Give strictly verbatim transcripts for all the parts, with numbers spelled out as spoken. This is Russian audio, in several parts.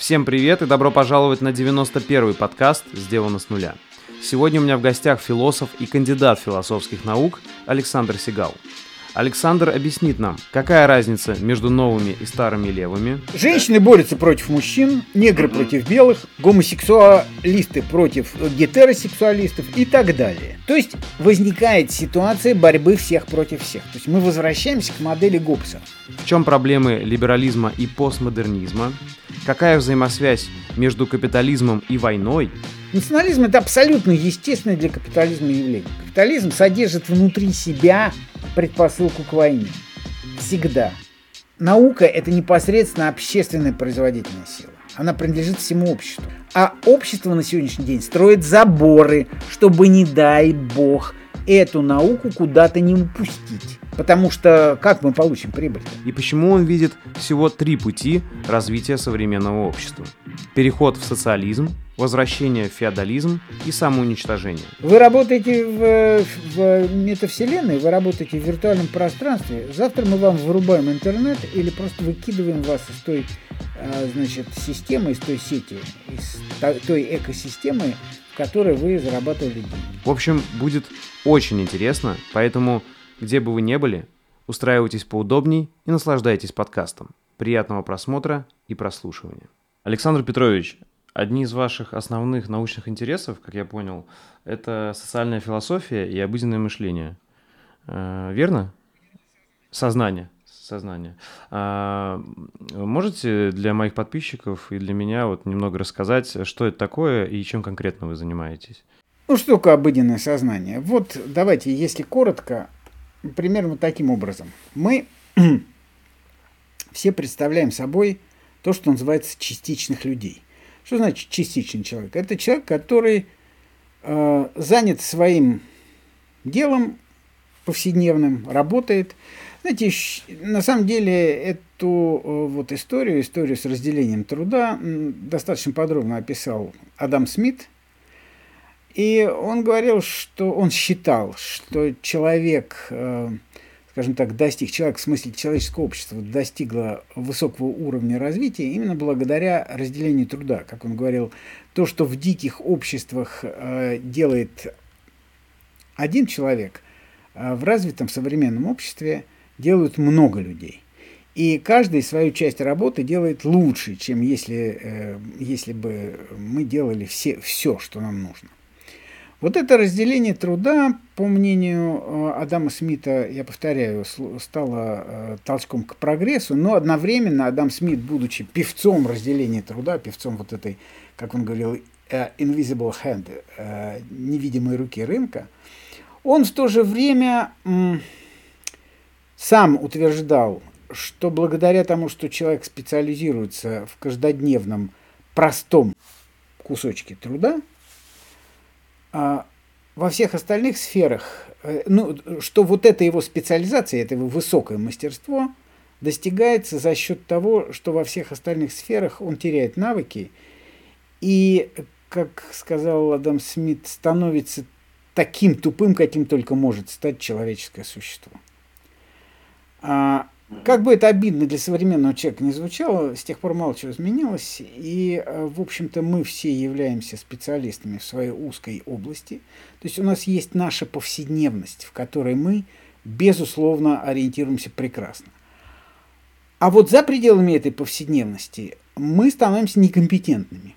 Всем привет и добро пожаловать на девяносто первый подкаст «Сделано с нуля». Сегодня у меня в гостях философ и кандидат философских наук Александр Сигал. Александр объяснит нам, какая разница между новыми и старыми левыми. Женщины борются против мужчин, негры против белых, гомосексуалисты против гетеросексуалистов и так далее. То есть возникает ситуация борьбы всех против всех. То есть мы возвращаемся к модели Гоббса. В чем проблемы либерализма и постмодернизма? Какая взаимосвязь между капитализмом и войной? Национализм – это абсолютно естественное для капитализма явление. Капитализм содержит внутри себя предпосылку к войне. Всегда. Наука – это непосредственно общественная производительная сила. Она принадлежит всему обществу. А общество на сегодняшний день строит заборы, чтобы, не дай бог, эту науку куда-то не упустить. Потому что как мы получим прибыль? И почему он видит всего три пути развития современного общества? Переход в социализм, возвращение в феодализм и самоуничтожение. Вы работаете в, в метавселенной, вы работаете в виртуальном пространстве. Завтра мы вам вырубаем интернет или просто выкидываем вас из той, значит, системы, из той сети, из той экосистемы, в которой вы зарабатывали деньги. В общем, будет очень интересно, поэтому, где бы вы ни были, устраивайтесь поудобней и наслаждайтесь подкастом. Приятного просмотра и прослушивания. Александр Петрович, одни из ваших основных научных интересов, как я понял, это социальная философия и обыденное мышление. Э, верно? Сознание. Сознание. А, можете для моих подписчиков и для меня вот немного рассказать, что это такое и чем конкретно вы занимаетесь? Ну, что такое обыденное сознание? Вот давайте, если коротко, примерно таким образом. Мы все представляем собой то, что называется частичных людей. Что значит частичный человек? Это человек, который э, занят своим делом повседневным, работает. Знаете, на самом деле эту э, вот историю, историю с разделением труда достаточно подробно описал Адам Смит. И он говорил, что он считал, что человек, э, скажем так, достиг, человек в смысле человеческого общества достигло высокого уровня развития именно благодаря разделению труда. Как он говорил, то, что в диких обществах э, делает один человек, э, в развитом современном обществе делают много людей. И каждый свою часть работы делает лучше, чем если, э, если бы мы делали все, все, что нам нужно. Вот это разделение труда, по мнению Адама Смита, я повторяю, стало толчком к прогрессу, но одновременно Адам Смит, будучи певцом разделения труда, певцом вот этой, как он говорил, invisible hand, невидимой руки рынка, он в то же время сам утверждал, что благодаря тому, что человек специализируется в каждодневном простом кусочке труда, во всех остальных сферах, ну, что вот эта его специализация, это его высокое мастерство достигается за счет того, что во всех остальных сферах он теряет навыки и, как сказал Адам Смит, становится таким тупым, каким только может стать человеческое существо. Как бы это обидно для современного человека не звучало, с тех пор мало чего изменилось, и, в общем-то, мы все являемся специалистами в своей узкой области. То есть у нас есть наша повседневность, в которой мы, безусловно, ориентируемся прекрасно. А вот за пределами этой повседневности мы становимся некомпетентными.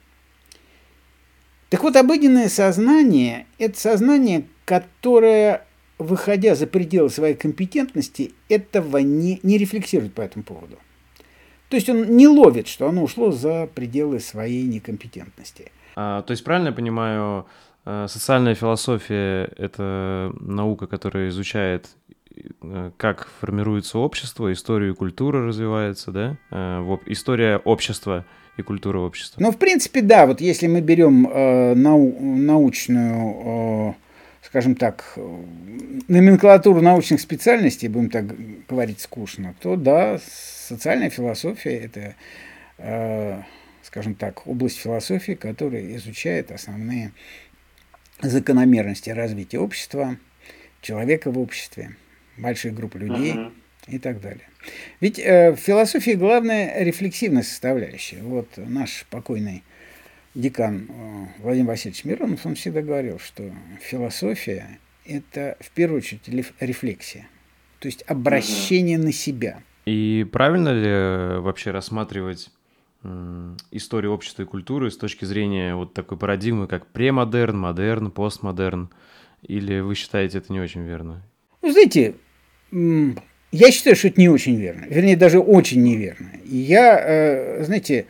Так вот, обыденное сознание – это сознание, которое, выходя за пределы своей компетентности, этого не, не рефлексирует по этому поводу. То есть он не ловит, что оно ушло за пределы своей некомпетентности. А, то есть, правильно я понимаю, социальная философия – это наука, которая изучает, как формируется общество, историю и культура развивается, да? История общества и культура общества. Ну, в принципе, да. Вот если мы берем э, нау- научную... Э, скажем так, номенклатуру научных специальностей, будем так говорить скучно, то да, социальная философия – это, э, скажем так, область философии, которая изучает основные закономерности развития общества, человека в обществе, больших групп людей, uh-huh. и так далее. Ведь э, в философии главная рефлексивная составляющая. Вот наш покойный декан э, Владимир Васильевич Миронов, он всегда говорил, что философия – это в первую очередь рефлексия, то есть обращение на себя. И правильно ли вообще рассматривать историю общества и культуры с точки зрения вот такой парадигмы, как премодерн, модерн, постмодерн? Или вы считаете это не очень верно? Ну, знаете, я считаю, что это не очень верно. Вернее, даже очень неверно. И я, знаете,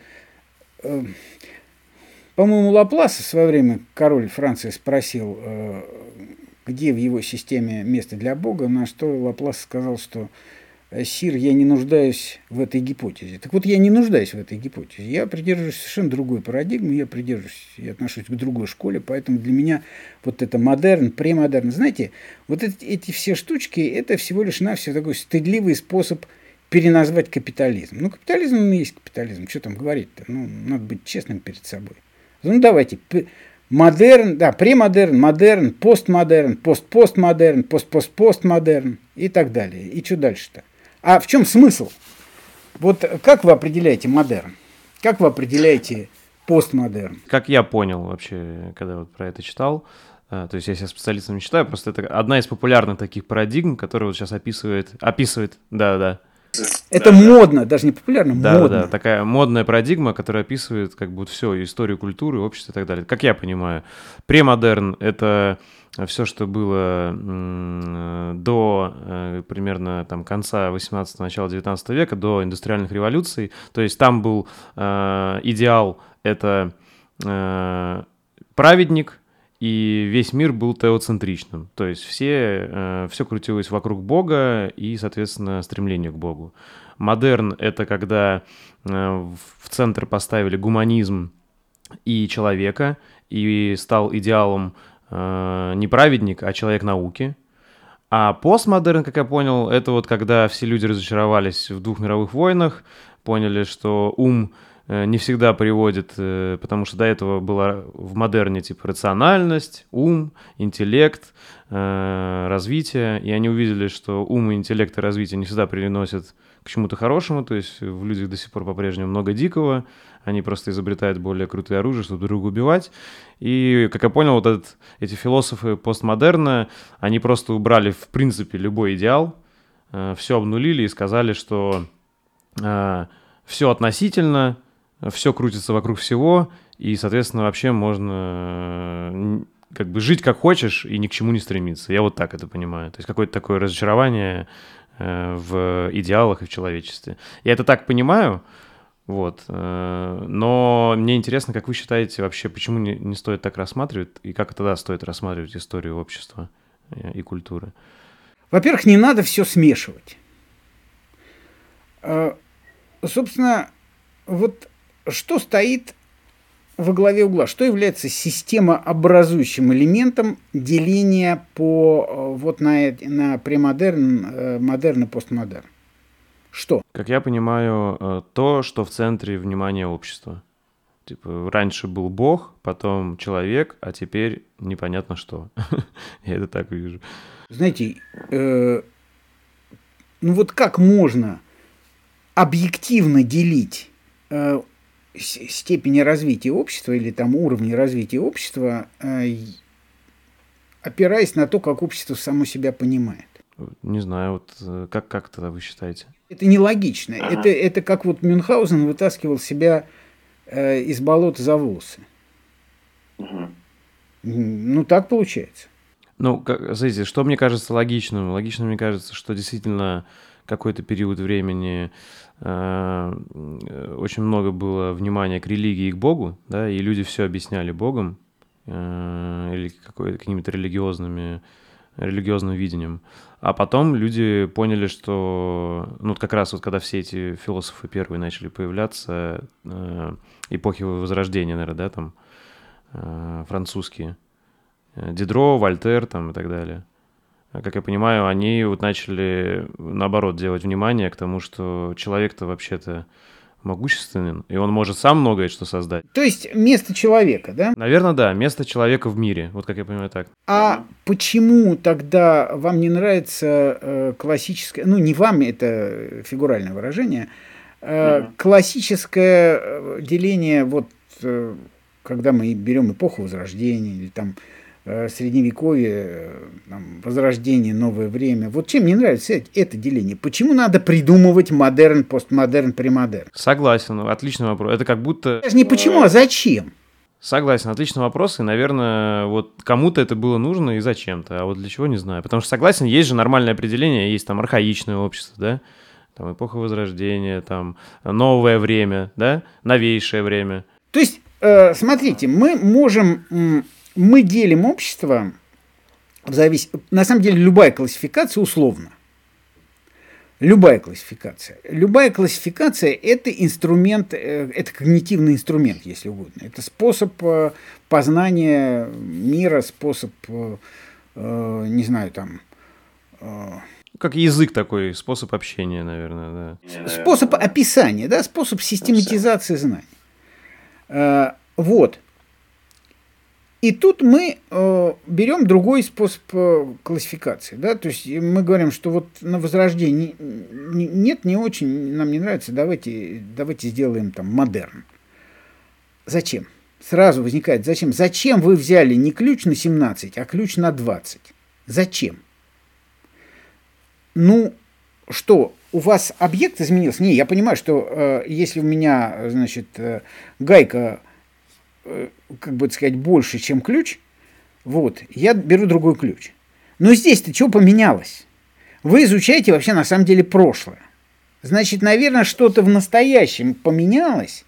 по-моему, Лапласа в свое время король Франции спросил, где в его системе место для Бога, на что Лаплас сказал, что «Сир, я не нуждаюсь в этой гипотезе». Так вот, я не нуждаюсь в этой гипотезе. Я придерживаюсь совершенно другой парадигмы, я придерживаюсь, я отношусь к другой школе, поэтому для меня вот это модерн, премодерн, знаете, вот эти, эти все штучки, это всего лишь навсего такой стыдливый способ переназвать капитализм. Ну, капитализм, он и есть капитализм, что там говорить-то? Ну, надо быть честным перед собой. Ну, давайте, модерн, да, премодерн, модерн, постмодерн, постпостмодерн, постпостпостмодерн и так далее. И что дальше-то? А в чем смысл? Вот как вы определяете модерн? Как вы определяете постмодерн? Как я понял вообще, когда вот про это читал, то есть я себя специалистом не считаю, просто это одна из популярных таких парадигм, которая вот сейчас описывает, описывает, да-да. Это да, модно, даже не популярно, да, модно. Да, такая модная парадигма, которая описывает как бы все, историю культуры, общество и так далее. Как я понимаю, премодерн — это все, что было до примерно там, конца восемнадцатого, начала девятнадцатого века, до индустриальных революций. То есть там был э, идеал — это э, праведник, и весь мир был теоцентричным. То есть все, э, все крутилось вокруг Бога и, соответственно, стремление к Богу. Модерн — это когда э, в центр поставили гуманизм и человека, и стал идеалом э, не праведник, а человек науки. А постмодерн, как я понял, это вот когда все люди разочаровались в двух мировых войнах, поняли, что ум не всегда приводит, потому что до этого была в модерне типа рациональность, ум, интеллект, развитие, и они увидели, что ум, интеллект и развитие не всегда приносят к чему-то хорошему, то есть в людях до сих пор по-прежнему много дикого, они просто изобретают более крутые оружия, чтобы друг друга убивать. И, как я понял, вот этот, эти философы постмодерна, они просто убрали, в принципе, любой идеал, все обнулили и сказали, что все относительно, все крутится вокруг всего, и, соответственно, вообще можно как бы жить как хочешь и ни к чему не стремиться. Я вот так это понимаю. То есть какое-то такое разочарование в идеалах и в человечестве. Я это так понимаю, вот. Но мне интересно, как вы считаете вообще, почему не, не стоит так рассматривать, и как тогда стоит рассматривать историю общества и культуры? Во-первых, не надо все смешивать. Собственно, вот что стоит во главе угла? Что является системообразующим элементом деления по вот на, на премодерн, модерн и постмодерн? Что? Как я понимаю, то, что в центре внимания общества. Типа, раньше был Бог, потом человек, а теперь непонятно что. Я это так вижу. Знаете, э, ну вот как можно объективно делить э, степени развития общества или там уровни развития общества, э, опираясь на то, как общество само себя понимает? Не знаю, вот как, как тогда вы считаете? Это нелогично. Это, это как вот Мюнхгаузен вытаскивал себя э, из болота за волосы. Угу. Ну, так получается. Ну, как, знаете, что мне кажется логичным? Логично, мне кажется, что действительно какой-то период времени э, очень много было внимания к религии и к Богу, да, и люди все объясняли Богом э, или какими-то религиозными, религиозным видением. А потом люди поняли, что, ну, как раз вот когда все эти философы первые начали появляться, э, эпохи Возрождения, наверное, да, там, э, французские, Дидро, Вольтер там и так далее. Как я понимаю, они вот начали, наоборот, делать внимание к тому, что человек-то вообще-то могущественен, и он может сам многое что создать. То есть место человека, да? Наверное, да, место человека в мире, вот как я понимаю так. А почему тогда вам не нравится э, классическое, ну не вам, это фигуральное выражение, э, mm-hmm. классическое э, деление, вот э, когда мы берем эпоху Возрождения или там Средневековье, там, Возрождение, новое время. Вот чем мне нравится это деление? Почему надо придумывать модерн, постмодерн, премодерн? Согласен, отличный вопрос. Это как будто... Даже не почему, а зачем? Согласен, отличный вопрос, и, наверное, вот кому-то это было нужно и зачем-то, а вот для чего, не знаю. Потому что, согласен, есть же нормальное определение, есть там архаичное общество, да, там эпоха Возрождения, там новое время, да, новейшее время. То есть, э, смотрите, мы можем... Мы делим общество, в завис... на самом деле любая классификация условна. Любая классификация. Любая классификация – это инструмент, это когнитивный инструмент, если угодно. Это способ познания мира, способ, не знаю, там… Как язык такой, способ общения, наверное, да. Способ описания, да, способ систематизации знаний. Вот. И тут мы э, берем другой способ э, классификации. Да? То есть мы говорим, что вот на Возрождении не, нет, не очень, нам не нравится, давайте, давайте сделаем там модерн. Зачем? Сразу возникает, зачем? Зачем вы взяли не ключ на семнадцать, а ключ на двадцать? Зачем? Ну, что, у вас объект изменился? Не, я понимаю, что э, если у меня, значит, э, гайка, как бы сказать, больше, чем ключ, вот, я беру другой ключ. Но здесь-то что поменялось? Вы изучаете вообще на самом деле прошлое. Значит, наверное, что-то в настоящем поменялось,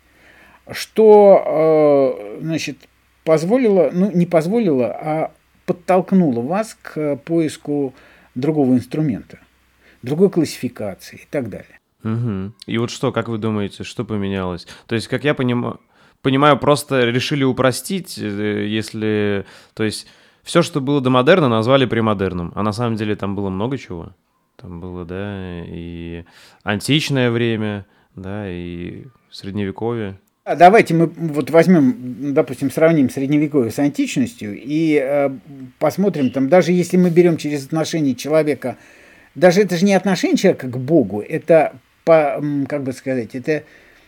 что, э, значит, позволило, ну, не позволило, а подтолкнуло вас к поиску другого инструмента, другой классификации и так далее. Угу. И вот что, как вы думаете, что поменялось? То есть, как я понимаю... Понимаю, просто решили упростить, если... То есть, все, что было до модерна, назвали премодерном. А на самом деле там было много чего. Там было, да, и античное время, да, и средневековье. Давайте мы вот возьмем, допустим, сравним средневековье с античностью и э, посмотрим, там, даже если мы берем через отношение человека, даже это же не отношение человека к Богу, это, по, как бы сказать, это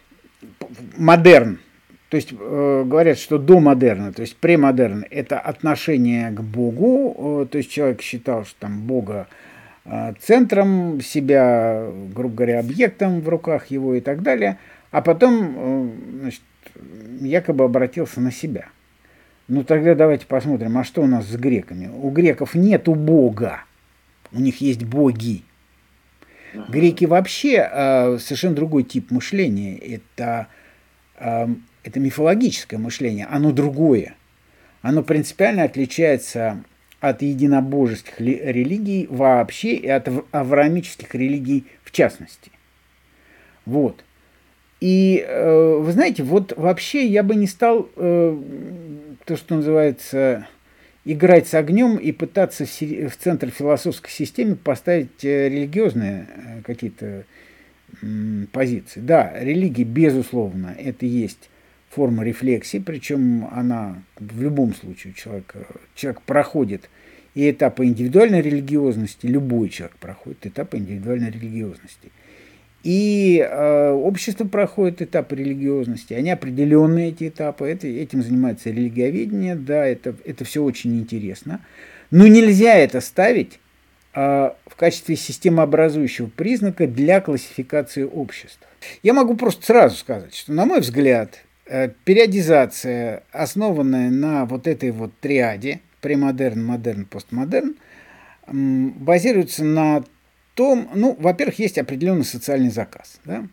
модерн. То есть э, говорят, что до модерна, то есть премодерн, это отношение к Богу, э, то есть человек считал, что там Бога э, центром, себя, грубо говоря, объектом в руках его и так далее, а потом, э, значит, якобы обратился на себя. Ну тогда давайте посмотрим, а что у нас с греками? У греков нету Бога, у них есть боги. Греки вообще э, совершенно другой тип мышления, это... Э, Это мифологическое мышление, оно другое. Оно принципиально отличается от единобожеских религий вообще и от авраамических религий в частности. Вот. И э, вы знаете, вот вообще я бы не стал э, то, что называется, играть с огнем и пытаться в, в центр философской системы поставить религиозные какие-то э, позиции. Да, религия, безусловно, это есть форма рефлексии, причем она в любом случае человек, человек проходит и этапы индивидуальной религиозности, любой человек проходит этапы индивидуальной религиозности. И э, общество проходит этапы религиозности, они определенные, эти этапы, это, этим занимается религиоведение, да, это, это все очень интересно, но нельзя это ставить э, в качестве системообразующего признака для классификации общества. Я могу просто сразу сказать, что, на мой взгляд, периодизация, основанная на вот этой вот триаде, премодерн, модерн, постмодерн, базируется на том, ну, во-первых, есть определенный социальный заказ. Да?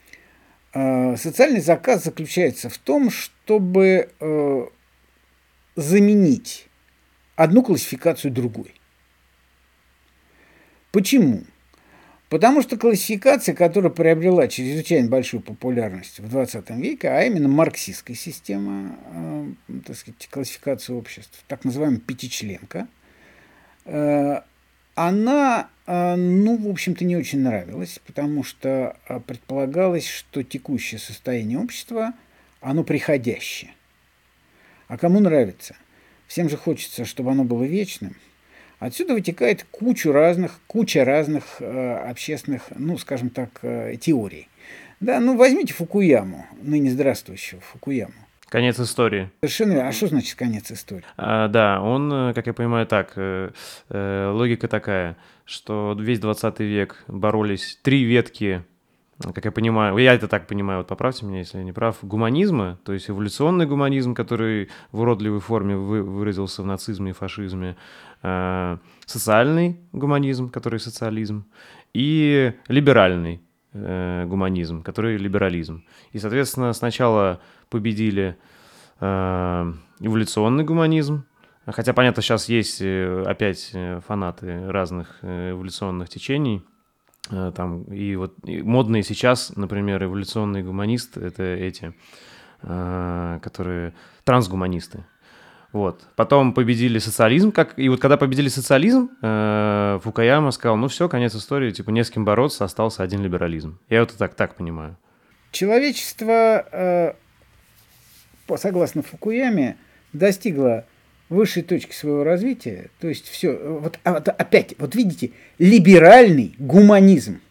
Социальный заказ заключается в том, чтобы заменить одну классификацию другой. Почему? Потому что классификация, которая приобрела чрезвычайно большую популярность в двадцатом веке, а именно марксистская система, э, так сказать, классификации обществ, так называемая пятичленка, э, она, ну, в общем-то, не очень нравилась, потому что предполагалось, что текущее состояние общества, оно приходящее. А кому нравится? Всем же хочется, чтобы оно было вечным. Отсюда вытекает куча разных, куча разных э, общественных, ну, скажем так, э, теорий. Да, ну, возьмите Фукуяму, ныне здравствующего Фукуяму. Конец истории. Совершенно верно. А что значит конец истории? А, да, он, как я понимаю, так, э, э, логика такая, что весь двадцатый век боролись три ветки, как я понимаю, я это так понимаю, вот поправьте меня, если я не прав, гуманизма, то есть эволюционный гуманизм, который в уродливой форме вы, выразился в нацизме и фашизме, э, социальный гуманизм, который социализм, и либеральный э, гуманизм, который либерализм. И, соответственно, сначала победили э, эволюционный гуманизм, хотя, понятно, сейчас есть опять фанаты разных эволюционных течений, там, и вот и модные сейчас, например, эволюционный гуманист — это эти, э, которые трансгуманисты. Вот. Потом победили социализм, как... и вот когда победили социализм, э, Фукуяма сказал, ну все, конец истории, типа не с кем бороться, остался один либерализм. Я вот так, так понимаю. Человечество, э, согласно Фукуяме, достигло высшей точки своего развития, то есть все, вот, вот опять, вот видите, либеральный гуманизм.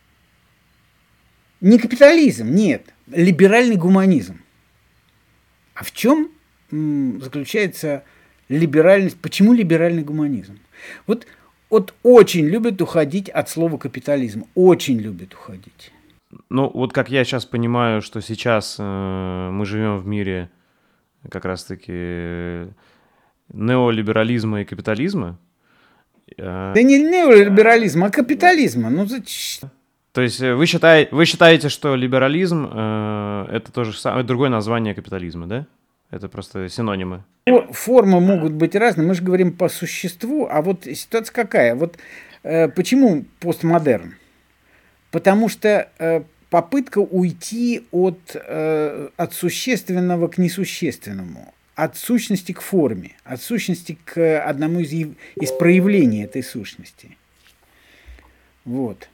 Не капитализм, нет, либеральный гуманизм. А в чем м, заключается либеральность? Почему либеральный гуманизм? Вот, вот очень любят уходить от слова капитализм, очень любят уходить. Ну, вот как я сейчас понимаю, что сейчас э, мы живем в мире как раз-таки неолиберализма и капитализма. Да не неолиберализма, а капитализма. Ну зачем? То есть вы считаете, вы считаете, что либерализм э, это тоже самое, другое название капитализма, да? Это просто синонимы. Формы могут быть разные. Мы же говорим по существу, а вот ситуация какая? Вот э, почему постмодерн? Потому что э, попытка уйти от, э, от существенного к несущественному, от сущности к форме, от сущности к одному из, из проявлений этой сущности. Вот.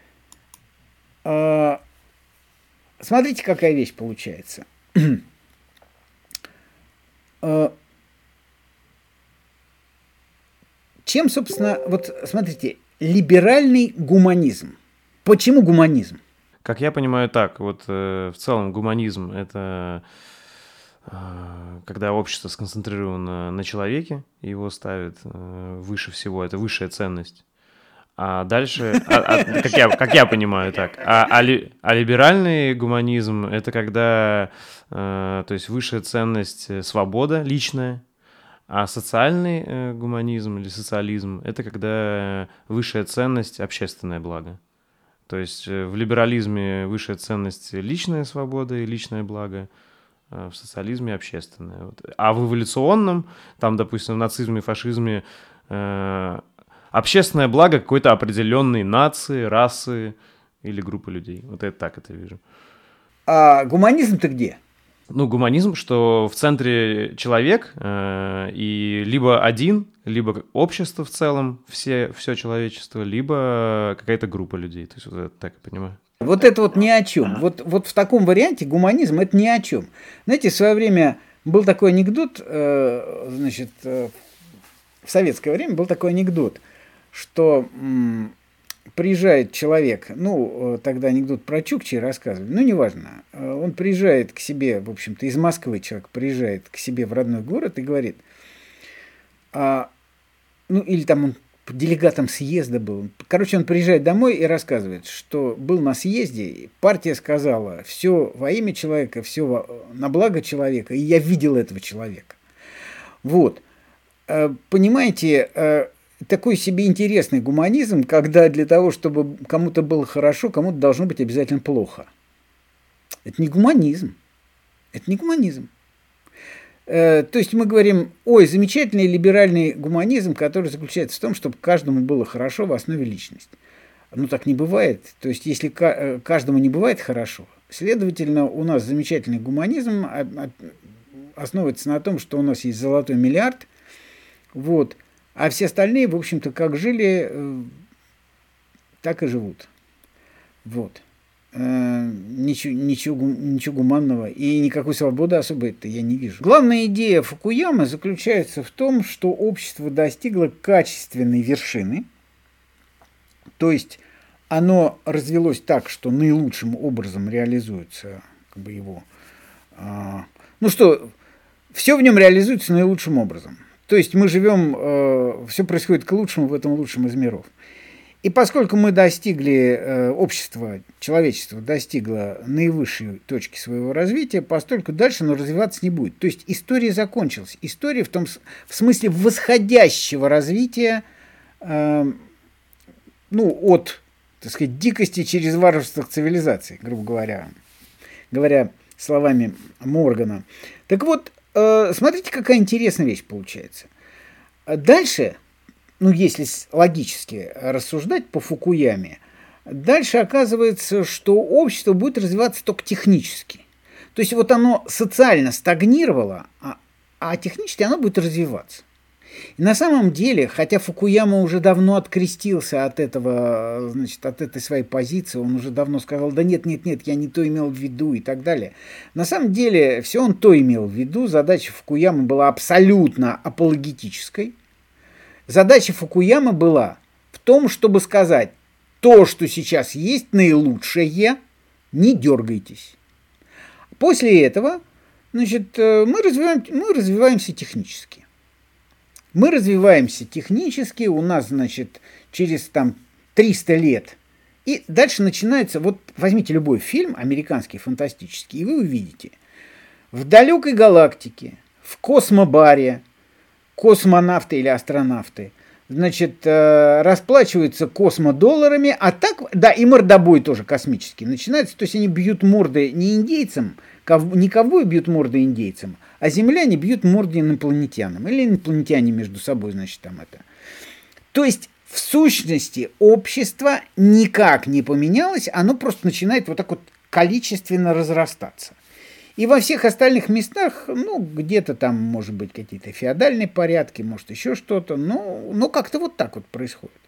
Э, смотрите, какая вещь получается. э, чем, собственно, вот смотрите, либеральный гуманизм. Почему гуманизм? Как я понимаю, так, вот э, в целом гуманизм — это э, когда общество сконцентрировано на человеке, его ставит э, выше всего, это высшая ценность. А дальше, а, а, как, я, как я понимаю, так, а, а, ли, а либеральный гуманизм — это когда, э, то есть высшая ценность — свобода личная, а социальный э, гуманизм или социализм — это когда высшая ценность — общественное благо. То есть в либерализме высшая ценность — личная свобода и личное благо, а в социализме — общественное. Вот. А в эволюционном, там, допустим, в нацизме, фашизме, э, общественное благо какой-то определенной нации, расы или группы людей. Вот я так это вижу. А гуманизм-то где? Ну, гуманизм, что в центре человек, э, и либо один, либо общество в целом, все, все человечество, либо какая-то группа людей. То есть вот это так я понимаю. Вот это вот ни о чем. Вот, вот в таком варианте гуманизм — это ни о чем. Знаете, в свое время был такой анекдот, э, значит, э, в советское время был такой анекдот, что м, приезжает человек, ну, тогда анекдот про Чукчи рассказывали, ну, неважно, он приезжает к себе, в общем-то, из Москвы человек приезжает к себе в родной город и говорит, а, ну, или там он делегатом съезда был, короче, он приезжает домой и рассказывает, что был на съезде, партия сказала, все во имя человека, все на благо человека, и я видел этого человека. Вот, понимаете, такой себе интересный гуманизм, когда для того, чтобы кому-то было хорошо, кому-то должно быть обязательно плохо. Это не гуманизм. Это не гуманизм. Э, то есть мы говорим, ой, замечательный либеральный гуманизм, который заключается в том, чтобы каждому было хорошо в основе личности. Ну, так не бывает. То есть если каждому не бывает хорошо, следовательно, у нас замечательный гуманизм основывается на том, что у нас есть золотой миллиард, вот, А все остальные, в общем-то, как жили, так и живут. Вот. Ничего, ничего, ничего гуманного и никакой свободы особой-то я не вижу. Главная идея Фукуямы заключается в том, что общество достигло качественной вершины, то есть оно развелось так, что наилучшим образом реализуется как бы его... А, ну что, все в нем реализуется наилучшим образом. То есть мы живем, э, все происходит к лучшему в этом лучшем из миров. И поскольку мы достигли, э, общество, человечество достигло наивысшей точки своего развития, постольку дальше оно развиваться не будет. То есть история закончилась. История в том в смысле восходящего развития, э, ну, от, так сказать, дикости через варварство к цивилизации, грубо говоря, говоря словами Моргана. Так вот, э, смотрите, какая интересная вещь получается. Дальше... Ну, если логически рассуждать по Фукуяме, дальше оказывается, что общество будет развиваться только технически. То есть вот оно социально стагнировало, а, а технически оно будет развиваться. И на самом деле, хотя Фукуяма уже давно открестился от этого, значит, от этой своей позиции, он уже давно сказал, да нет, нет, нет, я не то имел в виду и так далее. На самом деле, все он то имел в виду, задача Фукуямы была абсолютно апологетической. Задача Фукуямы была в том, чтобы сказать, то, что сейчас есть наилучшее, не дергайтесь. После этого, значит, мы, развиваем, мы развиваемся технически. Мы развиваемся технически, у нас, значит, через там триста лет. И дальше начинается, вот возьмите любой фильм, американский, фантастический, и вы увидите, в далекой галактике, в космобаре, космонавты или астронавты, значит, расплачиваются космодолларами, а так, да, и мордобой тоже космический начинается, то есть они бьют морды не индейцам, не ковбои бьют морды индейцам, а земляне бьют морды инопланетянам, или инопланетяне между собой, значит, там это. То есть, в сущности, общество никак не поменялось, оно просто начинает вот так вот количественно разрастаться. И во всех остальных местах, ну, где-то там, может быть, какие-то феодальные порядки, может, еще что-то, но, но как-то вот так вот происходит.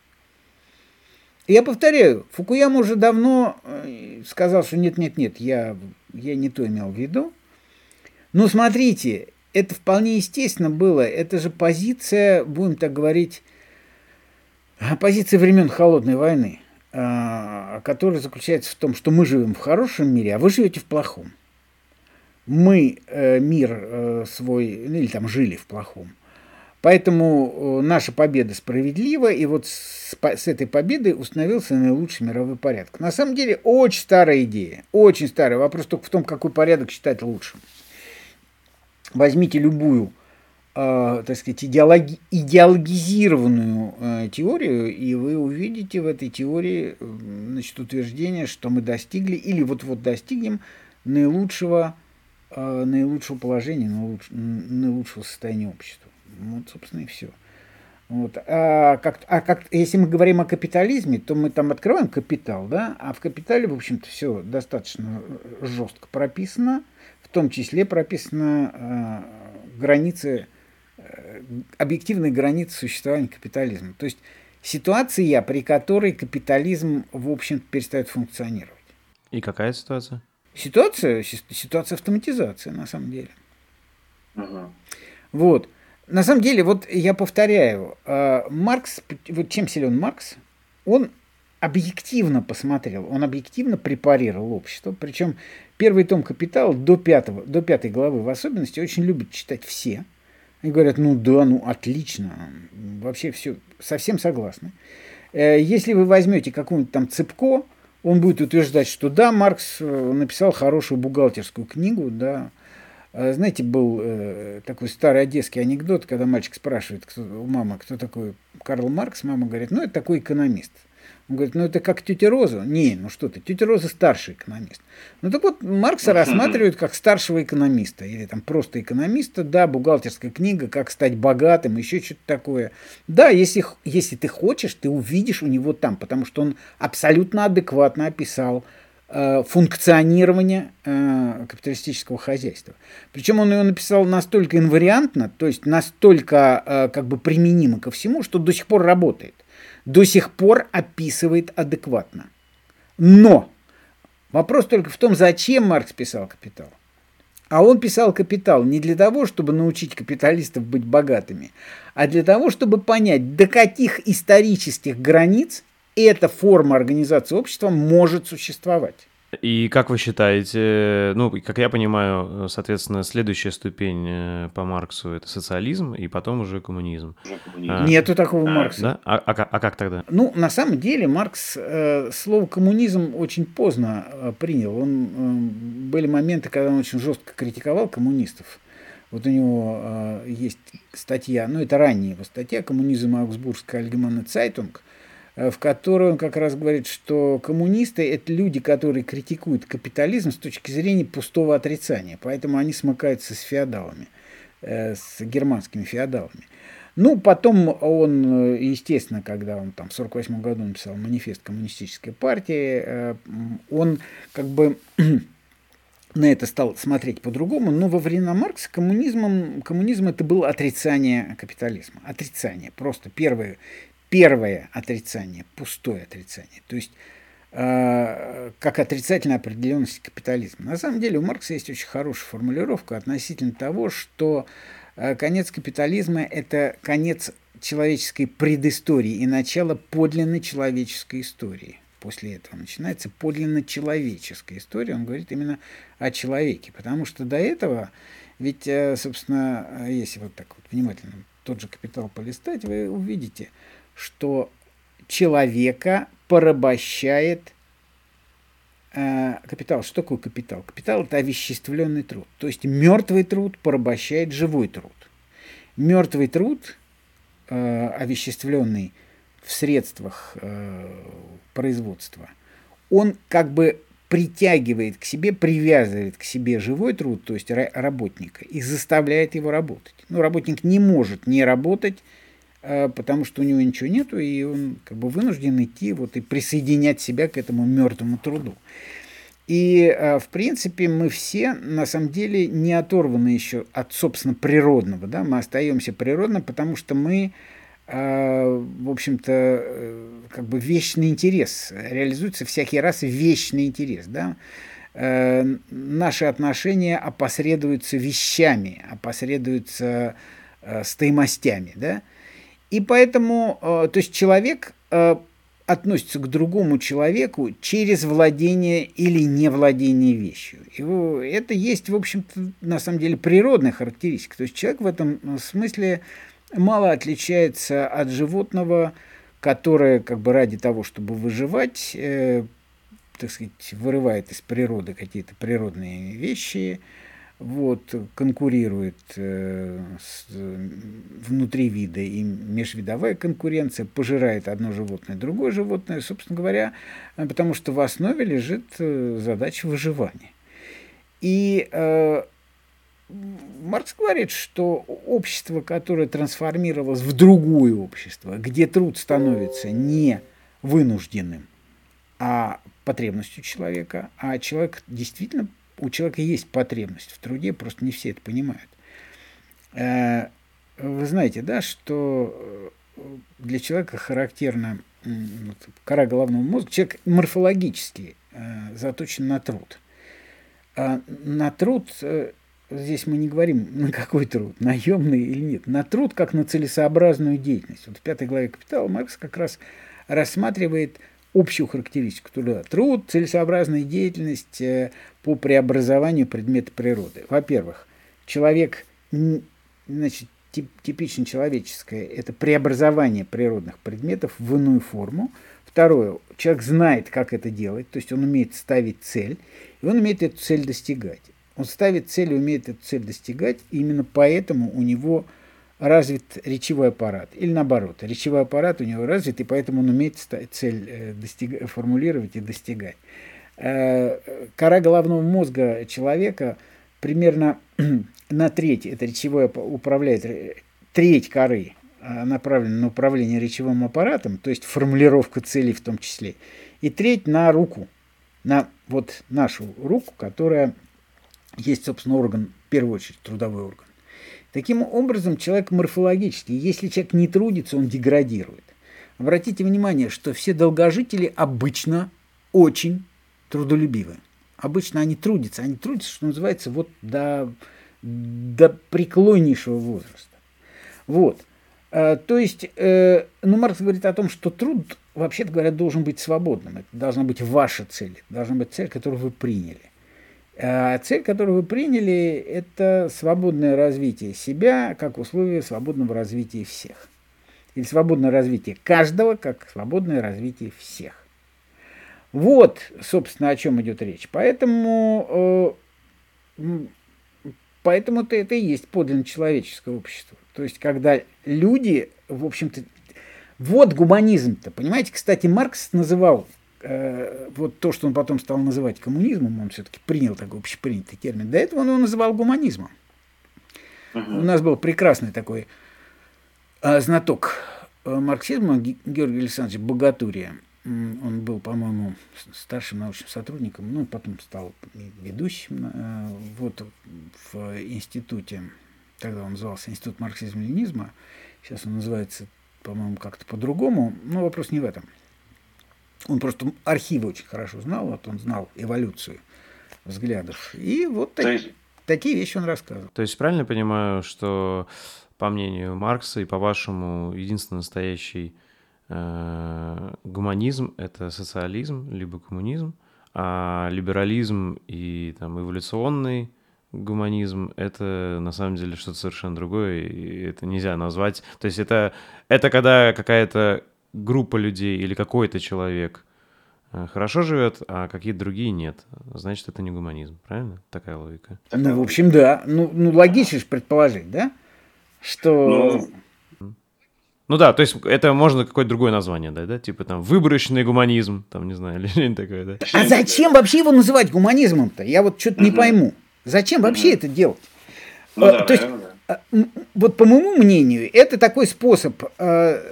И я повторяю, Фукуяма уже давно сказал, что нет-нет-нет, я, я не то имел в виду. Но смотрите, это вполне естественно было, это же позиция, будем так говорить, позиция времен Холодной войны, которая заключается в том, что мы живем в хорошем мире, а вы живете в плохом. Мы э, мир э, свой, или там жили в плохом. Поэтому э, наша победа справедлива, и вот с, с этой победой установился наилучший мировой порядок. На самом деле очень старая идея, очень старая. Вопрос только в том, какой порядок считать лучшим. Возьмите любую, э, так сказать, идеологи, идеологизированную э, теорию, и вы увидите в этой теории, э, значит, утверждение, что мы достигли, или вот-вот достигнем наилучшего наилучшего положения, наилуч, наилучшего состояния общества. Вот, собственно, и все. Вот. А, как, а как, если мы говорим о капитализме, то мы там открываем капитал, да, а в капитале, в общем-то, все достаточно жестко прописано, в том числе прописано э, границы, э, объективные границы существования капитализма. То есть ситуация, при которой капитализм, в общем-то, перестает функционировать. И какая ситуация? Ситуация, ситуация автоматизации, на самом деле. Ага. Вот. На самом деле, вот я повторяю, Маркс, вот чем силен Маркс, он объективно посмотрел, он объективно препарировал общество, причем первый том «Капитал» до, пятого, до пятой главы в особенности очень любят читать все. Они говорят, ну да, ну отлично, вообще все, совсем согласны. Если вы возьмете какую-нибудь там Цыпко, он будет утверждать, что да, Маркс написал хорошую бухгалтерскую книгу, да. Знаете, был э, такой старый одесский анекдот, когда мальчик спрашивает кто, у мамы, кто такой Карл Маркс, мама говорит, ну это такой экономист. Он говорит, ну это как тетя Роза. Не, ну что ты, тетя Роза старший экономист. Ну так вот, Маркса рассматривают как старшего экономиста, или там просто экономиста, да, бухгалтерская книга, как стать богатым, еще что-то такое. Да, если, если ты хочешь, ты увидишь у него там, потому что он абсолютно адекватно описал функционирования капиталистического хозяйства. Причем он ее написал настолько инвариантно, то есть настолько как бы применимо ко всему, что до сих пор работает, до сих пор описывает адекватно. Но вопрос только в том, зачем Маркс писал «Капитал». А он писал «Капитал» не для того, чтобы научить капиталистов быть богатыми, а для того, чтобы понять, до каких исторических границ эта форма организации общества может существовать. И как вы считаете, ну, как я понимаю, соответственно, следующая ступень по Марксу — это социализм, и потом уже коммунизм. А, Нету такого а, Маркса. Да? А, а, а как тогда? Ну, на самом деле, Маркс э, слово «коммунизм» очень поздно э, принял. Он, э, были моменты, когда он очень жестко критиковал коммунистов. Вот у него э, есть статья, ну, это ранняя его статья «Коммунизм и Аугсбургская Allgemeine Zeitung», в которой он как раз говорит, что коммунисты – это люди, которые критикуют капитализм с точки зрения пустого отрицания, поэтому они смыкаются с феодалами, с германскими феодалами. Ну, потом он, естественно, когда он там в сорок восьмом году написал манифест коммунистической партии, он как бы на это стал смотреть по-другому, но во времена Маркса коммунизмом, коммунизм это было отрицание капитализма, отрицание, просто первое, Первое отрицание, пустое отрицание, то есть э, как отрицательная определенность капитализма. На самом деле у Маркса есть очень хорошая формулировка относительно того, что э, конец капитализма – это конец человеческой предыстории и начало подлинной человеческой истории. После этого начинается подлинно человеческая история, он говорит именно о человеке, потому что до этого, ведь, э, собственно, если вот так вот внимательно тот же «Капитал» полистать, вы увидите, что человека порабощает э, капитал. Что такое капитал? Капитал – это овеществленный труд. То есть мертвый труд порабощает живой труд. Мертвый труд, э, овеществленный в средствах э, производства, он как бы притягивает к себе, привязывает к себе живой труд, то есть работника, и заставляет его работать. Ну, работник не может не работать, потому что у него ничего нету, и он как бы вынужден идти вот и присоединять себя к этому мертвому труду. И, в принципе, мы все, на самом деле, не оторваны еще от, собственно, природного, да, мы остаемся природно, потому что мы, в общем-то, как бы вечный интерес, реализуется всякий раз вечный интерес, да. Наши отношения опосредуются вещами, опосредуются стоимостями, да. И поэтому, то есть человек относится к другому человеку через владение или невладение вещью. Его, это есть, в общем-то, на самом деле природная характеристика. То есть человек в этом смысле мало отличается от животного, которое как бы ради того, чтобы выживать, э, так сказать, вырывает из природы какие-то природные вещи, вот, конкурирует э, с, внутри вида, и межвидовая конкуренция, пожирает одно животное, другое животное, собственно говоря, потому что в основе лежит э, задача выживания. И э, Маркс говорит, что общество, которое трансформировалось в другое общество, где труд становится не вынужденным, а потребностью человека, а человек действительно у человека есть потребность в труде, просто не все это понимают. Вы знаете, да, что для человека характерна вот, кора головного мозга. Человек морфологически заточен на труд. А на труд, здесь мы не говорим, на какой труд, наемный или нет, на труд как на целесообразную деятельность. Вот в пятой главе «Капитала» Маркс как раз рассматривает общую характеристику труда. Труд, целесообразная деятельность по преобразованию предмета природы. Во-первых, человек, значит, типично человеческое, это преобразование природных предметов в иную форму. Второе, человек знает, как это делать, то есть он умеет ставить цель, и он умеет эту цель достигать. Он ставит цель и умеет эту цель достигать, и именно поэтому у него развит речевой аппарат. Или наоборот, речевой аппарат у него развит, и поэтому он умеет цель достиг... формулировать и достигать. Кора головного мозга человека примерно на треть, это речевое управляет, треть коры направлена на управление речевым аппаратом, то есть формулировка целей в том числе, и треть на руку. на вот нашу руку, которая есть, собственно, орган, в первую очередь, трудовой орган. Таким образом, человек морфологически, если человек не трудится, он деградирует. Обратите внимание, что все долгожители обычно очень трудолюбивы. Обычно они трудятся, они трудятся, что называется, вот до, до преклоннейшего возраста. Вот. А, то есть, э, ну, Маркс говорит о том, что труд, вообще-то говоря, должен быть свободным. Это должна быть ваша цель, это должна быть цель, которую вы приняли. А цель, которую вы приняли, это свободное развитие себя как условие свободного развития всех. Или свободное развитие каждого как свободное развитие всех. Вот, собственно, о чем идет речь. Поэтому, э, поэтому-то это и есть подлинно человеческое общество. То есть, когда люди, в общем-то, вот гуманизм-то, понимаете, кстати, Маркс называл э, вот то, что он потом стал называть коммунизмом, он все-таки принял такой общепринятый термин. До этого он его называл гуманизмом. Uh-huh. У нас был прекрасный такой э, знаток марксизма Георгий Александрович Богатурия. Он был, по-моему, старшим научным сотрудником, ну, потом стал ведущим э, вот в институте, тогда он назывался Институт марксизма-ленинизма, сейчас он называется, по-моему, как-то по-другому, но вопрос не в этом. Он просто архивы очень хорошо знал, вот он знал эволюцию взглядов, и вот так, есть... такие вещи он рассказывал. То есть правильно я понимаю, что, по мнению Маркса и по-вашему, единственный настоящий э, гуманизм – это социализм, либо коммунизм, а либерализм и там, эволюционный гуманизм – это на самом деле что-то совершенно другое, и это нельзя назвать. То есть это, это когда какая-то группа людей или какой-то человек хорошо живет, а какие-то другие нет. Значит, это не гуманизм, правильно? Такая логика. Ну, в общем, да. Ну, ну логично же предположить, да? Что... Ну, ну да, то есть это можно какое-то другое название дать, да? Типа там выборочный гуманизм, там, не знаю, или что-нибудь такое, да? А зачем вообще его называть гуманизмом-то? Я вот что-то не пойму. Зачем вообще это делать? Ну, а, да, то есть, да. вот по моему мнению, это такой способ... Э,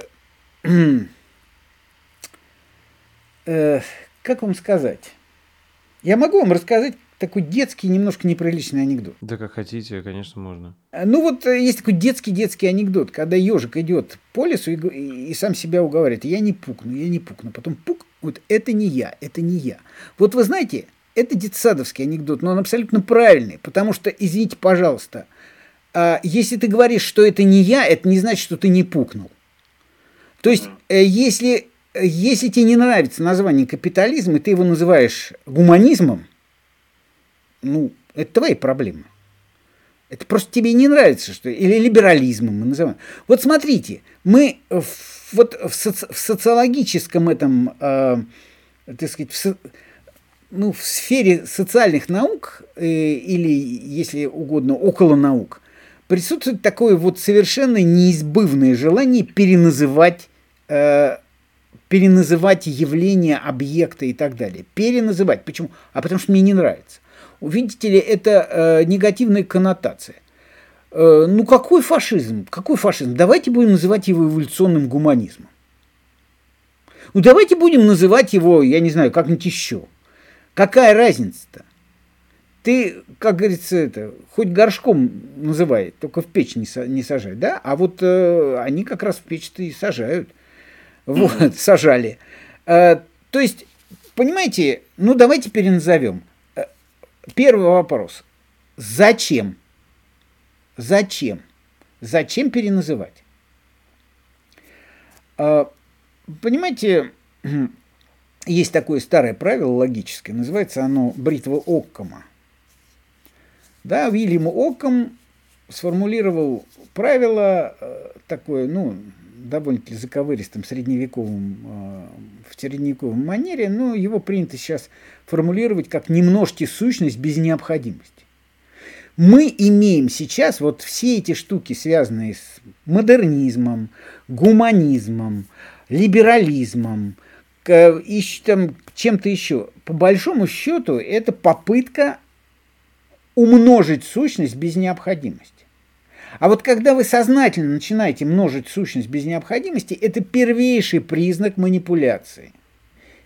э, как вам сказать? Я могу вам рассказать такой детский, немножко неприличный анекдот. Да как хотите, конечно, можно. Ну вот есть такой детский-детский анекдот, когда ежик идет по лесу и, и, и сам себя уговаривает: я не пукну, я не пукну. Потом пук, вот это не я, это не я. Вот вы знаете, это детсадовский анекдот, но он абсолютно правильный, потому что, извините, пожалуйста, если ты говоришь, что это не я, это не значит, что ты не пукнул. То есть, если, если тебе не нравится название капитализм, и ты его называешь гуманизмом, ну, это твои проблемы. Это просто тебе не нравится, что или либерализмом мы называем. Вот смотрите, мы в, вот в, соци, в социологическом этом, э, так сказать, в, со, ну, в сфере социальных наук э, или, если угодно, около наук, присутствует такое вот совершенно неизбывное желание переназывать, э, переназывать явления, объекты и так далее. Переназывать. Почему? А потому что мне не нравится. Видите ли, это э, негативная коннотация. Э, ну, какой фашизм? Какой фашизм? Давайте будем называть его эволюционным гуманизмом. Ну, давайте будем называть его, я не знаю, как-нибудь еще. Какая разница-то? Ты, как говорится, это, хоть горшком называй, только в печь не, не сажай, да? А вот э, они как раз в печь-то и сажают. Вот, mm-hmm. сажали. Э, то есть, понимаете, ну, давайте переназовем. Первый вопрос. Зачем? Зачем? Зачем переназывать? Понимаете, есть такое старое правило логическое, называется оно бритва Оккама. Да, Уильям Оккам сформулировал правило такое, ну, довольно-таки заковыристым средневековым, в средневековом манере, но его принято сейчас формулировать как «не множьте сущность без необходимости». Мы имеем сейчас вот все эти штуки, связанные с модернизмом, гуманизмом, либерализмом, чем-то еще. По большому счету это попытка умножить сущность без необходимости. А вот когда вы сознательно начинаете множить сущность без необходимости, это первейший признак манипуляции.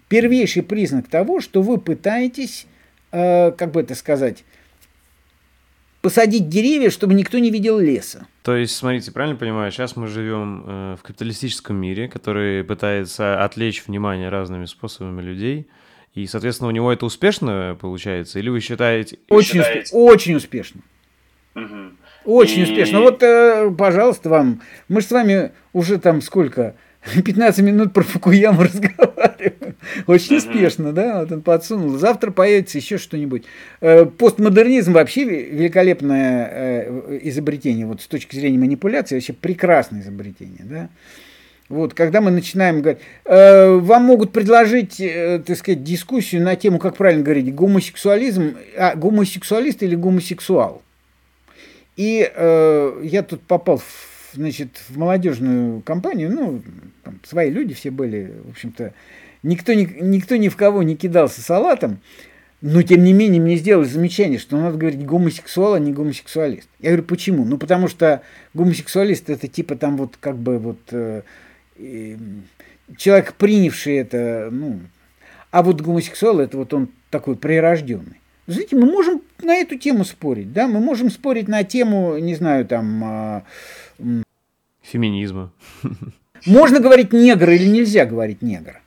первейший признак того, что вы пытаетесь, э, как бы это сказать, посадить деревья, чтобы никто не видел леса. То есть, смотрите, правильно понимаю, сейчас мы живем э, в капиталистическом мире, который пытается отвлечь внимание разными способами людей, и, соответственно, у него это успешно получается? Или вы считаете... Очень, вы считаете... Усп... очень успешно. Угу. Очень и... успешно. Вот, э, пожалуйста, вам. Мы же с вами уже там сколько... пятнадцать минут про Фукуяму разговариваем. Очень uh-huh. успешно, да? Вот он подсунул. Завтра появится еще что-нибудь. Постмодернизм вообще великолепное изобретение. Вот с точки зрения манипуляции, вообще прекрасное изобретение, да? Вот, когда мы начинаем говорить, э, вам могут предложить, э, так сказать, дискуссию на тему, как правильно говорить, гомосексуализм, а, гомосексуалист или гомосексуал. И э, я тут попал в значит, в молодежную компанию, ну, там свои люди все были, в общем-то, никто, ни, никто ни в кого не кидался салатом, но, тем не менее, мне сделали замечание, что надо говорить гомосексуал, а не гомосексуалист. Я говорю, почему? Ну, потому что гомосексуалист – это типа там вот как бы вот э, э, человек, принявший это, ну, а вот гомосексуал – это вот он такой прирожденный. Знаете, мы можем на эту тему спорить, да, мы можем спорить на тему, не знаю, там... Э, феминизма. Можно говорить негр или нельзя говорить негр?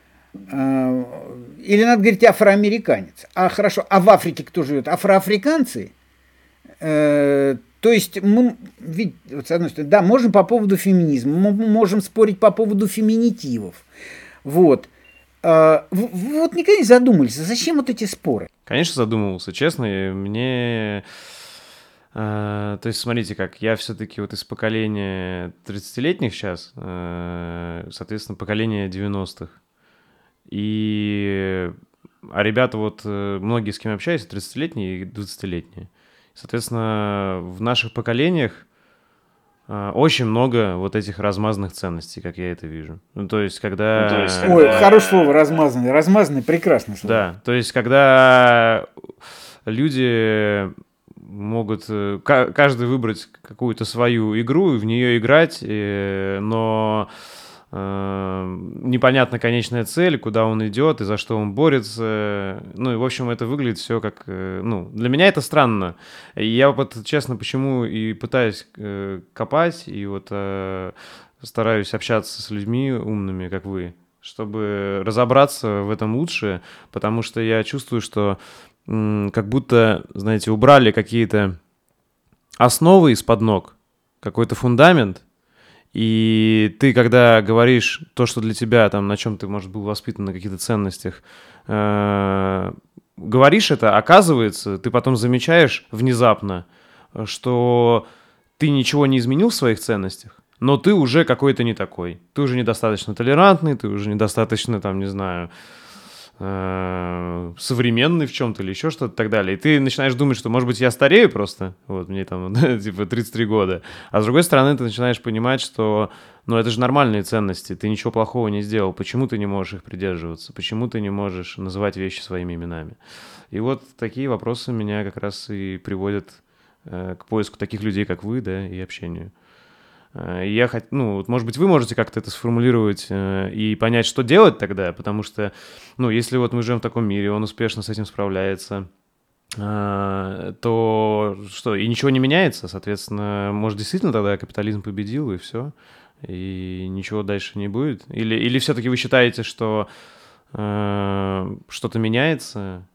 Или надо говорить афроамериканец? А хорошо, а в Африке кто живет? Афроафриканцы? То есть мы, ведь, вот с одной стороны, да, можем по поводу феминизма, мы можем спорить по поводу феминитивов. Вот. Вы вот никогда не задумывались, зачем вот эти споры? Конечно, задумывался, честно, мне... Uh, то есть, смотрите, как я все-таки вот из поколения тридцатилетних сейчас, uh, соответственно, поколение девяностых. И... А ребята вот, многие, с кем я общаюсь, тридцатилетние и двадцатилетние. Соответственно, в наших поколениях uh, очень много вот этих размазанных ценностей, как я это вижу. Ну, то есть, когда... Ну, то есть, Ой, когда... хорошее слово, размазанный. Размазанный, прекрасное слово. Да, то есть, когда люди... могут каждый выбрать какую-то свою игру и в нее играть, но непонятна конечная цель, куда он идет и за что он борется. Ну и, в общем, это выглядит все как... Ну, для меня это странно. И я вот, честно, почему и пытаюсь копать, и вот стараюсь общаться с людьми умными, как вы, чтобы разобраться в этом лучше, потому что я чувствую, что как будто, знаете, убрали какие-то основы из-под ног, какой-то фундамент, и ты, когда говоришь то, что для тебя, там, на чем ты, может, был воспитан, на каких-то ценностях, э- говоришь это, оказывается, ты потом замечаешь внезапно, что ты ничего не изменил в своих ценностях, но ты уже какой-то не такой. Ты уже недостаточно толерантный, ты уже недостаточно, там, не знаю... современный в чем-то или еще что-то и так далее. И ты начинаешь думать, что, может быть, я старею просто, вот, мне там, типа, тридцать три года. А с другой стороны, ты начинаешь понимать, что, ну, это же нормальные ценности, ты ничего плохого не сделал, почему ты не можешь их придерживаться, почему ты не можешь называть вещи своими именами. И вот такие вопросы меня как раз и приводят э, к поиску таких людей, как вы, да, и общению. Я хот... ну, вот, может быть, вы можете как-то это сформулировать э, и понять, что делать тогда, потому что, ну, если вот мы живем в таком мире, он успешно с этим справляется, э, то что, и ничего не меняется, соответственно, может, действительно тогда капитализм победил, и все, и ничего дальше не будет? Или, или все-таки вы считаете, что э, что-то меняется,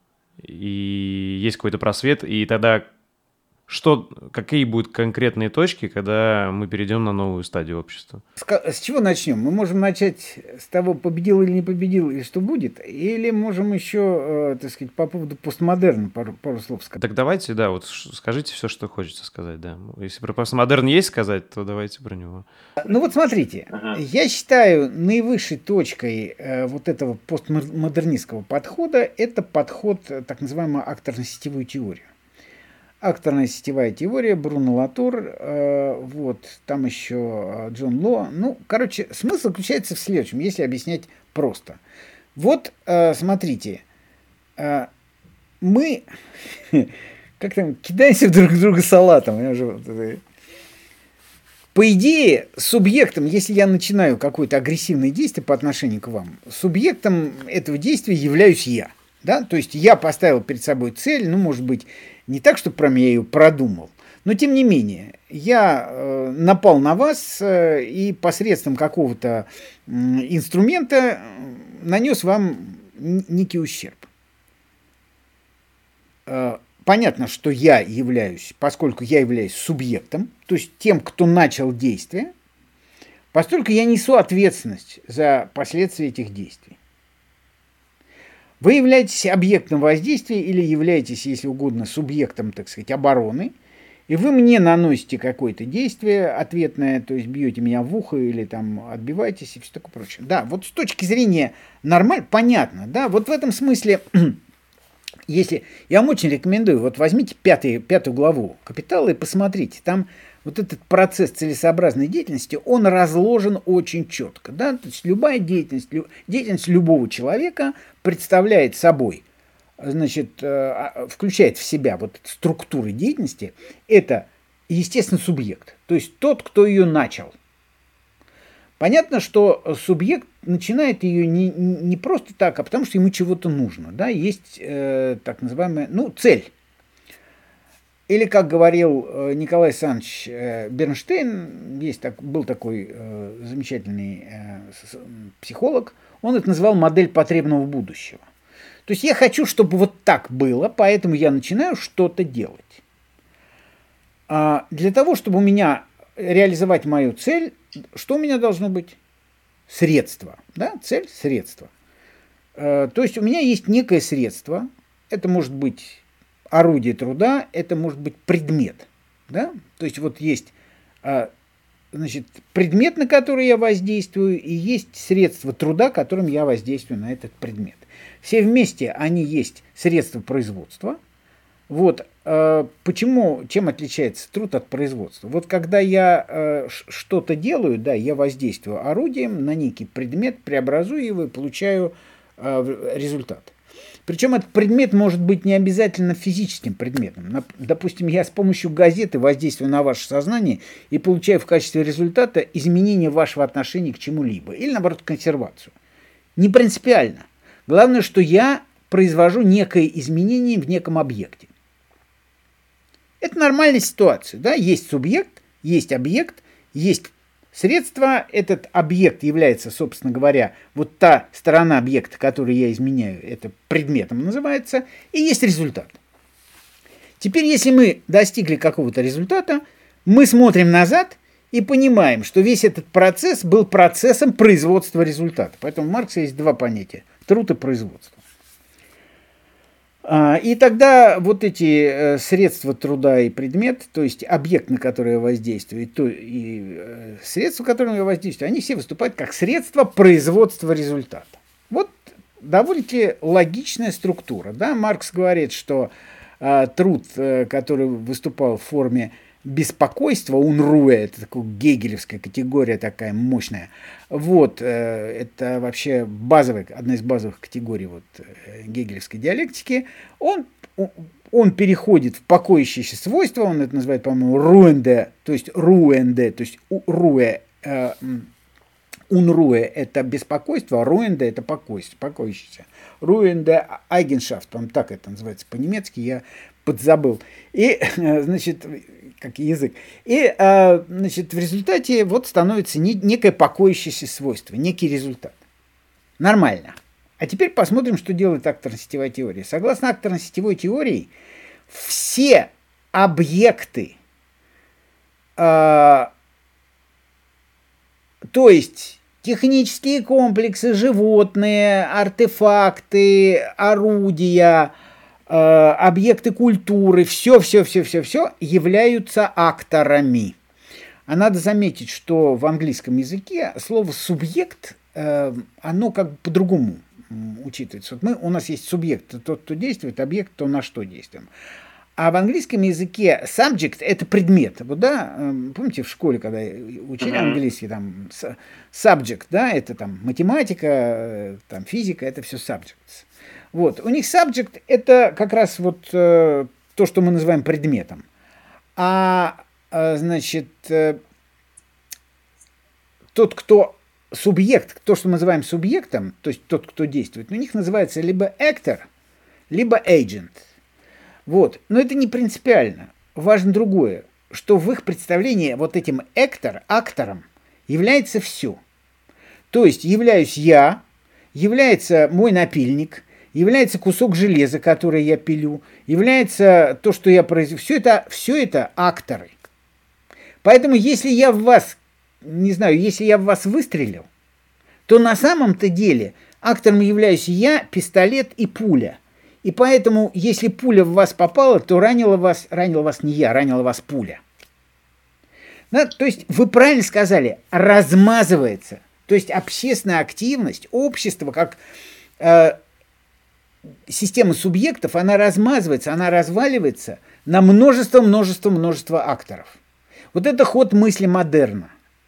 и есть какой-то просвет, и тогда... Что, какие будут конкретные точки, когда мы перейдем на новую стадию общества? С, с чего начнем? Мы можем начать с того, победил или не победил, и что будет, или можем еще, э, так сказать, по поводу постмодерна пару, пару слов сказать. Так давайте, да, вот скажите все, что хочется сказать, да. Если про постмодерн есть сказать, то давайте про него. Ну вот смотрите, ага. Я считаю, наивысшей точкой э, вот этого постмодернистского подхода это подход, так называемую акторно-сетевую теорию. Акторная сетевая теория, Бруно Латур, э, вот, там еще Джон Ло. Ну, короче, смысл заключается в следующем, если объяснять просто. Вот, э, смотрите, э, мы как там кидаемся друг друга салатом. Я уже, вот, По идее, субъектом, если я начинаю какое-то агрессивное действие по отношению к вам, субъектом этого действия являюсь я. Да? То есть я поставил перед собой цель, ну, может быть, не так, что прям я ее продумал, но тем не менее, я э, напал на вас э, и посредством какого-то э, инструмента нанес вам некий ущерб. Э, понятно, что я являюсь, поскольку я являюсь субъектом, то есть тем, кто начал действие, поскольку я несу ответственность за последствия этих действий. Вы являетесь объектом воздействия или являетесь, если угодно, субъектом, так сказать, обороны, и вы мне наносите какое-то действие ответное, то есть бьете меня в ухо или там отбиваетесь и все такое прочее. Да, вот с точки зрения нормально, понятно, да, вот в этом смысле, если, я вам очень рекомендую, вот возьмите пятый, пятую главу «Капитала» и посмотрите, там вот этот процесс целесообразной деятельности, он разложен очень четко, да, то есть любая деятельность, деятельность любого человека представляет собой, значит, включает в себя вот структуры деятельности, это, естественно, субъект, то есть тот, кто ее начал. Понятно, что субъект начинает ее не, не просто так, а потому что ему чего-то нужно, да, есть э, так называемая, ну, цель. Или, как говорил э, Николай Александрович э, Бернштейн, есть так, был такой э, замечательный э, психолог, он это называл модель потребного будущего. То есть я хочу, чтобы вот так было, поэтому я начинаю что-то делать. А для того, чтобы у меня реализовать мою цель, что у меня должно быть? Средство. Да? Цель – средство. А, то есть у меня есть некое средство, это может быть орудие труда, это может быть предмет. Да? То есть вот есть а, значит, предмет, на который я воздействую, и есть средство труда, которым я воздействую на этот предмет. Все вместе они есть средства производства. Вот э, почему, чем отличается труд от производства? Вот когда я э, что-то делаю, да, я воздействую орудием на некий предмет, преобразую его и получаю э, результат. Причем этот предмет может быть не обязательно физическим предметом. Допустим, я с помощью газеты воздействую на ваше сознание и получаю в качестве результата изменение вашего отношения к чему-либо. Или, наоборот, консервацию. Не принципиально. Главное, что я произвожу некое изменение в неком объекте. Это нормальная ситуация. Да? Есть субъект, есть объект, есть средство. Этот объект является, собственно говоря, вот та сторона объекта, которую я изменяю, это предметом называется, и есть результат. Теперь, если мы достигли какого-то результата, мы смотрим назад и понимаем, что весь этот процесс был процессом производства результата. Поэтому у Маркса есть два понятия – труд и производство. И тогда вот эти средства труда и предмет, то есть объект, на который я воздействую, и, то, и средства, которыми я воздействую, они все выступают как средства производства результата. Вот довольно-таки логичная структура. Да? Маркс говорит, что а, труд, который выступал в форме беспокойства, унруэ, это такая гегелевская категория такая мощная. Вот, это вообще базовая, одна из базовых категорий вот, гегелевской диалектики. Он, он переходит в покоящиеся свойства, он это называет, по-моему, руэнде, то есть руэнде, то есть руэ, унруэ – это беспокойство, а руэнде – это покойство, покоящееся. Руэнде айгеншафт, по-моему, так это называется по-немецки, я подзабыл. И, значит, как язык. И, значит, в результате вот становится некое покоящееся свойство, некий результат. Нормально. А теперь посмотрим, что делает акторно-сетевая теория. Согласно акторно-сетевой теории, все объекты, то есть технические комплексы, животные, артефакты, орудия, объекты культуры, все-все-все-все-все являются акторами. А надо заметить, что в английском языке слово «субъект», оно как бы по-другому учитывается. Вот мы, у нас есть субъект, тот, кто действует, объект, то на что действуем. А в английском языке subject – это предмет. Вот, да, помните, в школе, когда учили английский, там, subject, да, это там математика, там, физика, это все subjects. Вот. У них subject – это как раз вот э, то, что мы называем предметом. А, э, значит, э, тот, кто субъект, то, что мы называем субъектом, то есть тот, кто действует, у них называется либо actor, либо agent. Вот. Но это не принципиально. Важно другое, что в их представлении вот этим actor, актором является все. То есть являюсь я, является мой напильник, является кусок железа, который я пилю, является то, что я произведу. Все это, все это акторы. Поэтому если я в вас, не знаю, если я в вас выстрелил, то на самом-то деле актором являюсь я, пистолет и пуля. И поэтому, если пуля в вас попала, то ранила вас, ранила вас не я, ранила вас пуля. Да, то есть вы правильно сказали, размазывается. То есть общественная активность, общество как э, система субъектов, она размазывается, она разваливается на множество-множество-множество акторов. Вот это ход мысли модерна.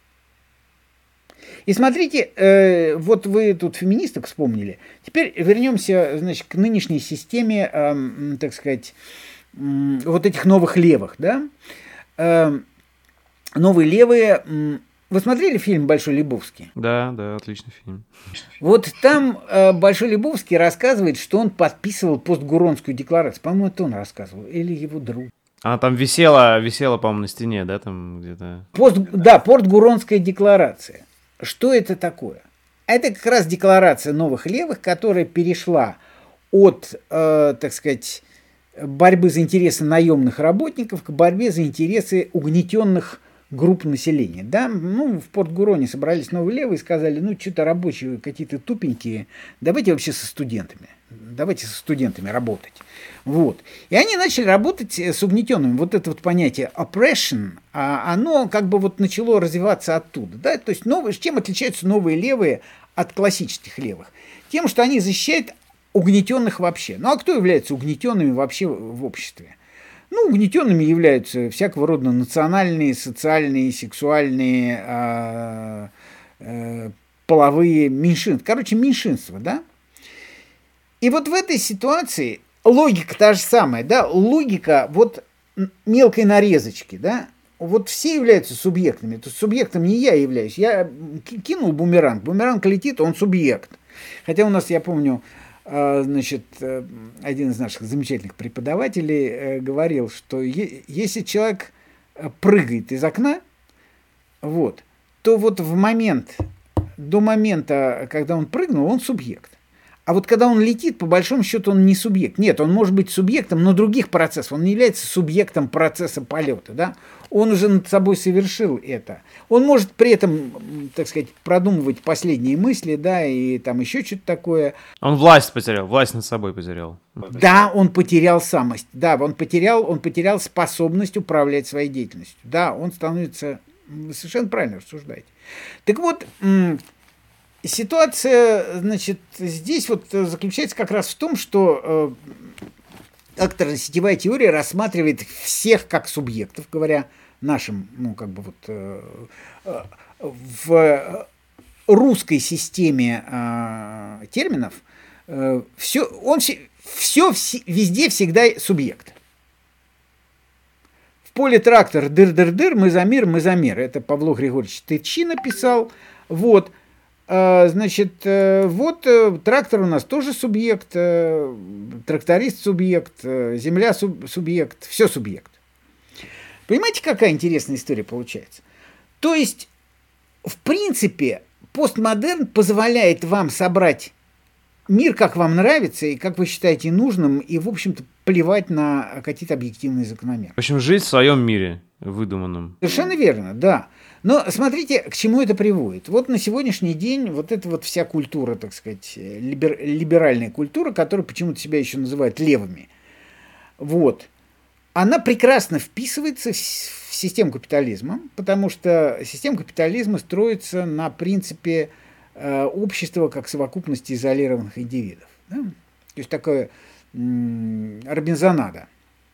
И смотрите, э, вот вы тут феминисток вспомнили. Теперь вернемся, значит, к нынешней системе, э, так сказать, э, вот этих новых левых, да? Э, новые левые. Э, вы смотрели фильм «Большой Лебовский»? Да, да, отличный фильм. Вот там э, Большой Лебовский рассказывает, что он подписывал постгуронскую декларацию. По-моему, это он рассказывал, или его друг. Она там висела, висела, по-моему, на стене, да, там где-то. Пост, да, постгуронская декларация. Что это такое? Это как раз декларация новых левых, которая перешла от, э, так сказать, борьбы за интересы наемных работников к борьбе за интересы угнетенных групп населения. Да? Ну, в Портгуроне собрались новые левые и сказали, ну, что-то рабочие какие-то тупенькие, давайте вообще со студентами, давайте со студентами работать. Вот. И они начали работать с угнетенными. Вот это вот понятие oppression, оно как бы вот начало развиваться оттуда. Да? То есть новые, чем отличаются новые левые от классических левых? Тем, что они защищают угнетенных вообще. Ну а кто является угнетенными вообще в обществе? Ну, угнетенными являются всякого рода национальные, социальные, сексуальные, э, э, половые меньшинства. Короче, меньшинства, да? И вот в этой ситуации логика та же самая, да, логика вот мелкой нарезочки, да, вот все являются субъектами, то есть субъектом не я являюсь, я кинул бумеранг, бумеранг летит, он субъект. Хотя у нас, я помню, значит, один из наших замечательных преподавателей говорил, что если человек прыгает из окна, вот, то вот в момент, до момента, когда он прыгнул, он субъект. А вот когда он летит, по большому счету, он не субъект. Нет, он может быть субъектом, но других процессов. Он не является субъектом процесса полета. Да? Он уже над собой совершил это. Он может при этом, так сказать, продумывать последние мысли, да, и там еще что-то такое. Он власть потерял, власть над собой потерял. Да, он потерял самость. Да, он потерял, он потерял способность управлять своей деятельностью. Да, он становится... Вы совершенно правильно рассуждаете. Так вот... Ситуация, значит, здесь вот заключается как раз в том, что э, акторно-сетевая теория рассматривает всех как субъектов, говоря нашим, ну, как бы вот э, э, в русской системе э, терминов, э, все, он все, все везде всегда субъект. В поле трактор дыр-дыр-дыр, мы за мир, мы за мир. Это Павло Григорьевич Тычи написал. Вот. Значит, вот трактор у нас тоже субъект, тракторист субъект, земля субъект, все субъект. Понимаете, какая интересная история получается? То есть, в принципе, постмодерн позволяет вам собрать мир, как вам нравится и как вы считаете нужным, и, в общем-то, плевать на какие-то объективные закономерности. В общем, жить в своем мире выдуманном. Совершенно верно, да. Но смотрите, к чему это приводит. Вот на сегодняшний день вот эта вот вся культура, так сказать, либер, либеральная культура, которая почему-то себя еще называют левыми, вот, она прекрасно вписывается в систему капитализма, потому что система капитализма строится на принципе э, общества как совокупности изолированных индивидов. Да? То есть такое м- робинзонада.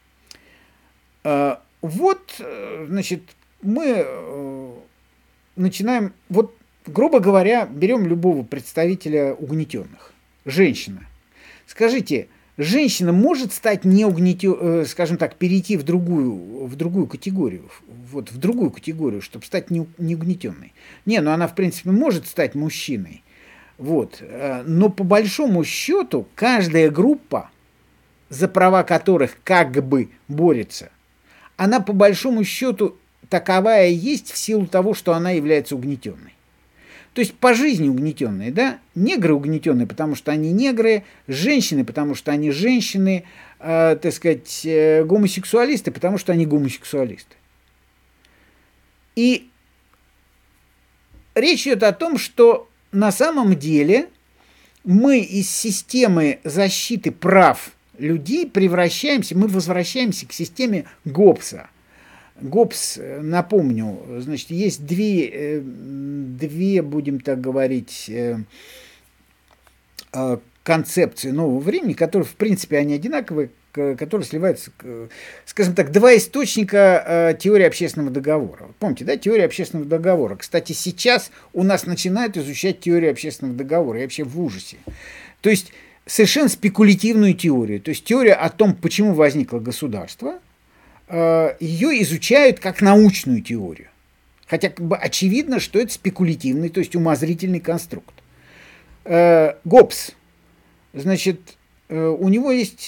Э, вот, значит, мы э, начинаем, вот, грубо говоря, берем любого представителя угнетенных. Женщина. Скажите, женщина может стать неугнетенной, скажем так, перейти в другую, в другую категорию, вот в другую категорию, чтобы стать неугнетенной. Не, ну она, в принципе, может стать мужчиной. Вот. Но по большому счету каждая группа, за права которых как бы борется, она по большому счету таковая есть в силу того, что она является угнетенной. То есть по жизни угнетенные, да? Негры угнетенные, потому что они негры, женщины, потому что они женщины, э, так сказать, э, гомосексуалисты, потому что они гомосексуалисты. И речь идет о том, что на самом деле мы из системы защиты прав людей превращаемся, мы возвращаемся к системе Гоббса. Гоббс, напомню, значит, есть две, две, будем так говорить, концепции нового времени, которые, в принципе, они одинаковые, которые сливаются, скажем так, два источника теории общественного договора. Помните, да, теория общественного договора. Кстати, сейчас у нас начинают изучать теорию общественного договора. Я вообще в ужасе. То есть совершенно спекулятивную теорию. То есть теория о том, почему возникло государство, ее изучают как научную теорию. Хотя как бы очевидно, что это спекулятивный, то есть умозрительный конструкт. Гоббс, значит, у него есть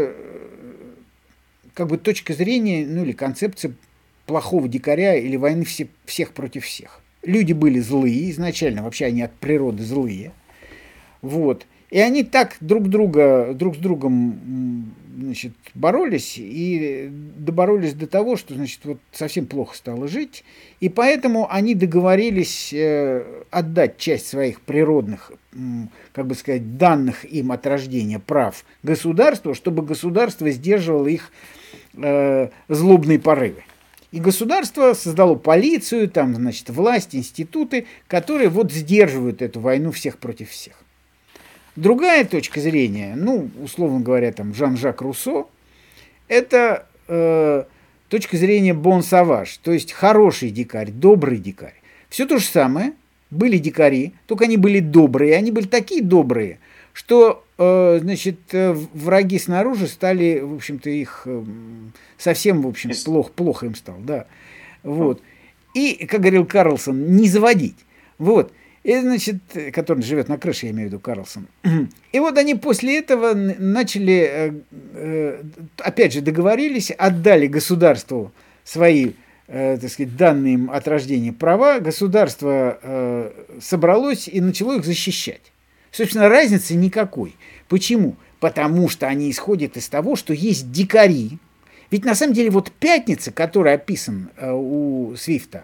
как бы точка зрения, ну или концепция плохого дикаря или войны все, всех против всех. Люди были злые, изначально вообще они от природы злые. Вот. И они так друг, друга, друг с другом, значит, боролись и доборолись до того, что, значит, вот совсем плохо стало жить. И поэтому они договорились отдать часть своих природных, как бы сказать, данных им от рождения прав государству, чтобы государство сдерживало их э, злобные порывы. И государство создало полицию, там, значит, власть, институты, которые вот сдерживают эту войну всех против всех. Другая точка зрения, ну, условно говоря, там, Жан-Жак Руссо, это э, точка зрения бон-саваж, то есть хороший дикарь, добрый дикарь. Все то же самое, были дикари, только они были добрые, они были такие добрые, что, э, значит, враги снаружи стали, в общем-то, их э, совсем, в общем, плохо, плохо им стало, да. Вот. И, как говорил Карлсон, не заводить. Вот. И, значит, который живет на крыше, я имею в виду Карлсон. И вот они после этого начали, опять же, договорились, отдали государству свои, так сказать, данные им от рождения права. Государство собралось и начало их защищать. Собственно, разницы никакой. Почему? Потому что они исходят из того, что есть дикари. Ведь на самом деле вот пятница, которая описана у Свифта,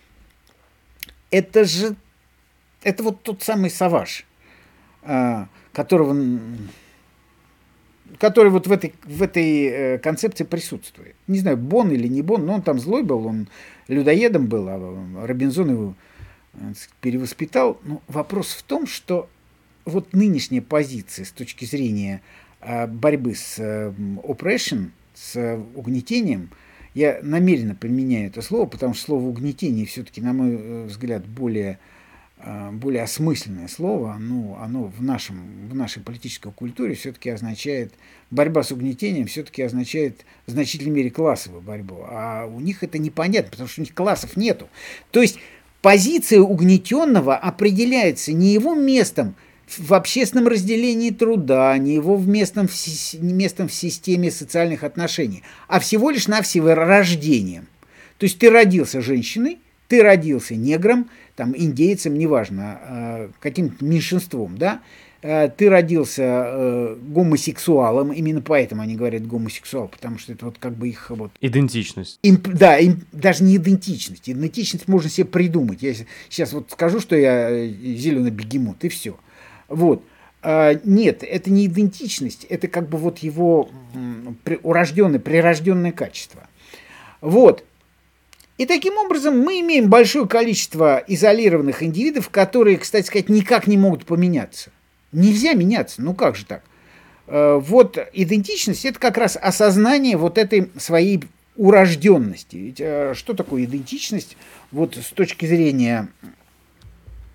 это же это вот тот самый Саваж, которого, который вот в этой, в этой концепции присутствует. Не знаю, Бон или не Бон, но он там злой был, он людоедом был, а Робинзон его перевоспитал. Но вопрос в том, что вот нынешняя позиция с точки зрения борьбы с oppression, с угнетением, я намеренно применяю это слово, потому что слово угнетение все-таки, на мой взгляд, более более осмысленное слово, ну, оно в, нашем, в нашей политической культуре все-таки означает, борьба с угнетением все-таки означает в значительной мере классовую борьбу, а у них это непонятно, потому что у них классов нету. То есть позиция угнетенного определяется не его местом в общественном разделении труда, не его местом в, местом в системе социальных отношений, а всего лишь навсего рождением. То есть ты родился женщиной, ты родился негром, там, индейцем, неважно, каким-то меньшинством, да, ты родился гомосексуалом, именно поэтому они говорят гомосексуал, потому что это вот как бы их вот... Идентичность. Им, да, им, даже не идентичность. Идентичность можно себе придумать. Я сейчас вот скажу, что я зеленый бегемот, и все. Вот. Нет, это не идентичность, это как бы вот его урожденное, прирожденное качество. Вот. И таким образом мы имеем большое количество изолированных индивидов, которые, кстати сказать, никак не могут поменяться. Нельзя меняться, ну как же так? Вот идентичность – это как раз осознание вот этой своей урожденности. Ведь что такое идентичность вот с точки зрения,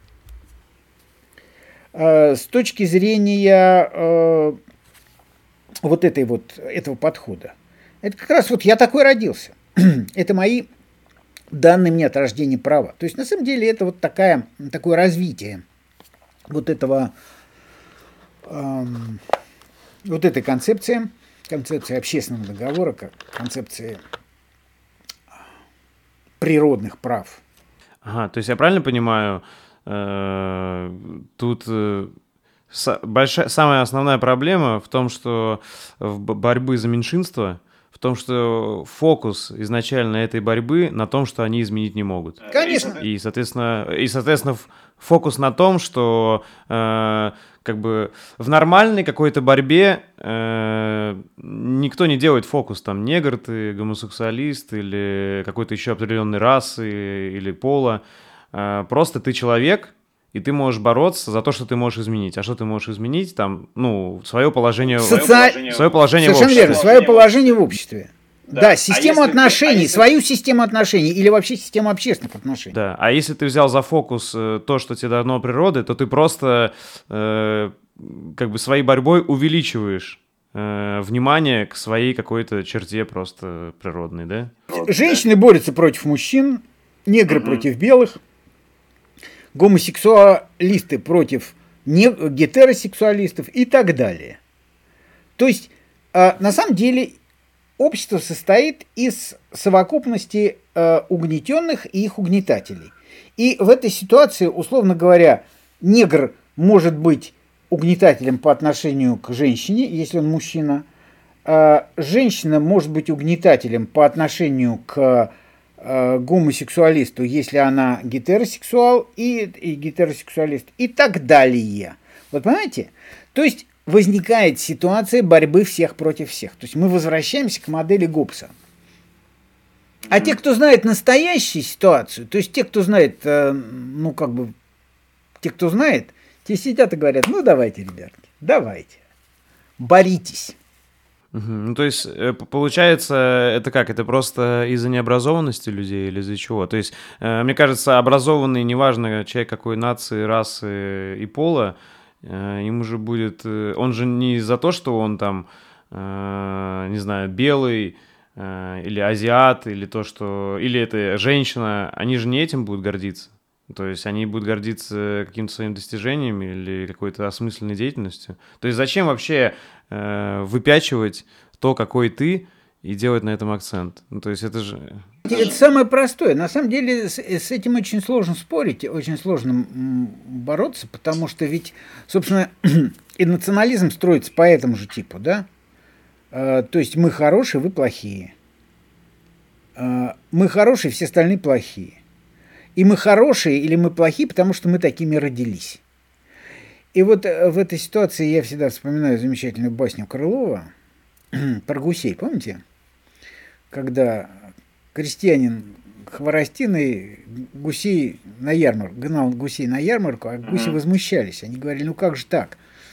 с точки зрения вот этой вот, этого подхода. Это как раз вот я такой родился. Это мои данные мне от рождения права. То есть, на самом деле, это вот такая, такое развитие вот этого, эм, вот этой концепции, концепции общественного договора, как концепции природных прав. Ага, то есть я правильно понимаю, тут большая, самая основная проблема в том, что в борьбе за меньшинство, в том, что фокус изначально этой борьбы на том, что они изменить не могут. Конечно. И, соответственно, и, соответственно фокус на том, что э, как бы в нормальной какой-то борьбе э, никто не делает фокус, там, негр ты, гомосексуалист или какой-то еще определенной расы или пола. Э, просто ты человек, и ты можешь бороться за то, что ты можешь изменить. А что ты можешь изменить? Там, ну, свое положение, Соци... свое положение Совершенно в обществе. верно, свое положение в обществе. Да, да, систему а если отношений, ты, а если... свою систему отношений или вообще систему общественных отношений. Да, а если ты взял за фокус э, то, что тебе дано природой, то ты просто э, как бы своей борьбой увеличиваешь э, внимание к своей какой-то черте просто природной, да? Женщины борются против мужчин, негры mm-hmm. против белых, гомосексуалисты против не... гетеросексуалистов и так далее. То есть, э, на самом деле, общество состоит из совокупности э, угнетенных и их угнетателей. И в этой ситуации, условно говоря, негр может быть угнетателем по отношению к женщине, если он мужчина. Э, женщина может быть угнетателем по отношению к э, гомосексуалисту, если она гетеросексуал и, и гетеросексуалист, и так далее. Вот понимаете? То есть возникает ситуация борьбы всех против всех. То есть мы возвращаемся к модели Гоббса. А те, кто знает настоящую ситуацию, то есть те, кто знает, ну как бы, те, кто знает, те сидят и говорят, ну давайте, ребятки, давайте, боритесь. Угу. Ну, то есть, получается, это как? Это просто из-за необразованности людей или из-за чего? То есть, мне кажется, образованный, неважно, человек какой нации, расы и пола, ему же будет... Он же не за то, что он там, не знаю, белый или азиат, или то, что... Или это женщина, они же не этим будут гордиться. То есть они будут гордиться каким-то своим достижением или какой-то осмысленной деятельностью. То есть зачем вообще выпячивать то, какой ты, и делать на этом акцент? Ну, то есть это же... Это самое простое. На самом деле с, с этим очень сложно спорить, очень сложно бороться, потому что ведь, собственно, и национализм строится по этому же типу, да? А, то есть мы хорошие, вы плохие. А, мы хорошие, все остальные плохие. И мы хорошие или мы плохие, потому что мы такими родились. И вот в этой ситуации я всегда вспоминаю замечательную басню Крылова про гусей, помните? Когда крестьянин хворостиной гусей на ярмарку, гнал гусей на ярмарку, а гуси возмущались. Они говорили, ну как же так?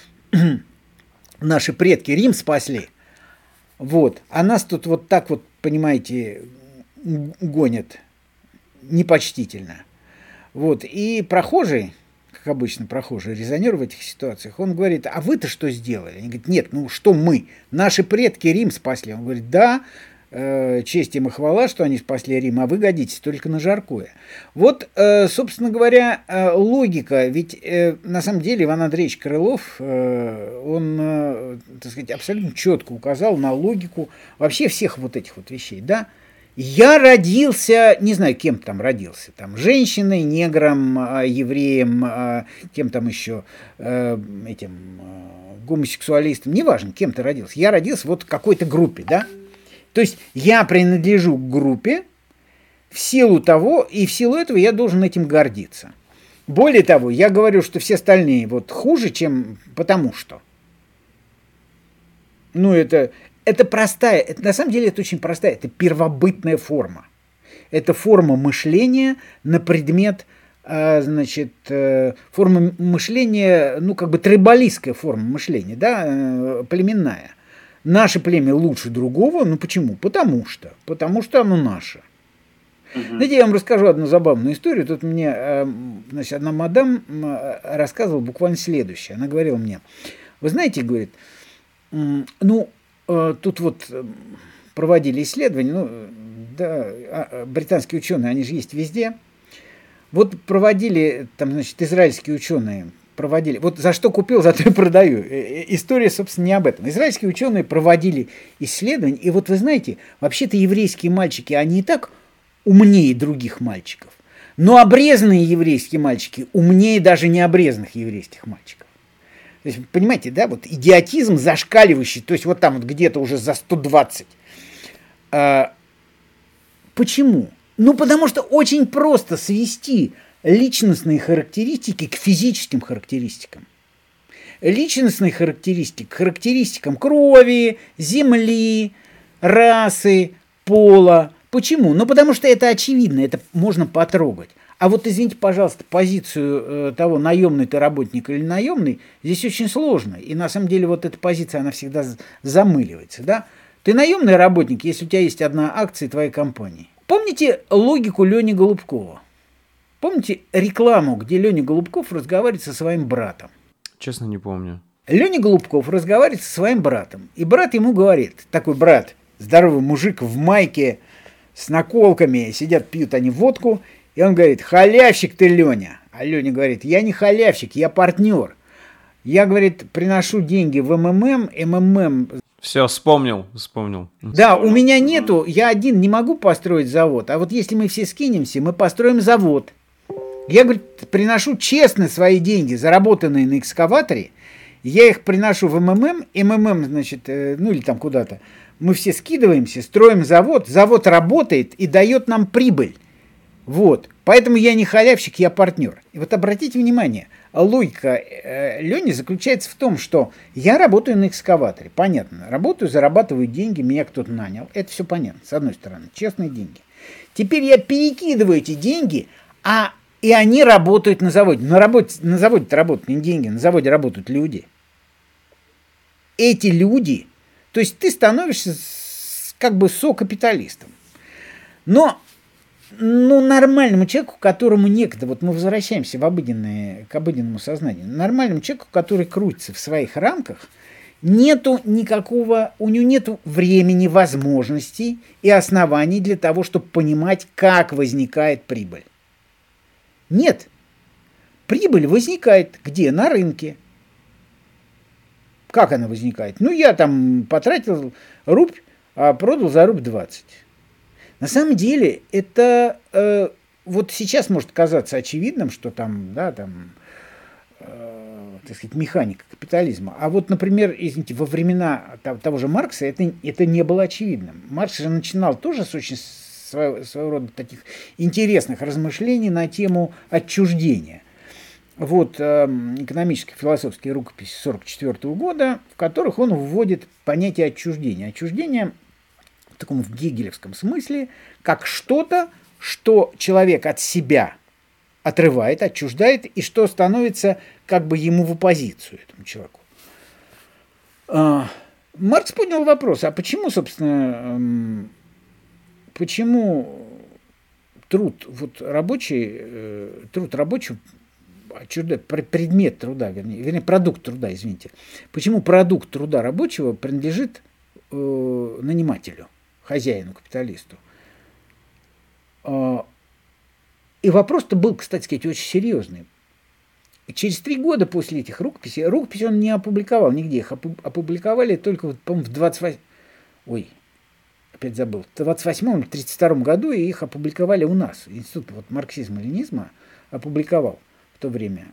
Наши предки Рим спасли. Вот. А нас тут вот так вот, понимаете, гонят непочтительно. Вот. И прохожий, как обычно прохожий, резонер в этих ситуациях, он говорит, а вы-то что сделали? Они говорят, нет, ну что мы? Наши предки Рим спасли. Он говорит, да, э, честь им и хвала, что они спасли Рим, а вы годитесь только на жаркое. Вот, э, собственно говоря, э, логика, ведь э, на самом деле Иван Андреевич Крылов, э, он, э, так сказать, абсолютно четко указал на логику вообще всех вот этих вот вещей, да. Я родился, не знаю, кем там родился, там, женщиной, негром, евреем, кем там еще, этим, гомосексуалистом, неважно, кем ты родился. Я родился вот в какой-то группе, да? То есть я принадлежу к группе в силу того, и в силу этого я должен этим гордиться. Более того, я говорю, что все остальные вот хуже, чем потому что. Ну, это... Это простая, это, на самом деле это очень простая, это первобытная форма. Это форма мышления на предмет, э, значит, э, форма мышления, ну как бы трибалистская форма мышления, да, э, племенная. Наше племя лучше другого, ну почему? Потому что, потому что оно наше. Uh-huh. Знаете, я вам расскажу одну забавную историю. Тут мне, э, значит, одна мадам рассказывала буквально следующее. Она говорила мне, вы знаете, говорит, ну, тут вот проводили исследования, ну, да, британские ученые, они же есть везде. Вот проводили, там, значит, израильские ученые проводили, вот за что купил, за то и продаю. История, собственно, не об этом. Израильские ученые проводили исследования, и вот вы знаете, вообще-то еврейские мальчики, они и так умнее других мальчиков. Но обрезанные еврейские мальчики умнее даже необрезанных еврейских мальчиков. То есть, понимаете, да, вот идиотизм зашкаливающий, то есть вот там вот где-то уже за сто двадцать. А, почему? Ну, потому что очень просто свести личностные характеристики к физическим характеристикам. Личностные характеристики к характеристикам крови, земли, расы, пола. Почему? Ну, потому что это очевидно, это можно потрогать. А вот, извините, пожалуйста, позицию э, того, наемный ты работник или наемный, здесь очень сложно. И на самом деле вот эта позиция, она всегда замыливается. Да? Ты наемный работник, если у тебя есть одна акция твоей компании. Помните логику Лени Голубкова? Помните рекламу, где Леня Голубков разговаривает со своим братом? Честно, не помню. Леня Голубков разговаривает со своим братом. И брат ему говорит, такой брат, здоровый мужик в майке, с наколками, сидят, пьют они водку, и он говорит: халявщик ты, Леня. А Леня говорит: я не халявщик, я партнер. Я, говорит, приношу деньги в МММ, МММ... Все, вспомнил, вспомнил. Да, у меня нету, я один не могу построить завод, а вот если мы все скинемся, мы построим завод. Я, говорит, приношу честно свои деньги, заработанные на экскаваторе, я их приношу в МММ, МММ, значит, ну или там куда-то, мы все скидываемся, строим завод, завод работает и дает нам прибыль. Вот. Поэтому я не халявщик, я партнер. И вот обратите внимание, логика э, Лени заключается в том, что я работаю на экскаваторе. Понятно. Работаю, зарабатываю деньги, меня кто-то нанял. Это все понятно, с одной стороны. Честные деньги. Теперь я перекидываю эти деньги, а и они работают на заводе. На, работе, на заводе-то работают не деньги, на заводе работают люди. Эти люди, то есть ты становишься как бы сокапиталистом. Но ну, нормальному человеку, которому некогда, вот мы возвращаемся в обыденное, к обыденному сознанию, нормальному человеку, который крутится в своих рамках, нету никакого, у него нету времени, возможностей и оснований для того, чтобы понимать, как возникает прибыль. Нет. Прибыль возникает где? На рынке. Как она возникает? Ну, я там потратил рубль, а продал за рубль двадцать. На самом деле, это э, вот сейчас может казаться очевидным, что там, да, там, э, так сказать, механика капитализма. А вот, например, извините, во времена того, того же Маркса это, это не было очевидным. Маркс же начинал тоже с очень своего, своего рода таких интересных размышлений на тему отчуждения. Вот э, экономические философские рукописи сорок четвёртого года, в которых он вводит понятие отчуждения. Отчуждение в таком в гегелевском смысле, как что-то, что человек от себя отрывает, отчуждает, и что становится как бы ему в оппозицию, этому человеку. А, Маркс понял вопрос, а почему, собственно, почему труд вот рабочий, труд рабочего, предмет труда, вернее, вернее, продукт труда, извините, почему продукт труда рабочего принадлежит э, нанимателю, хозяину, капиталисту. И вопрос-то был, кстати сказать, очень серьезный. Через три года после этих рукописей, рукописи он не опубликовал нигде, их опубликовали только, по-моему, в двадцать восьмом, ой, опять забыл, в двадцать восьмом или тридцать втором году, и их опубликовали у нас. Институт вот, марксизма-ленинизма опубликовал в то время.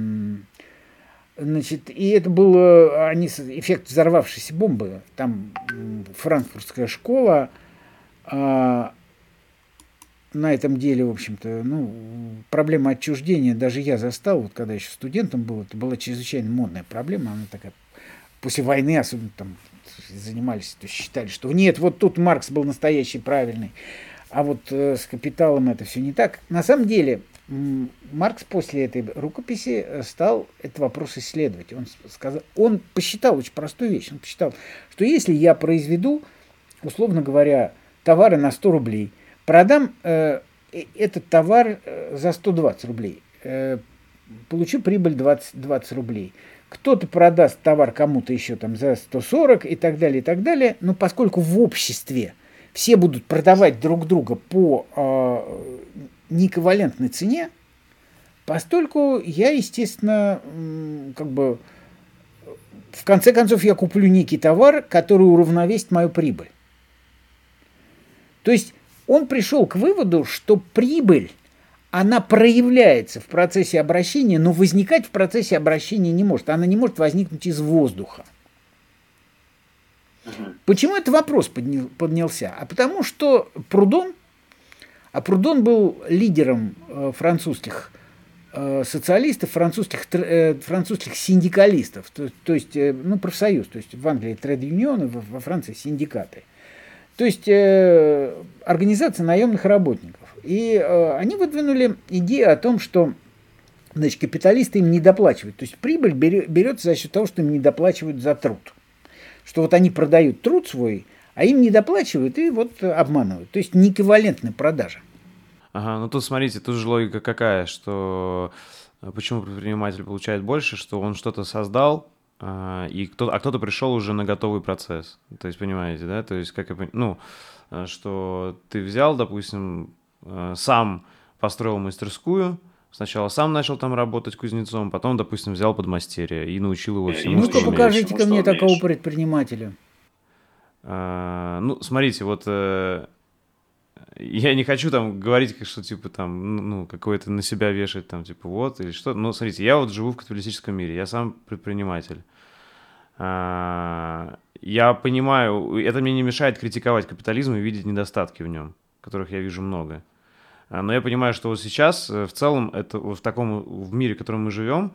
Значит, и это был они, эффект взорвавшейся бомбы. Там франкфуртская школа а, на этом деле, в общем-то, ну, проблема отчуждения даже я застал, вот когда еще студентом был, это была чрезвычайно модная проблема, она такая, после войны особенно там занимались, то есть считали, что нет, вот тут Маркс был настоящий, правильный, а вот э, с капиталом это все не так. На самом деле, Маркс после этой рукописи стал этот вопрос исследовать. Он сказал, он посчитал очень простую вещь. Он посчитал, что если я произведу, условно говоря, товары на сто рублей, продам э, этот товар за сто двадцать рублей, э, получу прибыль двадцать, двадцать рублей, кто-то продаст товар кому-то еще там за сто сорок и так далее, и так далее. Но поскольку в обществе все будут продавать друг друга по э, неэквивалентной цене, постольку я, естественно, как бы в конце концов я куплю некий товар, который уравновесит мою прибыль. То есть он пришел к выводу, что прибыль, она проявляется в процессе обращения, но возникать в процессе обращения не может. Она не может возникнуть из воздуха. Почему этот вопрос поднялся? А потому что Прудон, а Прудон был лидером французских социалистов, французских, французских синдикалистов, то, то есть, ну, профсоюз, то есть в Англии трейд-юнионы, во Франции синдикаты. То есть э, организация наемных работников. И э, они выдвинули идею о том, что, значит, капиталисты им не доплачивают. То есть прибыль берется за счет того, что им не доплачивают за труд. Что вот они продают труд свой, а им не доплачивают и вот обманывают. То есть неэквивалентная продажа. Ага, ну тут смотрите, тут же логика какая, что почему предприниматель получает больше, что он что-то создал, и кто, а кто-то пришел уже на готовый процесс. То есть, понимаете, да? То есть, как я понимаю, ну, что ты взял, допустим, сам построил мастерскую, сначала сам начал там работать кузнецом, потом, допустим, взял подмастерье и научил его всему, ну-ка, покажите-ка мне такого предпринимателя. А, ну, смотрите, вот я не хочу там говорить, что типа там, ну, какое-то на себя вешать там, типа вот или что. Но смотрите, я вот живу в капиталистическом мире, я сам предприниматель. А, я понимаю, это мне не мешает критиковать капитализм и видеть недостатки в нем, которых я вижу много. А, но я понимаю, что вот сейчас в целом это в таком в мире, в котором мы живем,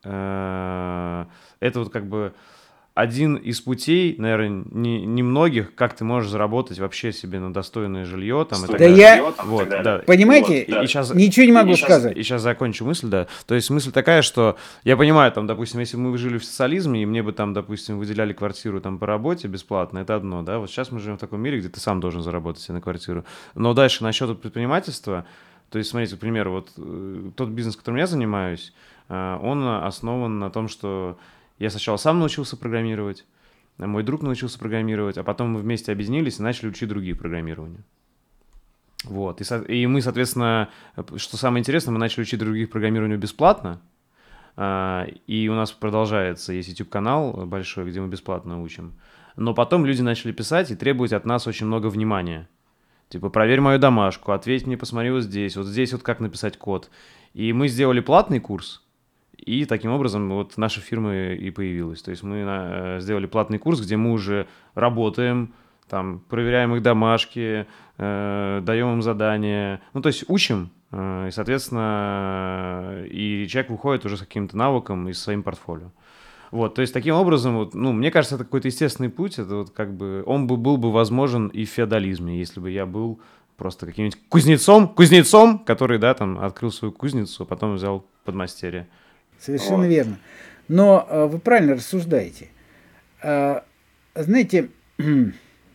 это вот как бы один из путей, наверное, не, не многих, как ты можешь заработать вообще себе на достойное жилье. Там, и так да далее. я, вот, да. понимаете, вот, и, и сейчас, ничего не могу и сказать. Сейчас, и сейчас закончу мысль, да. То есть мысль такая, что я понимаю, там, допустим, если бы мы жили в социализме, и мне бы там, допустим, выделяли квартиру там по работе бесплатно, это одно, да. Вот сейчас мы живем в таком мире, где ты сам должен заработать себе на квартиру. Но дальше насчет предпринимательства, то есть, смотрите, к примеру, вот тот бизнес, которым я занимаюсь, он основан на том, что я сначала сам научился программировать, мой друг научился программировать, а потом мы вместе объединились и начали учить другие программирования. Вот. И, со- и мы, соответственно, что самое интересное, мы начали учить других программированию бесплатно. а, И у нас продолжается, есть YouTube-канал большой, где мы бесплатно учим. Но потом люди начали писать и требовать от нас очень много внимания. Типа, проверь мою домашку, ответь мне, посмотри вот здесь, вот здесь вот как написать код. И мы сделали платный курс, и таким образом вот наша фирма и появилась. То есть мы э, сделали платный курс, где мы уже работаем, там, проверяем их домашки, э, даем им задания. Ну, то есть учим, э, и, соответственно, и человек выходит уже с каким-то навыком и со своим портфолио. Вот, то есть таким образом, вот, ну, мне кажется, это какой-то естественный путь, это вот как бы, он бы был бы возможен и в феодализме, если бы я был просто каким-нибудь кузнецом, кузнецом, который, да, там, открыл свою кузницу, а потом взял подмастерье. Совершенно вот. верно. Но э, вы правильно рассуждаете. Э, знаете, э,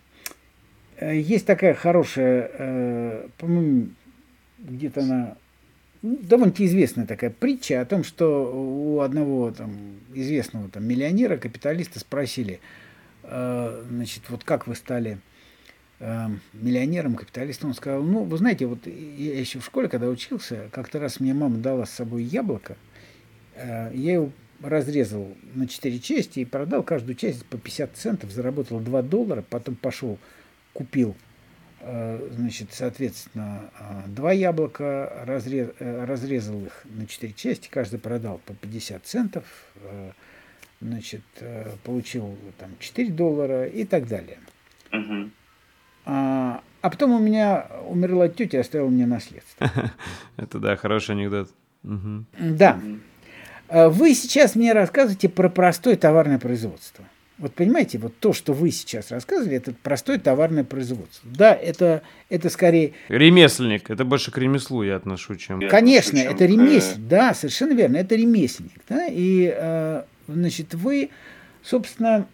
есть такая хорошая, э, по-моему, где-то она, ну, довольно-таки известная такая притча о том, что у одного там известного там миллионера, капиталиста спросили, э, значит, вот как вы стали э, миллионером, капиталистом? Он сказал, ну, вы знаете, вот я еще в школе, когда учился, как-то раз мне мама дала с собой яблоко, я его разрезал на четыре части и продал каждую часть по пятьдесят центов, заработал два доллара, потом пошел, купил, значит, соответственно, два яблока, разрез, разрезал их на четыре части, каждый продал по пятьдесят центов, значит, получил там четыре доллара и так далее. Uh-huh. А, а потом у меня умерла тетя и оставила мне наследство. Это, да, хороший анекдот. Да. Вы сейчас мне рассказываете про простое товарное производство. Вот понимаете, вот то, что вы сейчас рассказывали, это простое товарное производство. Да, это, это скорее... Ремесленник, это больше к ремеслу я отношу, чем... Конечно, чем... это ремесленник, да, совершенно верно, это ремесленник. Да? И, значит, вы, собственно,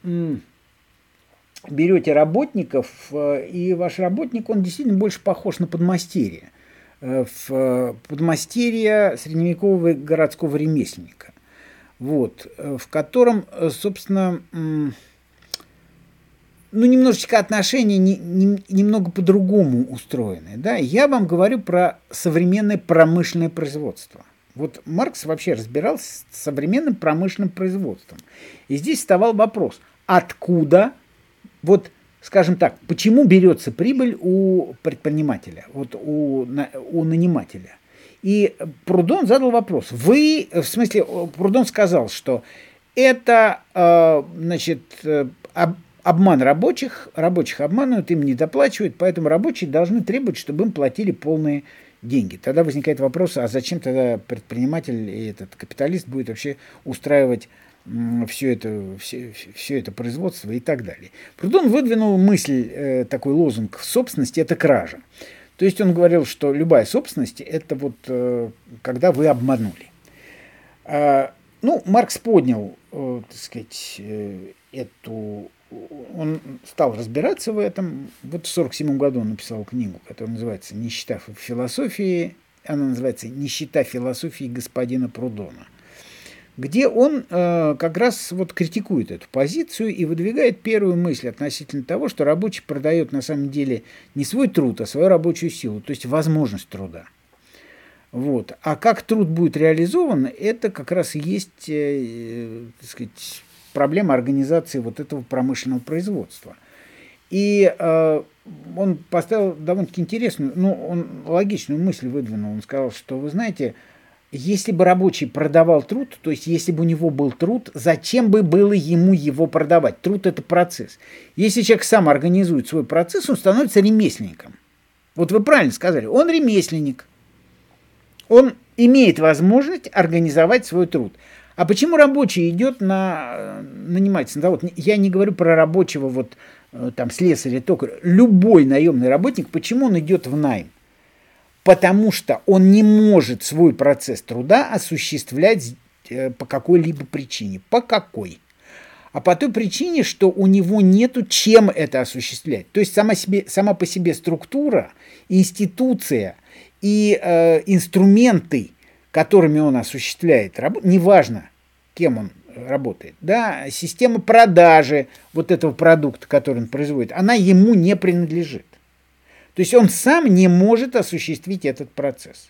берете работников, и ваш работник, он действительно больше похож на подмастерье. В подмастерье средневекового городского ремесленника. вот, в котором, собственно, ну, немножечко отношения не, не, немного по-другому устроены. Да? Я вам говорю про современное промышленное производство. Вот Маркс вообще разбирался с современным промышленным производством. И здесь вставал вопрос, откуда, вот, скажем так, почему берется прибыль у предпринимателя, вот у, у нанимателя. И Прудон задал вопрос. Вы, в смысле, Прудон сказал, что это, значит, обман рабочих, рабочих обманывают, им не доплачивают, поэтому рабочие должны требовать, чтобы им платили полные деньги. Тогда возникает вопрос, а зачем тогда предприниматель и этот капиталист будет вообще устраивать все это, все, все это производство и так далее. Прудон выдвинул мысль, э, такой лозунг: собственность – это кража. То есть он говорил, что любая собственность – это вот э, когда вы обманули. А, ну, Маркс поднял, э, так сказать, э, эту... Он стал разбираться в этом. Вот в сорок седьмом году он написал книгу, которая называется «Нищета в философии». Она называется «Нищета философии господина Прудона», где он э, как раз вот критикует эту позицию и выдвигает первую мысль относительно того, что рабочий продает на самом деле не свой труд, а свою рабочую силу, то есть возможность труда. Вот. А как труд будет реализован, это как раз и есть, э, так сказать, проблема организации вот этого промышленного производства. И э, он поставил довольно-таки интересную, ну, он логичную мысль выдвинул. Он сказал, что, вы знаете, если бы рабочий продавал труд, то есть если бы у него был труд, зачем бы было ему его продавать? Труд – это процесс. Если человек сам организует свой процесс, он становится ремесленником. Вот вы правильно сказали, он ремесленник. Он имеет возможность организовать свой труд. А почему рабочий идет на нанимать на завод? Я не говорю про рабочего, вот там слесаря, токаря. Любой наемный работник, почему он идет в найм? Потому что он не может свой процесс труда осуществлять по какой-либо причине. По какой? А по той причине, что у него нету чем это осуществлять. То есть сама, себе, сама по себе структура, институция и э, инструменты, которыми он осуществляет работу, неважно, кем он работает, да, система продажи вот этого продукта, который он производит, она ему не принадлежит. То есть он сам не может осуществить этот процесс.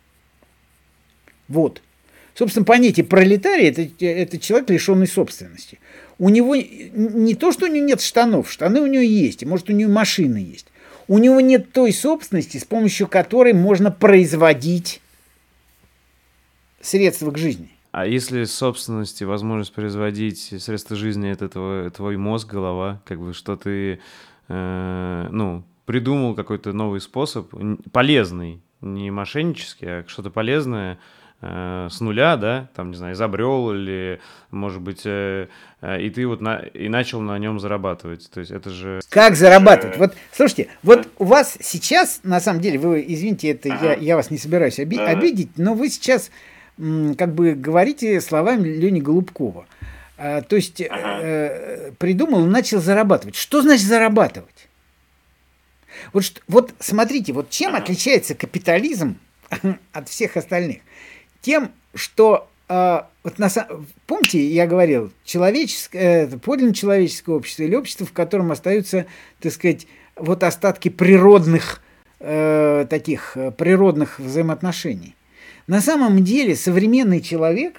Вот. Собственно, понятие пролетария – это, это человек, лишенный собственности. У него не то, что у него нет штанов, штаны у него есть, и может у него машины есть. У него нет той собственности, с помощью которой можно производить средства к жизни. А если собственность и возможность производить средства жизни – это твой, твой мозг, голова, как бы что ты, э, ну, придумал какой-то новый способ, полезный, не мошеннический, а что-то полезное э, с нуля, да, там, не знаю, изобрел или, может быть, э, э, и ты вот на, и начал на нем зарабатывать. То есть это же... Как зарабатывать? Вот, слушайте, вот у вас сейчас, на самом деле, вы, извините, это я, я вас не собираюсь оби- обидеть, но вы сейчас м, как бы говорите словами Лени Голубкова. А, то есть э, придумал и начал зарабатывать. Что значит зарабатывать? Вот, вот смотрите, вот чем отличается капитализм от всех остальных? Тем, что, э, вот на, помните, я говорил, человеческое, э, подлинно человеческое общество или общество, в котором остаются, так сказать, вот остатки природных, э, таких природных взаимоотношений. На самом деле современный человек,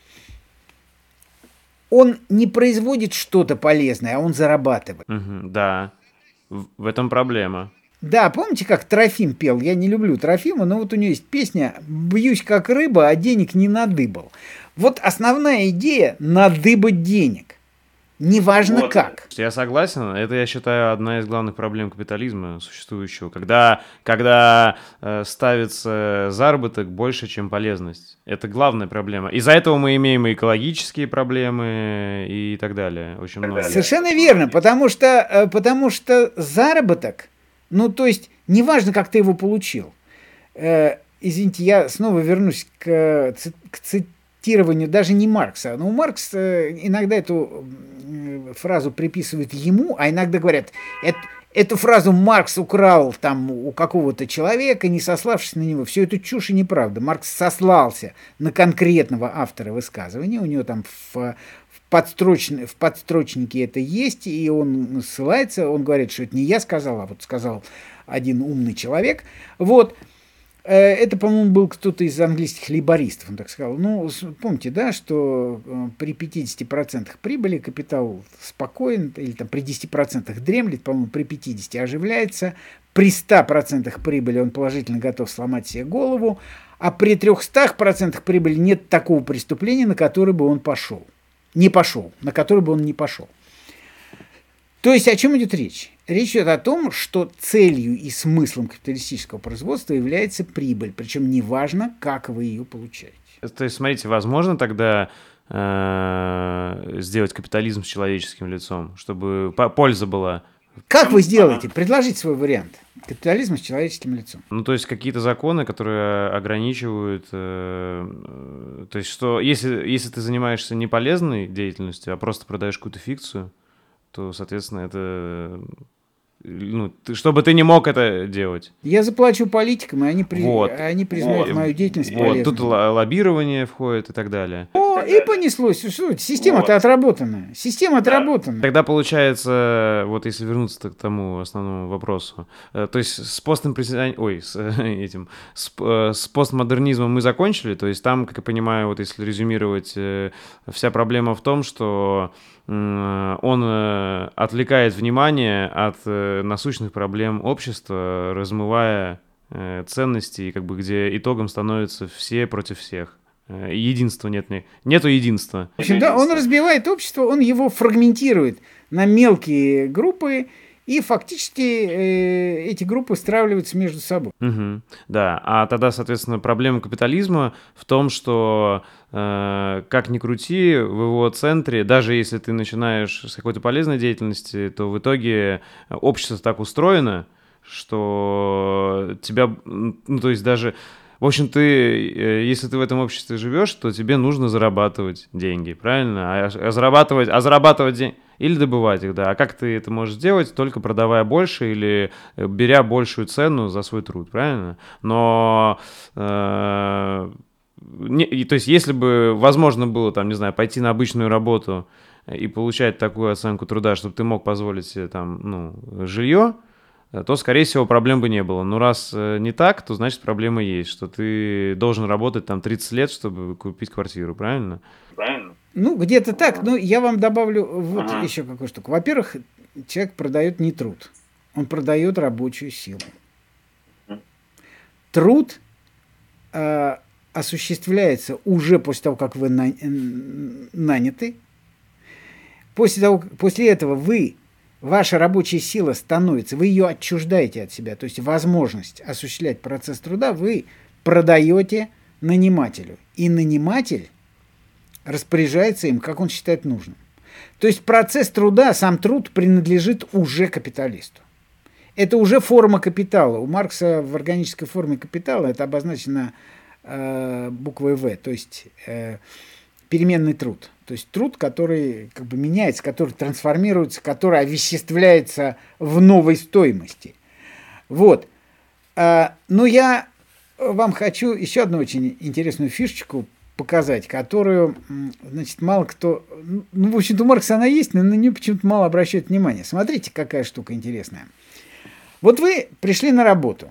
он не производит что-то полезное, а он зарабатывает. Угу, да. В этом проблема. Да, помните, как Трофим пел? Я не люблю Трофима, но вот у него есть песня «Бьюсь как рыба, а денег не надыбал». Вот основная идея – надыбать денег. Неважно вот. Как. Я согласен. Это, я считаю, одна из главных проблем капитализма существующего. Когда, когда э, ставится заработок больше, чем полезность. Это главная проблема. Из-за этого мы имеем и экологические проблемы и так далее. Очень много. Совершенно верно. Потому что, потому что заработок, ну то есть, неважно, как ты его получил. Э, извините, я снова вернусь к, к цитированию даже не Маркса. Но Маркс иногда эту фразу приписывают ему, а иногда говорят, это, Эту фразу Маркс украл там у какого-то человека, не сославшись на него. Все это чушь и неправда. Маркс сослался на конкретного автора высказывания. У него там в, в, подстроч, в подстрочнике это есть, и он ссылается, он говорит, что это не я сказал, а вот сказал один умный человек. Вот. Это, по-моему, был кто-то из английских лейбористов, он так сказал. Ну, помните, да, что при пятидесяти процентах прибыли капитал спокоен, или там при десяти процентах дремлет, по-моему, при пятидесяти оживляется, при ста процентах прибыли он положительно готов сломать себе голову, а при трехстах процентах прибыли нет такого преступления, на которое бы он пошел. Не пошел, на которое бы он не пошел. То есть о чем идет речь? Речь идет о том, что целью и смыслом капиталистического производства является прибыль, причем неважно, как вы ее получаете. То есть, смотрите, возможно тогда э, сделать капитализм с человеческим лицом, чтобы польза была? Как вы сделаете? Предложите свой вариант. Капитализм с человеческим лицом. Ну, то есть какие-то законы, которые ограничивают, э, то есть что если, если ты занимаешься не полезной деятельностью, а просто продаешь какую-то фикцию, то, соответственно, это... Ну, ты, чтобы ты не мог это делать. Я заплачу политикам, и они, при... вот. они признают вот. мою деятельность вот. полезной. Тут лоббирование входит и так далее. О, и понеслось. Что? Система-то вот. отработана. Система да. отработана. Тогда получается, вот если вернуться к тому основному вопросу, то есть с постимпрессионизмом, ой, с этим, с, с постмодернизмом мы закончили, то есть там, как я понимаю, вот если резюмировать, вся проблема в том, что он отвлекает внимание от насущных проблем общества, размывая ценности, как бы, где итогом становятся все против всех. Единства нет, нету единства. В общем, да, он разбивает общество, он его фрагментирует на мелкие группы, и фактически э, эти группы стравливаются между собой. Угу, да, а тогда, соответственно, проблема капитализма в том, что э, как ни крути, в его центре, даже если ты начинаешь с какой-то полезной деятельности, то в итоге общество так устроено, что тебя, ну, то есть даже... В общем, ты, если ты в этом обществе живешь, то тебе нужно зарабатывать деньги, правильно? А, а зарабатывать, а зарабатывать деньги или добывать их, да. А как ты это можешь сделать? Только продавая больше или беря большую цену за свой труд, правильно? Но, э, не, то есть, если бы возможно было, там, не знаю, пойти на обычную работу и получать такую оценку труда, чтобы ты мог позволить себе там, ну, жилье, то, скорее всего, проблем бы не было. Но раз не так, то, значит, проблема есть, что ты должен работать там тридцать лет, чтобы купить квартиру, правильно? Правильно. Ну, где-то так. Но я вам добавлю вот ага. еще какую штуку. Во-первых, человек продает не труд. Он продает рабочую силу. Труд э, осуществляется уже после того, как вы на, наняты. После, того, после этого вы... Ваша рабочая сила становится, вы ее отчуждаете от себя, то есть возможность осуществлять процесс труда вы продаете нанимателю. И наниматель распоряжается им, как он считает нужным. То есть процесс труда, сам труд принадлежит уже капиталисту. Это уже форма капитала. У Маркса в органической форме капитала это обозначено э, буквой В, то есть э, переменный труд. То есть труд, который как бы меняется, который трансформируется, который овеществляется в новой стоимости. Вот. Но я вам хочу еще одну очень интересную фишечку показать, которую, значит, мало кто... Ну, в общем-то, у Маркса она есть, но на нее почему-то мало обращают внимание. Смотрите, какая штука интересная. Вот вы пришли на работу.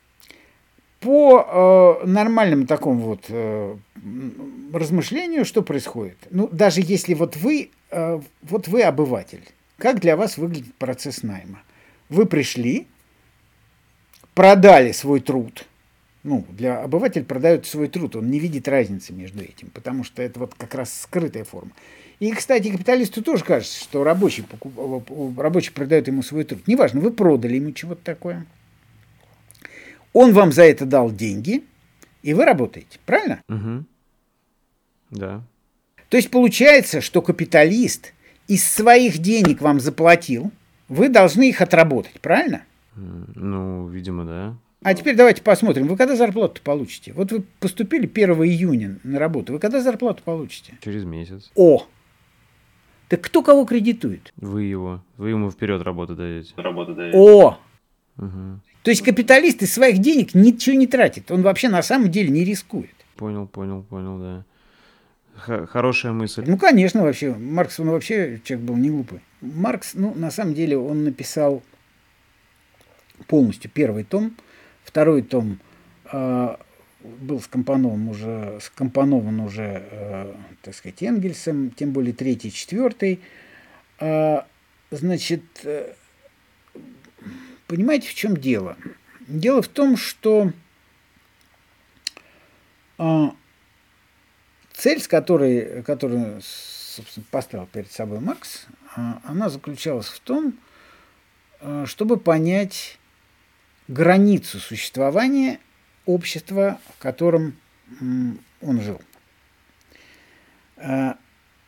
По э, нормальному такому вот э, размышлению, что происходит? Ну, даже если вот вы, э, вот вы обыватель, как для вас выглядит процесс найма? Вы пришли, продали свой труд. Ну, для обывателя продают свой труд, он не видит разницы между этим, потому что это вот как раз скрытая форма. И, кстати, капиталисту тоже кажется, что рабочий, покуп... рабочий продает ему свой труд. Неважно, вы продали ему чего-то такое. Он вам за это дал деньги, и вы работаете, правильно? Угу. Да. То есть получается, что капиталист из своих денег вам заплатил, вы должны их отработать, правильно? Ну, видимо, да. А теперь давайте посмотрим, вы когда зарплату получите? Вот вы поступили первого июня на работу, вы когда зарплату получите? Через месяц. О! Так кто кого кредитует? Вы его. Вы ему вперед работу даете. Работу даете. О! Угу. То есть капиталист из своих денег ничего не тратит. Он вообще на самом деле не рискует. Понял, понял, понял, да. Х- хорошая мысль. Ну, конечно, вообще. Маркс, он вообще человек был не глупый. Маркс, ну, на самом деле, он написал полностью первый том. Второй том э, был скомпонован уже, скомпонован уже э, так сказать, Энгельсом, тем более третий, четвертый. Э, значит, э, понимаете, в чем дело? Дело в том, что э, цель, с которой, которую, собственно, поставил перед собой Маркс, э, она заключалась в том, э, чтобы понять границу существования общества, в котором м, он жил. Э,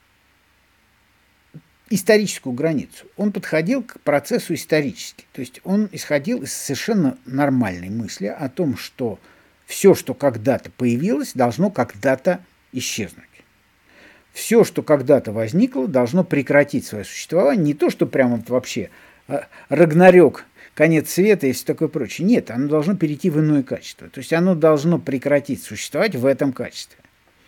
историческую границу. Он подходил к процессу исторически. То есть он исходил из совершенно нормальной мысли о том, что все, что когда-то появилось, должно когда-то исчезнуть. Все, что когда-то возникло, должно прекратить свое существование. Не то, что прямо вот вообще э, Рагнарёк, конец света и все такое прочее. Нет, оно должно перейти в иное качество. То есть оно должно прекратить существовать в этом качестве.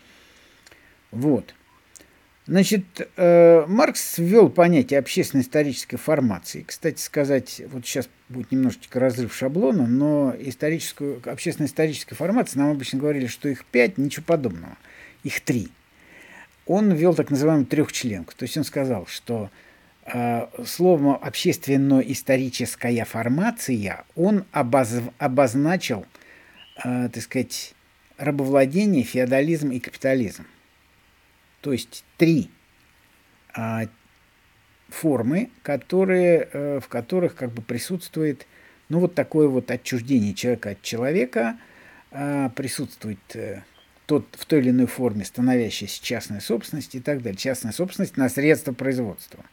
Вот. Значит, э, Маркс ввел понятие общественно-исторической формации. Кстати сказать, вот сейчас будет немножечко разрыв шаблона, но историческую, общественно-исторической формации нам обычно говорили, что их пять, ничего подобного. Их три. Он ввел так называемую трехчленку. То есть он сказал, что э, словом общественно-историческая формация он обоз, обозначил, э, так сказать, рабовладение, феодализм и капитализм. То есть три а, формы, которые, э, в которых как бы присутствует, ну, вот такое вот отчуждение человека от человека, э, присутствует э, тот, в той или иной форме становящаяся частная собственность и так далее. Частная собственность на средства производства.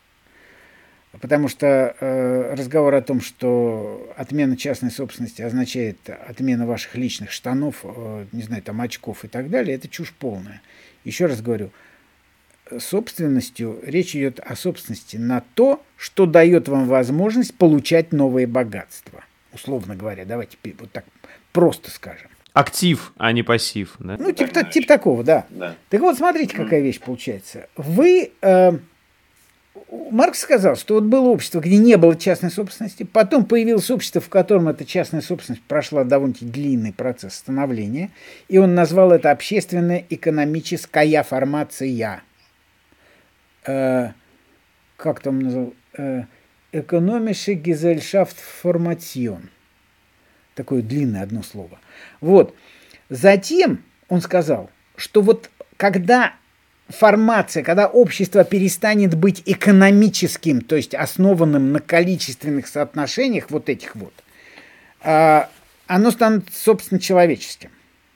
Потому что э, разговор о том, что отмена частной собственности означает отмена ваших личных штанов, э, не знаю, там очков и так далее, это чушь полная. Еще раз говорю, собственностью речь идет о собственности на то, что дает вам возможность получать новые богатства. Условно говоря, давайте вот так просто скажем. Актив, а не пассив. Да? Ну, типа, типа такого, да. да. Так вот, смотрите, какая вещь получается. Вы... Э, Маркс сказал, что вот было общество, где не было частной собственности, потом появилось общество, в котором эта частная собственность прошла довольно-таки длинный процесс становления, и он назвал это общественно-экономическая формация. Э, как там назвал? Э, Ökonomische Gesellschaftsformation. Такое длинное одно слово. Вот. Затем он сказал, что вот когда... формация, когда общество перестанет быть экономическим, то есть основанным на количественных соотношениях вот этих вот, оно станет, собственно, человеческим.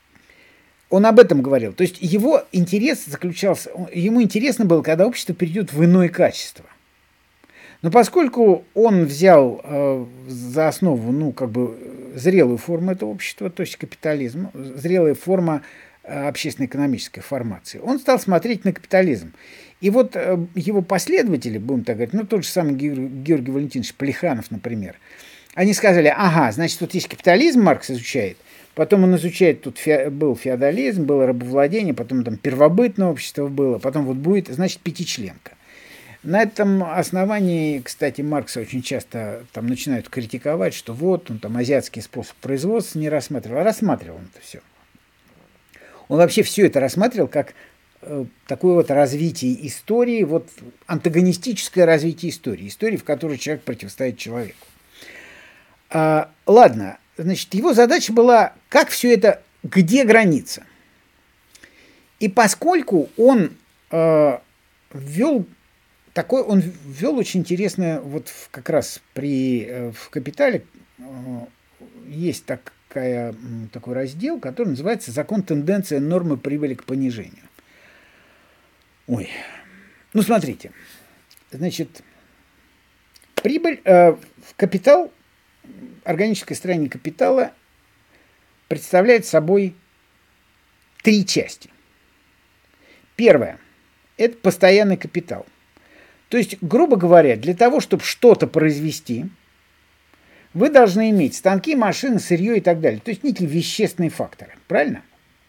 Он об этом говорил. То есть его интерес заключался, ему интересно было, когда общество перейдет в иное качество. Но поскольку он взял э, за основу, ну, как бы, зрелую форму этого общества, то есть капитализм, зрелая форма общественно-экономической формации, он стал смотреть на капитализм. И вот э, его последователи, будем так говорить, ну, тот же самый Георгий, Георгий Валентинович Плеханов, например, они сказали, ага, значит, вот есть капитализм, Маркс изучает, потом он изучает, тут фе, был феодализм, было рабовладение, потом там первобытное общество было, потом вот будет, значит, пятичленка. На этом основании, кстати, Маркса очень часто там начинают критиковать, что вот, он там азиатский способ производства не рассматривал, а рассматривал он это все. Он вообще все это рассматривал как э, такое вот развитие истории, вот антагонистическое развитие истории, истории, в которой человек противостоит человеку. А, ладно, значит, его задача была, как все это, где граница. И поскольку он э, ввел такой, он ввел очень интересное, вот в, как раз при э, в «Капитале» э, есть так. Такая, такой раздел, который называется «Закон тенденции нормы прибыли к понижению». Ой, ну смотрите, значит, прибыль, э, капитал, органическое строение капитала представляет собой три части. Первое – это постоянный капитал. То есть, грубо говоря, для того, чтобы что-то произвести, вы должны иметь станки, машины, сырье и так далее. То есть некие вещественные факторы. Правильно?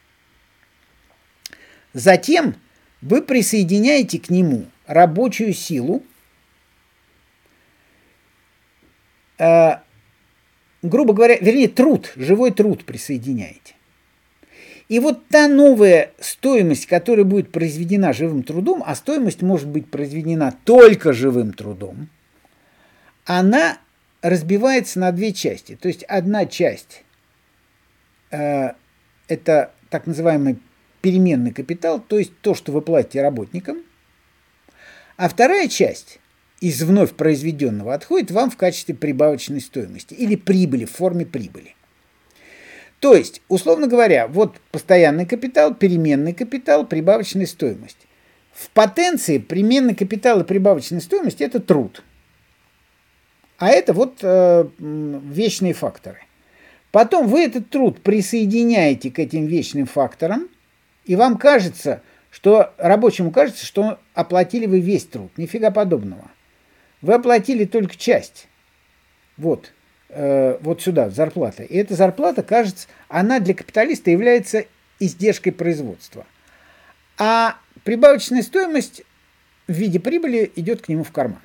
Затем вы присоединяете к нему рабочую силу, э, грубо говоря, вернее, труд, живой труд присоединяете. И вот та новая стоимость, которая будет произведена живым трудом, а стоимость может быть произведена только живым трудом, она разбивается на две части. То есть одна часть э, это так называемый переменный капитал, то есть то, что вы платите работникам, а вторая часть из вновь произведенного отходит вам в качестве прибавочной стоимости или прибыли в форме прибыли. То есть, условно говоря, вот постоянный капитал, переменный капитал, прибавочная стоимость. В потенции переменный капитал и прибавочная стоимость – это труд. А это вот э, вечные факторы. Потом вы этот труд присоединяете к этим вечным факторам, и вам кажется, что рабочему кажется, что оплатили вы весь труд. Нифига подобного. Вы оплатили только часть. Вот. Вот сюда, зарплата. И эта зарплата, кажется, она для капиталиста является издержкой производства. А прибавочная стоимость в виде прибыли идет к нему в карман.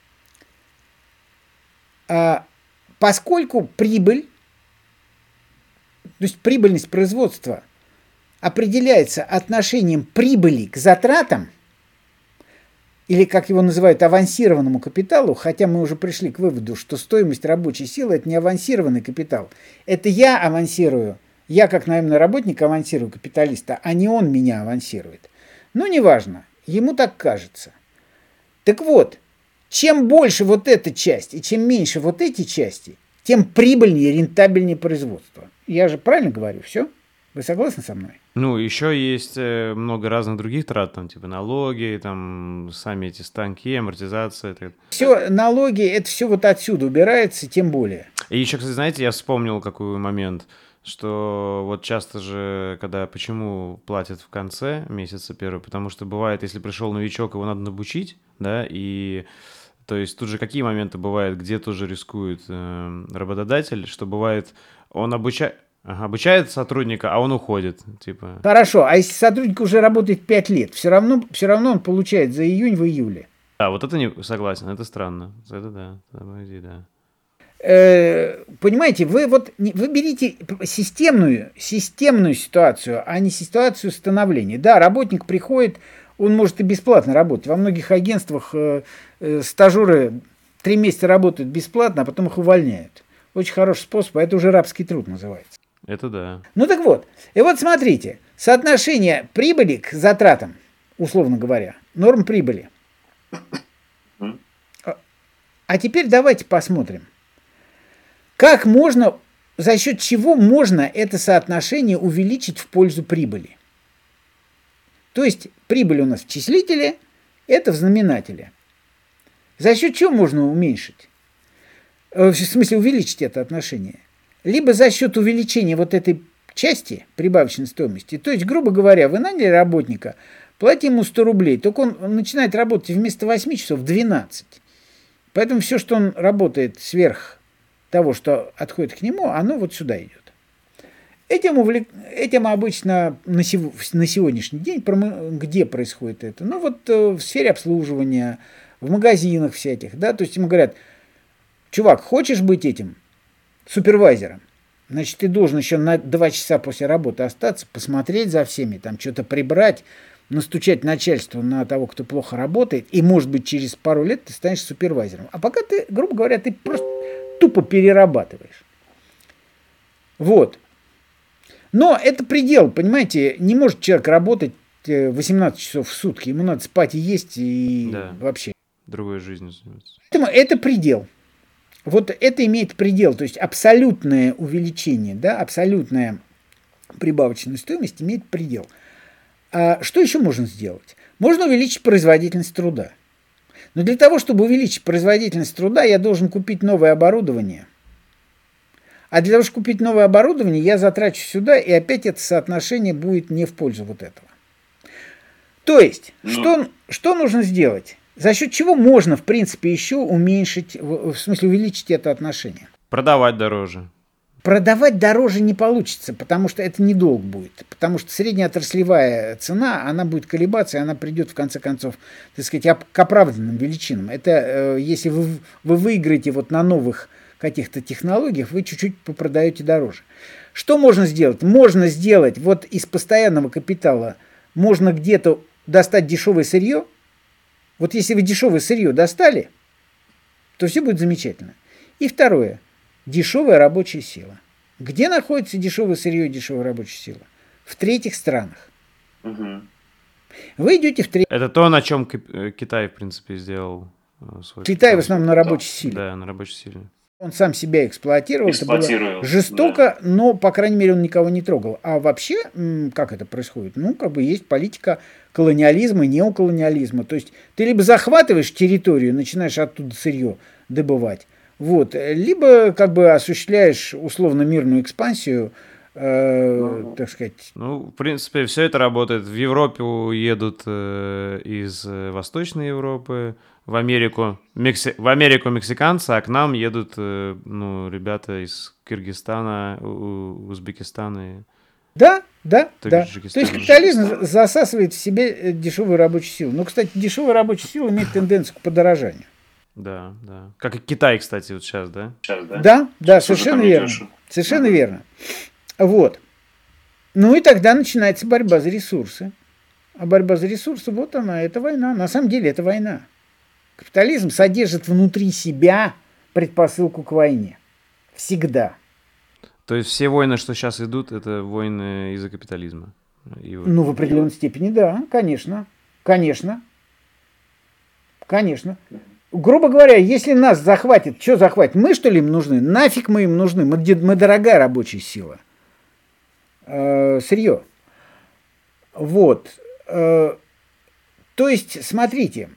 А поскольку прибыль, то есть прибыльность производства определяется отношением прибыли к затратам, или, как его называют, авансированному капиталу, хотя мы уже пришли к выводу, что стоимость рабочей силы – это не авансированный капитал. Это я авансирую, я как наемный работник авансирую капиталиста, а не он меня авансирует. Но неважно, ему так кажется. Так вот, чем больше вот эта часть и чем меньше вот эти части, тем прибыльнее, рентабельнее производство. Я же правильно говорю, все? Вы согласны со мной? Ну, еще есть много разных других трат, там, типа налоги, там, сами эти станки, амортизация. Это... Все налоги, это все вот отсюда убирается, тем более. И еще, кстати, знаете, я вспомнил какой момент, что вот часто же, когда, почему платят в конце месяца первый, потому что бывает, если пришел новичок, его надо обучить, да, и... То есть тут же какие моменты бывают, где тоже рискует э, работодатель, что бывает, он обучает... Ага, обучает сотрудника, а он уходит, типа. Хорошо, а если сотрудник уже работает пять лет, все равно, все равно он получает за июнь в июле. Да, вот это не согласен, это странно. Это да, это, да. Э, понимаете, вы вот вы берите системную, системную ситуацию, а не ситуацию становления. Да, работник приходит, он может и бесплатно работать. Во многих агентствах э, э, стажеры три месяца работают бесплатно, а потом их увольняют. Очень хороший способ, а это уже рабский труд называется. Это да. Ну так вот, и вот смотрите, соотношение прибыли к затратам, условно говоря, норм прибыли. А теперь давайте посмотрим, как можно, за счет чего можно это соотношение увеличить в пользу прибыли. То есть прибыль у нас в числителе, это в знаменателе. За счет чего можно уменьшить? В смысле увеличить это отношение? Либо за счет увеличения вот этой части прибавочной стоимости. То есть, грубо говоря, вы наняли работника, платите ему сто рублей, только он начинает работать вместо восьми часов двенадцать. Поэтому все, что он работает сверх того, что отходит к нему, оно вот сюда идет. Этим, увлек... Этим обычно на, сев... на сегодняшний день, где происходит это? Ну вот в сфере обслуживания, в магазинах всяких, да, то есть ему говорят: чувак, хочешь быть этим супервайзером? Значит, ты должен еще на два часа после работы остаться, посмотреть за всеми, там что-то прибрать, настучать начальству на того, кто плохо работает, и, может быть, через пару лет ты станешь супервайзером. А пока ты, грубо говоря, ты просто тупо перерабатываешь. Вот. Но это предел, понимаете, не может человек работать восемнадцать часов в сутки, ему надо спать и есть, и да, вообще. Другой жизнью заниматься. Поэтому это предел. Вот это имеет предел, то есть абсолютное увеличение, да, абсолютная прибавочная стоимость имеет предел. А что еще можно сделать? Можно увеличить производительность труда. Но для того, чтобы увеличить производительность труда, я должен купить новое оборудование. А для того, чтобы купить новое оборудование, я затрачу сюда, и опять это соотношение будет не в пользу вот этого. То есть, что, что нужно сделать? За счет чего можно, в принципе, еще уменьшить, в смысле увеличить это отношение? Продавать дороже. Продавать дороже не получится, потому что это не долг будет. Потому что средняя отраслевая цена, она будет колебаться, и она придет, в конце концов, так сказать, к оправданным величинам. Это если вы, вы выиграете вот на новых каких-то технологиях, вы чуть-чуть попродаете дороже. Что можно сделать? Можно сделать вот из постоянного капитала, можно где-то достать дешевое сырье. Вот если вы дешевое сырье достали, то все будет замечательно. И второе. Дешевая рабочая сила. Где находится дешевое сырье и дешевая рабочая сила? В третьих странах. Угу. Вы идете в третьих... Это то, на чем Китай, в принципе, сделал свой... Китай в основном на рабочей силе. Да, на рабочей силе. Он сам себя эксплуатировал. Это было жестоко, да. Но, по крайней мере, он никого не трогал. А вообще, как это происходит? Ну, как бы есть политика колониализма и неоколониализма. То есть ты либо захватываешь территорию, начинаешь оттуда сырье добывать, вот, либо как бы осуществляешь условно мирную экспансию, э, ну, так сказать. Ну, в принципе, все это работает. В Европе едут э, из Восточной Европы, в Америку, Мекси... в Америку мексиканцы, а к нам едут э, ну, ребята из Кыргызстана, Узбекистана. Да, да, да. То есть капитализм засасывает в себе дешевую рабочую силу. Но, кстати, дешевая рабочая сила имеет тенденцию к подорожанию. Да, да. Как и Китай, кстати, вот сейчас, да? Сейчас, да? Да, да, совершенно верно. Совершенно uh-huh. верно. Вот. Ну и тогда начинается борьба за ресурсы. А борьба за ресурсы, вот она, это война. На самом деле это война. Капитализм содержит внутри себя предпосылку к войне. Всегда. То есть все войны, что сейчас идут, это войны из-за капитализма? И вот... Ну, в определенной степени, да, конечно. Конечно. Конечно. Грубо говоря, если нас захватит, что захватит? Мы, что ли, им нужны? Нафиг мы им нужны? Мы, мы дорогая рабочая сила. Э, сырье. Вот. Э, то есть, смотрите,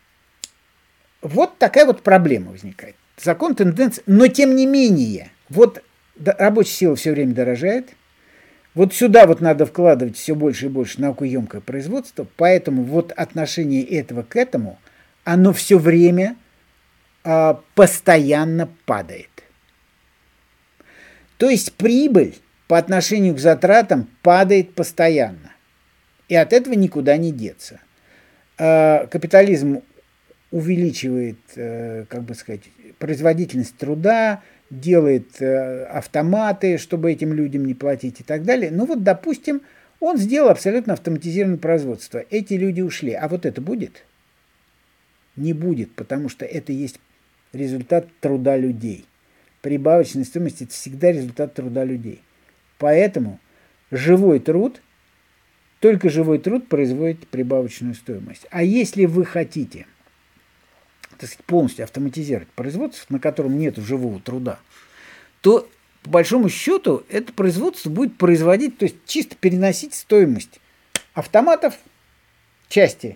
вот такая вот проблема возникает. Закон тенденции, но тем не менее, вот рабочая сила все время дорожает. Вот сюда вот надо вкладывать все больше и больше наукоемкое производство, поэтому вот отношение этого к этому, оно все время а, постоянно падает. То есть прибыль по отношению к затратам падает постоянно. И от этого никуда не деться. А, капитализм увеличивает, а, как бы сказать, производительность труда, делает а, автоматы, чтобы этим людям не платить и так далее. Ну вот, допустим, он сделал абсолютно автоматизированное производство. Эти люди ушли. А вот это будет? Не будет, потому что это есть результат труда людей. Прибавочная стоимость – это всегда результат труда людей. Поэтому живой труд, только живой труд производит прибавочную стоимость. А если вы хотите, так сказать, полностью автоматизировать производство, на котором нет живого труда, то, по большому счету, это производство будет производить, то есть чисто переносить стоимость автоматов, части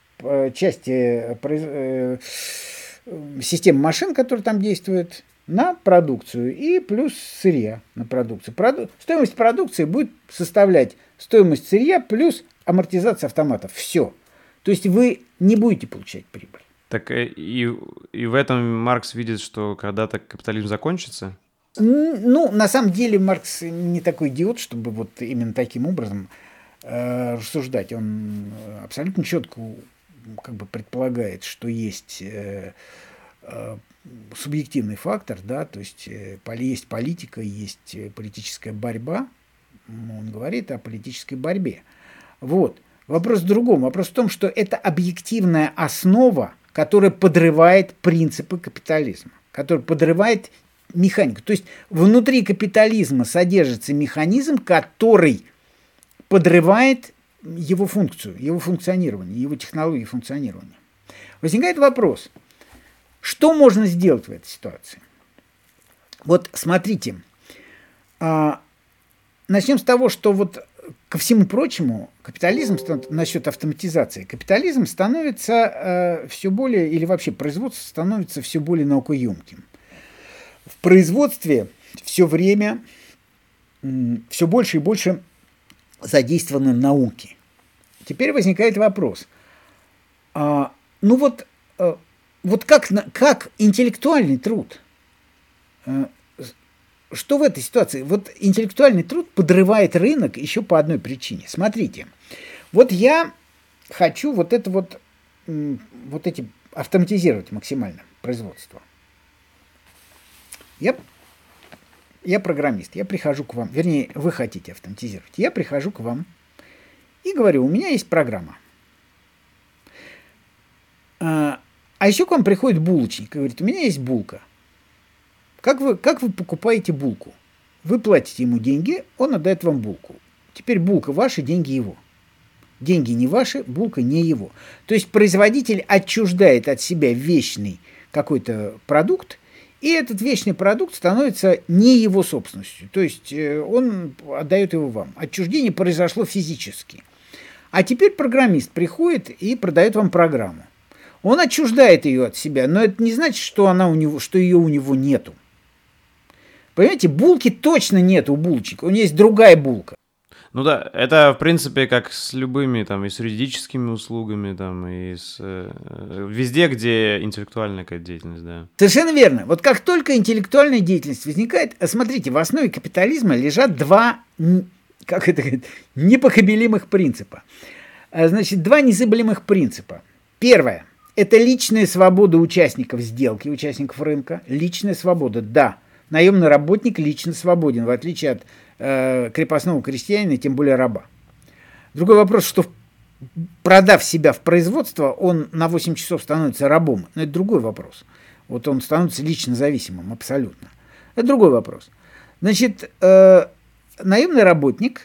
части э, системы машин, которые там действуют, на продукцию и плюс сырья на продукцию. Проду... Стоимость продукции будет составлять стоимость сырья плюс амортизация автоматов. Все. То есть вы не будете получать прибыль. Так и, и в этом Маркс видит, что когда-то капитализм закончится? Ну, на самом деле Маркс не такой идиот, чтобы вот именно таким образом э, рассуждать. Он абсолютно четко как бы предполагает, что есть э, э, субъективный фактор, да, то есть э, есть политика, есть политическая борьба. Он говорит о политической борьбе. Вот. Вопрос в другом. Вопрос в том, что это объективная основа, которая подрывает принципы капитализма, которая подрывает механику. То есть внутри капитализма содержится механизм, который подрывает его функцию, его функционирование, его технологии функционирования. Возникает вопрос, что можно сделать в этой ситуации? Вот смотрите, а, начнем с того, что вот ко всему прочему капитализм, насчет автоматизации, капитализм становится э, все более, или вообще производство становится все более наукоемким. В производстве все время м, все больше и больше задействованы науки. Теперь возникает вопрос. А, ну вот э, вот как, как интеллектуальный труд, э, что в этой ситуации? Вот интеллектуальный труд подрывает рынок еще по одной причине. Смотрите, вот я хочу вот это вот, вот эти автоматизировать максимально производство. Я, я программист, я прихожу к вам, вернее, вы хотите автоматизировать, я прихожу к вам и говорю, у меня есть программа. А, а еще к вам приходит булочник и говорит, у меня есть булка. Как вы, как вы покупаете булку? Вы платите ему деньги, он отдает вам булку. Теперь булка ваша, деньги его. Деньги не ваши, булка не его. То есть производитель отчуждает от себя вечный какой-то продукт, и этот вечный продукт становится не его собственностью. То есть он отдает его вам. Отчуждение произошло физически. А теперь программист приходит и продает вам программу. Он отчуждает ее от себя, но это не значит, что, она у него, что ее у него нету. Понимаете, булки точно нет у булочника, у него есть другая булка. Ну да, это в принципе как с любыми там и с юридическими услугами, там, и с э, везде, где интеллектуальная какая-то деятельность, да. Совершенно верно. Вот как только интеллектуальная деятельность возникает, смотрите, в основе капитализма лежат два, как это говорит, непоколебимых принципа. Значит, два незыблемых принципа. Первое – это личная свобода участников сделки, участников рынка. Личная свобода, да. Наемный работник лично свободен, в отличие от э, крепостного крестьянина, тем более раба. Другой вопрос, что продав себя в производство, он на восемь часов становится рабом. Но это другой вопрос. Вот он становится лично зависимым абсолютно. Это другой вопрос. Значит, э, наемный работник,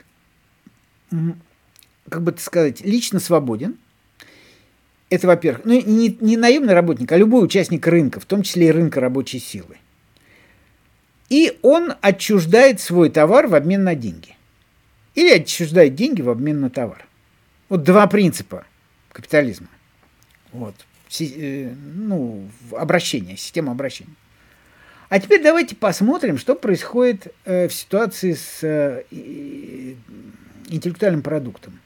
как бы так сказать, лично свободен. Это, во-первых, ну, не, не наемный работник, а любой участник рынка, в том числе и рынка рабочей силы. И он отчуждает свой товар в обмен на деньги. Или отчуждает деньги в обмен на товар. Вот два принципа капитализма. Вот. Ну, обращение, система обращения. А теперь давайте посмотрим, что происходит в ситуации с интеллектуальным продуктом.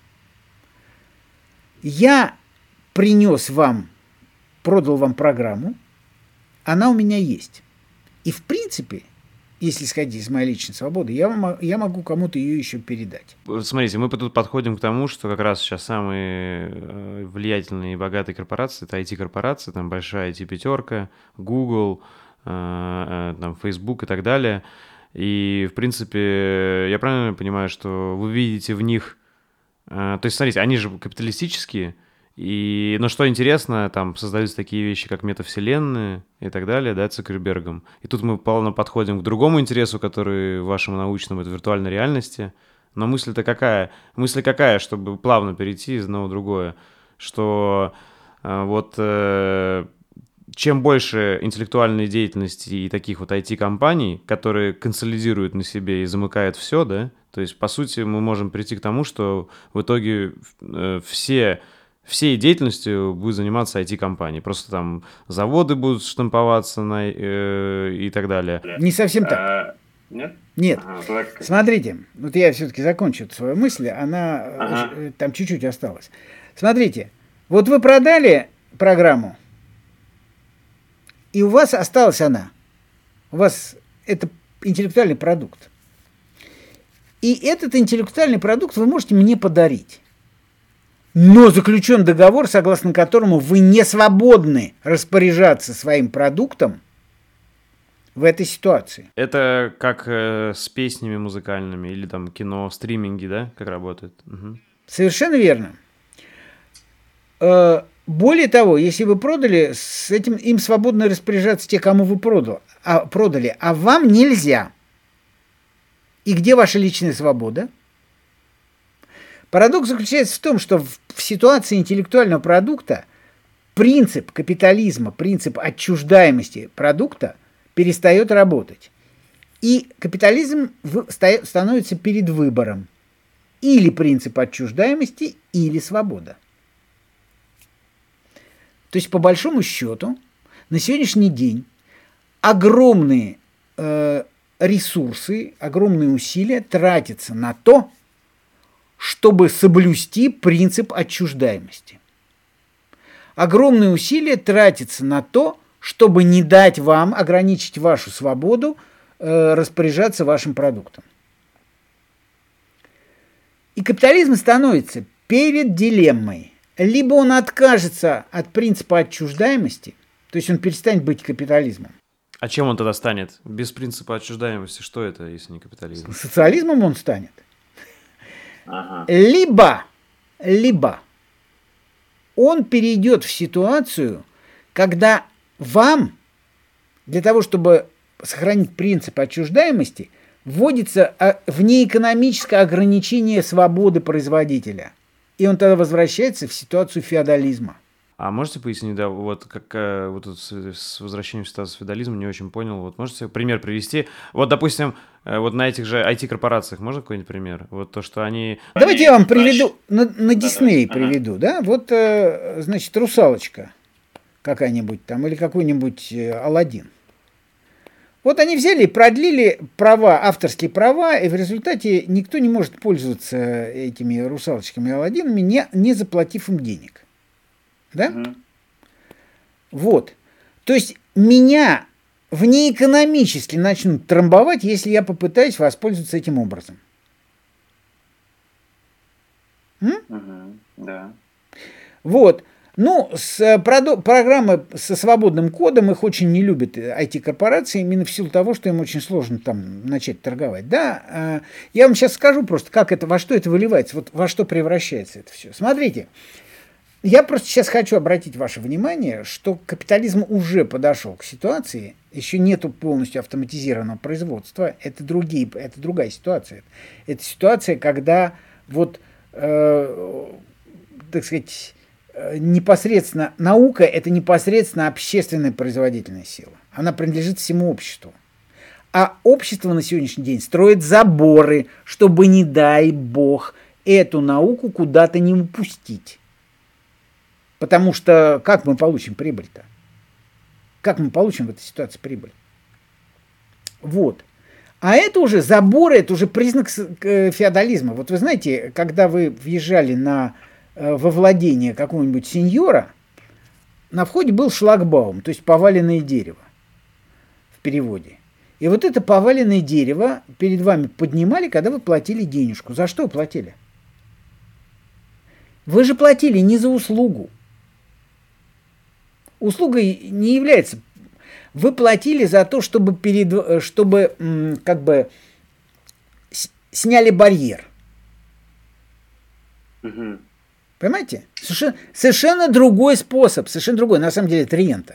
Я принес вам, продал вам программу, она у меня есть. И в принципе, если исходить из моей личной свободы, я, я могу кому-то ее еще передать. Смотрите, мы тут подходим к тому, что как раз сейчас самые влиятельные и богатые корпорации, это ай ти-корпорации, там большая ай ти-пятерка, Google, там, Facebook и так далее. И, в принципе, я правильно понимаю, что вы видите в них... То есть, смотрите, они же капиталистические, и, но что интересно, там создаются такие вещи, как метавселенные и так далее, да, Цукербергом. И тут мы плавно подходим к другому интересу, который вашему научному, это виртуальной реальности. Но мысль-то какая? Мысль какая, чтобы плавно перейти из одного в другое, что э, вот э, чем больше интеллектуальной деятельности и таких вот ай ти-компаний, которые консолидируют на себе и замыкают все, да, то есть, по сути, мы можем прийти к тому, что в итоге э, все... Всей деятельностью будет заниматься ай ти-компании. Просто там заводы будут штамповаться на, э, и так далее. Не совсем так. А, нет? Нет. Ага, так... Смотрите, вот я все-таки закончу эту свою мысль, она ага. там чуть-чуть осталась. Смотрите, вот вы продали программу, и у вас осталась она. У вас это интеллектуальный продукт. И этот интеллектуальный продукт вы можете мне подарить. Но заключен договор, согласно которому вы не свободны распоряжаться своим продуктом в этой ситуации. Это как э, с песнями музыкальными или там кино, стриминги, да, как работает? Угу. Совершенно верно. Э, более того, если вы продали, с этим им свободно распоряжаться те, кому вы продал, а, продали, а вам нельзя. И где ваша личная свобода? Парадокс заключается в том, что в, в ситуации интеллектуального продукта принцип капитализма, принцип отчуждаемости продукта перестает работать. И капитализм в, ста, становится перед выбором. Или принцип отчуждаемости, или свобода. То есть, по большому счету, на сегодняшний день огромные э, ресурсы, огромные усилия тратятся на то, чтобы соблюсти принцип отчуждаемости. огромные усилия тратятся на то, чтобы не дать вам, ограничить вашу свободу э, распоряжаться вашим продуктом. И капитализм становится перед дилеммой. Либо он откажется от принципа отчуждаемости, то есть он перестанет быть капитализмом. А чем он тогда станет? Без принципа отчуждаемости, что это, если не капитализм? Социализмом он станет. Ага. Либо, либо он перейдет в ситуацию, когда вам, для того, чтобы сохранить принцип отчуждаемости, вводится внеэкономическое ограничение свободы производителя. И он тогда возвращается в ситуацию феодализма. А можете пояснить, да, вот как э, вот тут с, с возвращением в ситуацию феодализма, не очень понял. Вот можете пример привести? Вот, допустим, э, вот на этих же ай ти-корпорациях можно какой-нибудь пример? Вот то, что они... Давайте я вам приведу, на, на Дисней приведу, да? Вот, э, значит, «Русалочка» какая-нибудь там, или какой-нибудь э, «Аладдин». Вот они взяли и продлили права, авторские права, и в результате никто не может пользоваться этими русалочками и Аладдинами, не, не заплатив им денег. Да? Мгм. Вот. То есть меня внеэкономически начнут трамбовать, если я попытаюсь воспользоваться этим образом. М? Мгм. Да. Вот. Ну, с продо- программы со свободным кодом их очень не любят ай ти-корпорации, именно в силу того, что им очень сложно там начать торговать. Да, а, я вам сейчас скажу просто, как это, во что это выливается, вот во что превращается это все. Смотрите, я просто сейчас хочу обратить ваше внимание, что капитализм уже подошел к ситуации, еще нету полностью автоматизированного производства, это, другие, это другая ситуация. Это ситуация, когда вот, э, так сказать, непосредственно наука – это непосредственно общественная производительная сила. Она принадлежит всему обществу. А общество на сегодняшний день строит заборы, чтобы, не дай бог, эту науку куда-то не упустить. Потому что как мы получим прибыль-то? Как мы получим в этой ситуации прибыль? Вот. А это уже заборы, это уже признак феодализма. Вот вы знаете, когда вы въезжали на во владение какого-нибудь сеньора, на входе был шлагбаум, то есть поваленное дерево в переводе. И вот это поваленное дерево перед вами поднимали, когда вы платили денежку. За что вы платили? Вы же платили не за услугу. Услугой не является. Вы платили за то, чтобы, перед, чтобы как бы сняли барьер. Мгм. Понимаете? Совершенно, совершенно другой способ, совершенно другой. На самом деле это рента.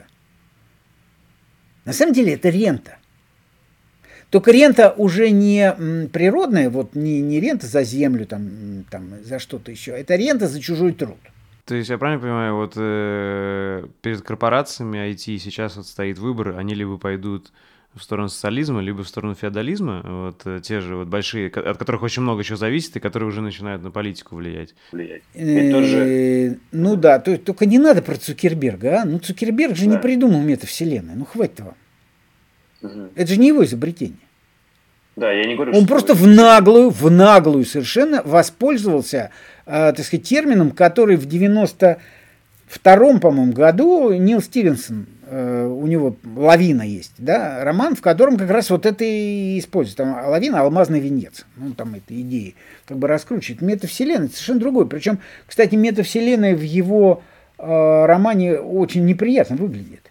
На самом деле это рента. Только рента уже не природная, вот не, не рента за землю, там, там, за что-то еще. Это рента за чужой труд. То есть я правильно понимаю, вот э, перед корпорациями ай ти сейчас вот стоит выбор, они либо пойдут в сторону социализма, либо в сторону феодализма, вот э, те же вот большие, ко- от которых очень много чего зависит, и которые уже начинают на политику влиять. Влиять. Ведь тот же... Э, Ну да, то- только не надо про Цукерберга, а? Ну Цукерберг же не Да. придумал метавселенную, ну хватит вам. Мгм. Это же не его изобретение. Да, я не говорю, Он что... просто в наглую, в наглую совершенно воспользовался, э, так сказать, термином, который в девяносто втором, по-моему, году Нил Стивенсон, э, у него «Лавина» есть, да, роман, в котором как раз вот это и используется. Там «Лавина», «Алмазный венец». Ну, там эти идеи как бы раскручивает. Метавселенная совершенно другой. Причем, кстати, метавселенная в его э, романе очень неприятно выглядит.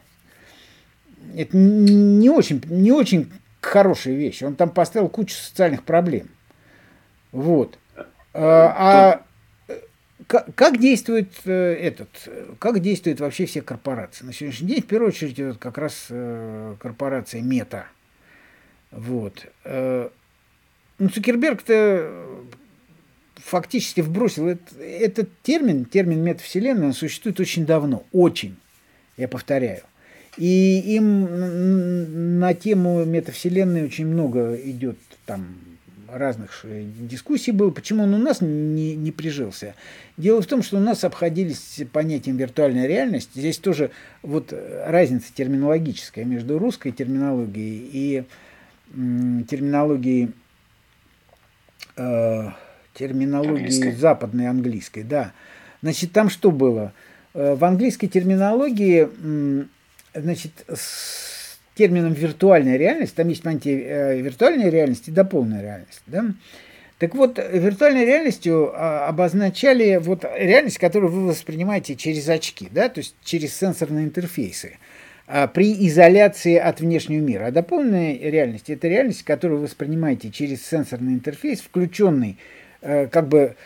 Это не очень, не очень хорошая вещь. Он там поставил кучу социальных проблем. Вот. А, а как, как действует э, этот, как действуют вообще все корпорации? На сегодняшний день, в первую очередь, это как раз э, корпорация Мета. Вот. Э, ну, Цукерберг-то фактически вбросил этот, этот термин, термин метавселенная, он существует очень давно. Очень, я повторяю. И им на тему метавселенной очень много идет там разных дискуссий было, почему он у нас не, не прижился. Дело в том, что у нас обходились понятием виртуальная реальность. Здесь тоже вот разница терминологическая между русской терминологией и м, терминологией, э, терминологией Английской. западной английской. Да. Значит, там что было? в английской терминологии, значит, с термином виртуальная реальность, там есть, понимаете, виртуальная реальность и дополненная реальность, да? Так вот, виртуальной реальностью обозначали вот реальность, которую вы воспринимаете через очки, да, то есть через сенсорные интерфейсы, при изоляции от внешнего мира. А дополненная реальность – это реальность, которую вы воспринимаете через сенсорный интерфейс, включенный, как бы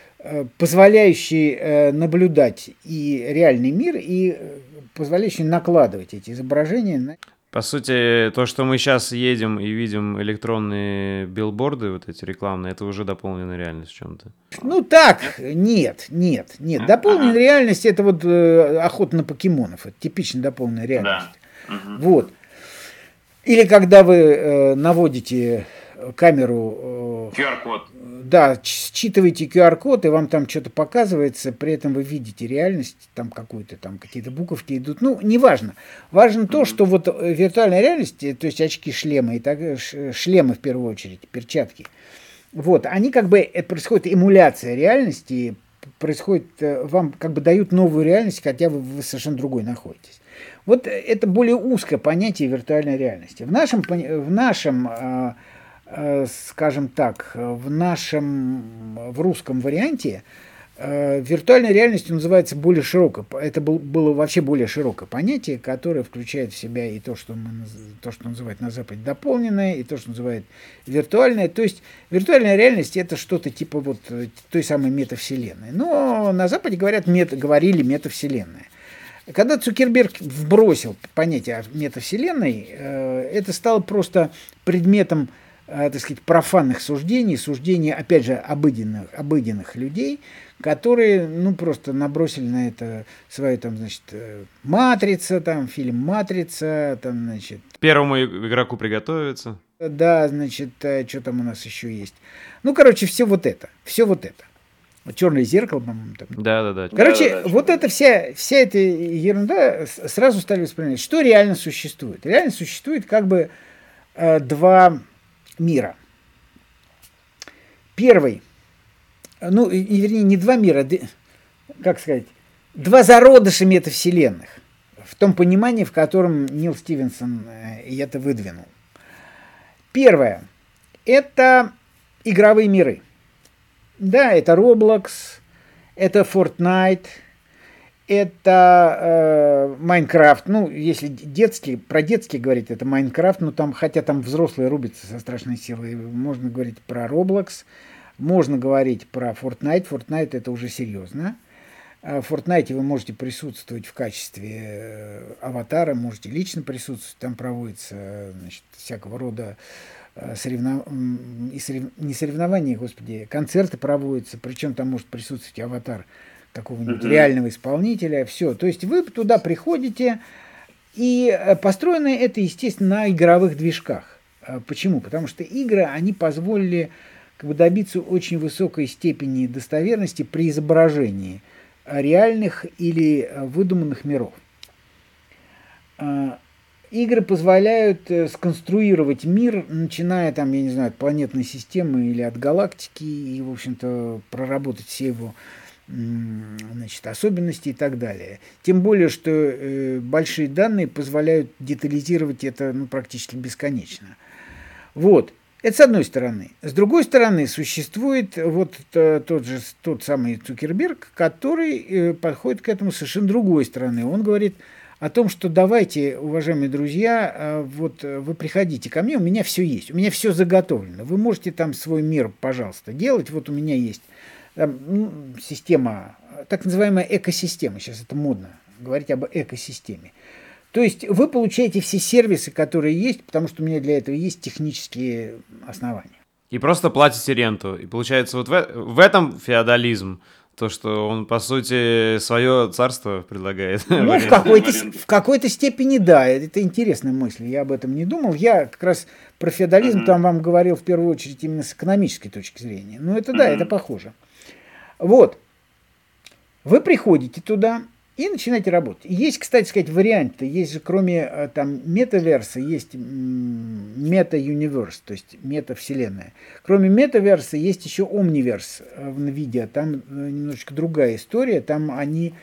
позволяющий наблюдать и реальный мир, и позволяющий накладывать эти изображения на... По сути, то, что мы сейчас едем и видим электронные билборды, вот эти рекламные, это уже дополненная реальность в чем-то. Ну так, нет, нет, нет. Дополненная ага. реальность – это вот э, охота на покемонов, это типично дополненная реальность. Да. Угу. Вот. Или когда вы э, наводите камеру... Э, ку ар-код. Да, считываете ку ар-код, и вам там что-то показывается, при этом вы видите реальность, там какую-то, там какие-то буковки идут. Ну, неважно. Важно mm-hmm. то, что вот виртуальная реальность, то есть очки, шлемы, и так, шлемы в первую очередь, перчатки, вот, они как бы, это происходит эмуляция реальности, происходит, вам как бы дают новую реальность, хотя вы, вы совершенно другой находитесь. Вот это более узкое понятие виртуальной реальности. В нашем, в нашем скажем так, в нашем, в русском варианте э, виртуальной реальностью называется более широкое, это был, было вообще более широкое понятие, которое включает в себя и то, что, мы, то, что называют на Западе дополненное, и то, что называют виртуальное. То есть виртуальная реальность – это что-то типа вот той самой метавселенной. Но на Западе говорят, мета, говорили метавселенная. Когда Цукерберг вбросил понятие метавселенной, э, это стало просто предметом, так сказать, профанных суждений, суждений, опять же, обыденных, обыденных людей, которые, ну, просто набросили на это свою, там, значит, «Матрица», там, фильм «Матрица», там, значит... Первому игроку приготовиться. Да, значит, что там у нас еще есть. Ну, короче, все вот это, все вот это. «Черное зеркало», по-моему, там. Да-да-да. Короче, да, да, вот эта вся, вся эта ерунда сразу стали воспринимать. Что реально существует? Реально существует как бы э, два... мира. Первый, ну, и, вернее, не два мира, как сказать, два зародыша метавселенных, в том понимании, в котором Нил Стивенсон это выдвинул. Первое, это игровые миры. Да, это Roblox, это Fortnite, это Майнкрафт, э, ну, если детский, про детский говорить, это Майнкрафт, но там, хотя там взрослые рубятся со страшной силой, можно говорить про Roblox, можно говорить про Fortnite, Fortnite это уже серьезно. В Fortnite вы можете присутствовать в качестве аватара, можете лично присутствовать, там проводится, значит, всякого рода соревнов... и сорев... не соревнования, господи, концерты проводятся, причем там может присутствовать аватар какого-нибудь uh-huh. реального исполнителя, все. То есть вы туда приходите, и построено это, естественно, на игровых движках. Почему? Потому что игры, они позволили как бы добиться очень высокой степени достоверности при изображении реальных или выдуманных миров. Игры позволяют сконструировать мир, начиная там, я не знаю, от планетной системы или от галактики, и, в общем-то, проработать все его, значит, особенности и так далее. Тем более, что э, большие данные позволяют детализировать это, ну, практически бесконечно. Вот. Это с одной стороны. С другой стороны, существует вот тот же тот самый Цукерберг, который э, подходит к этому с совершенно другой стороны. Он говорит о том, что давайте, уважаемые друзья, э, вот вы приходите ко мне, у меня все есть, у меня все заготовлено. Вы можете там свой мир, пожалуйста, делать. Вот у меня есть там система, так называемая экосистема, сейчас это модно говорить об экосистеме. То есть вы получаете все сервисы, которые есть, потому что у меня для этого есть технические основания. И просто платите ренту. И получается вот в, в этом феодализм, то, что он, по сути, свое царство предлагает. Ну, в какой-то, в какой-то степени, да, это интересная мысль, я об этом не думал. Я как раз про феодализм uh-huh. там вам говорил в первую очередь именно с экономической точки зрения. Ну, это да, uh-huh. это похоже. Вот, вы приходите туда и начинаете работать. Есть, кстати сказать, варианты. Есть же, кроме там метаверса, есть мета-юниверс, то есть метавселенная. Кроме метаверса есть еще омниверс в NVIDIA. Там немножечко другая история. Там они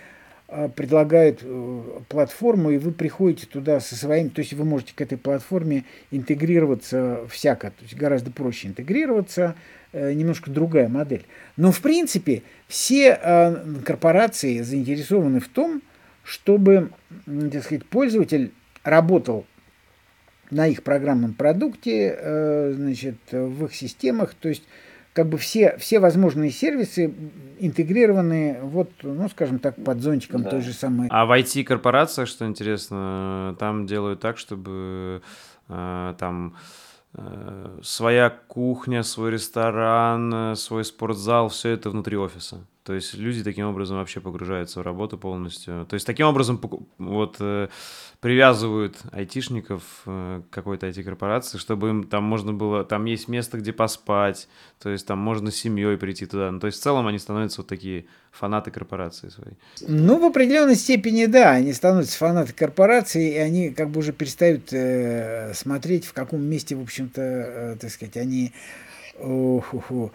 предлагают платформу, и вы приходите туда со своим, то есть вы можете к этой платформе интегрироваться всяко, то есть гораздо проще интегрироваться, немножко другая модель. Но в принципе все корпорации заинтересованы в том, чтобы, так сказать, пользователь работал на их программном продукте, значит, в их системах, то есть как бы все, все возможные сервисы интегрированы, вот, ну, скажем так, под зонтиком да. той же самой. А в ай ти-корпорациях, что интересно, там делают так, чтобы э, там э, своя кухня, свой ресторан, свой спортзал, все это внутри офиса. То есть люди таким образом вообще погружаются в работу полностью. То есть таким образом вот э, привязывают айтишников э, к какой-то ай ти-корпорации, чтобы им там можно было, там есть место, где поспать, то есть там можно с семьей прийти туда. Ну, то есть в целом они становятся вот такие фанаты корпорации своей. Ну, в определенной степени, да, они становятся фанаты корпорации, и они как бы уже перестают э, смотреть, в каком месте, в общем-то, э, так сказать, они... О-ху-ху,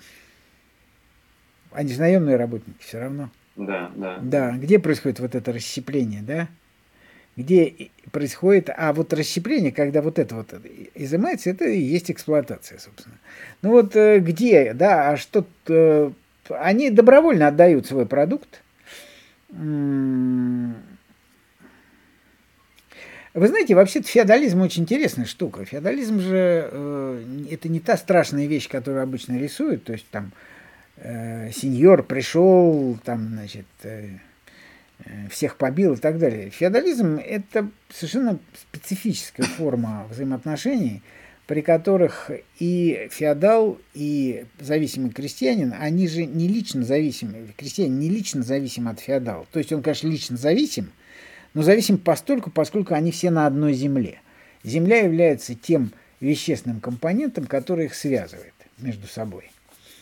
они же наемные работники все равно. Да, да. Да, где происходит вот это расщепление, да? Где происходит, а вот расщепление, когда вот это вот изымается, это и есть эксплуатация, собственно. Ну вот где, да, а что, они добровольно отдают свой продукт. Вы знаете, вообще-то феодализм очень интересная штука. Феодализм же это не та страшная вещь, которую обычно рисуют, то есть там сеньор пришел, там, значит, всех побил и так далее. Феодализм – это совершенно специфическая форма взаимоотношений, при которых и феодал, и зависимый крестьянин, они же не лично зависимы, крестьянин не лично зависим от феодала. То есть он, конечно, лично зависим, но зависим постольку, поскольку они все на одной земле. Земля является тем вещественным компонентом, который их связывает между собой.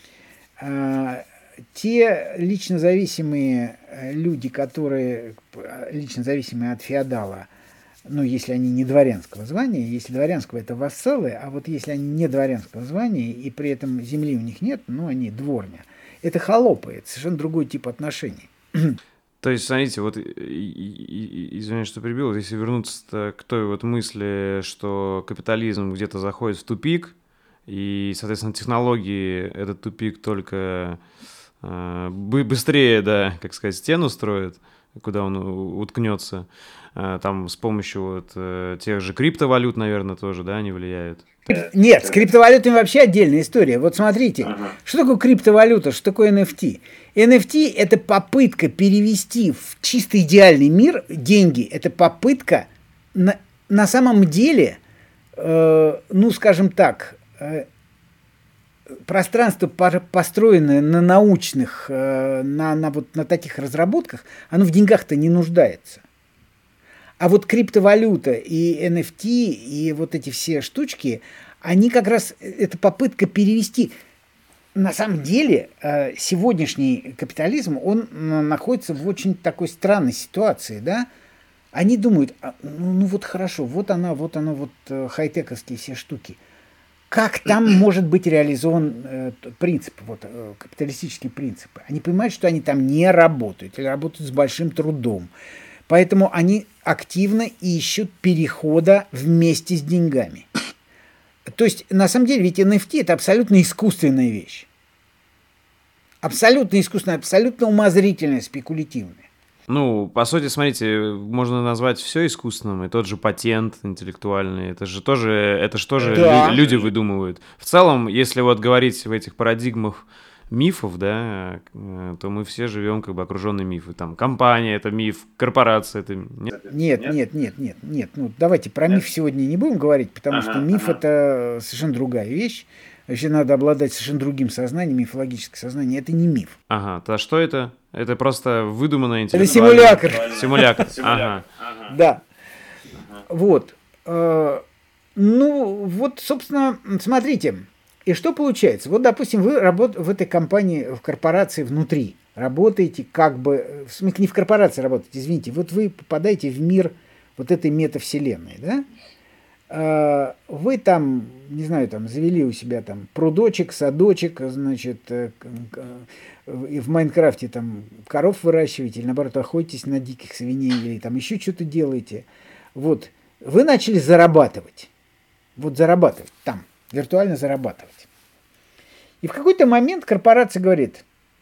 Те лично зависимые люди, которые лично зависимые от феодала, ну, если они не дворянского звания, если дворянского это вассалы, а вот если они не дворянского звания и при этом земли у них нет, ну, они дворня. Это холопы, это совершенно другой тип отношений. То есть, смотрите, вот, извиняюсь, что перебил, если вернуться к той вот мысли, что капитализм где-то заходит в тупик, и, соответственно, технологии этот тупик только э, быстрее, да, как сказать, стену строят, куда он уткнется. Э, там с помощью вот, э, тех же криптовалют, наверное, тоже, да, они влияют. Нет, с криптовалютами вообще отдельная история. Вот смотрите, ага. Что такое криптовалюта, что такое эн эф ти? эн эф ти – это попытка перевести в чисто идеальный мир деньги. Это попытка на, на самом деле, э, ну, скажем так, пространство, построенное на научных, на, на, вот, на таких разработках, оно в деньгах-то не нуждается. А вот криптовалюта и эн эф ти, и вот эти все штучки, они как раз, это попытка перевести. На самом деле, сегодняшний капитализм, он находится в очень такой странной ситуации, да? Они думают, ну, ну вот хорошо, вот она, вот она, вот хай-тековские все штуки. Как там может быть реализован э, принцип, вот, э, капиталистические принципы? Они понимают, что они там не работают или работают с большим трудом. Поэтому они активно ищут перехода вместе с деньгами. То есть, на самом деле, ведь эн эф ти – это абсолютно искусственная вещь. Абсолютно искусственная, абсолютно умозрительная, спекулятивная. Ну, по сути, смотрите, можно назвать все искусственным, и тот же патент интеллектуальный, это же тоже, это же тоже да. лю- люди выдумывают. В целом, если вот говорить в этих парадигмах мифов, да, то мы все живем как бы окруженные мифы. Там компания – это миф, корпорация – это… Нет, нет, нет, нет, нет, нет. Ну, давайте про нет. миф сегодня не будем говорить, потому ага, что миф ага. – это совершенно другая вещь. Вообще надо обладать совершенно другим сознанием, мифологическое сознание. Это не миф. Ага, то что это? Это просто выдуманное интеллектуальное... Это симулятор. Симулятор, ага. Да. Вот. Ну, вот, собственно, смотрите. И что получается? Вот, допустим, вы работаете в этой компании, в корпорации внутри. Работаете как бы... В смысле, не в корпорации работаете, извините. Вот вы попадаете в мир вот этой метавселенной, да? э, вы там, не знаю, там завели у себя там прудочек, садочек, значит, э, и в Майнкрафте там коров выращиваете, или наоборот охотитесь на диких свиней, или там еще что-то делаете. Вот, вы начали зарабатывать. Вот зарабатывать там, виртуально зарабатывать. И в какой-то момент корпорация говорит: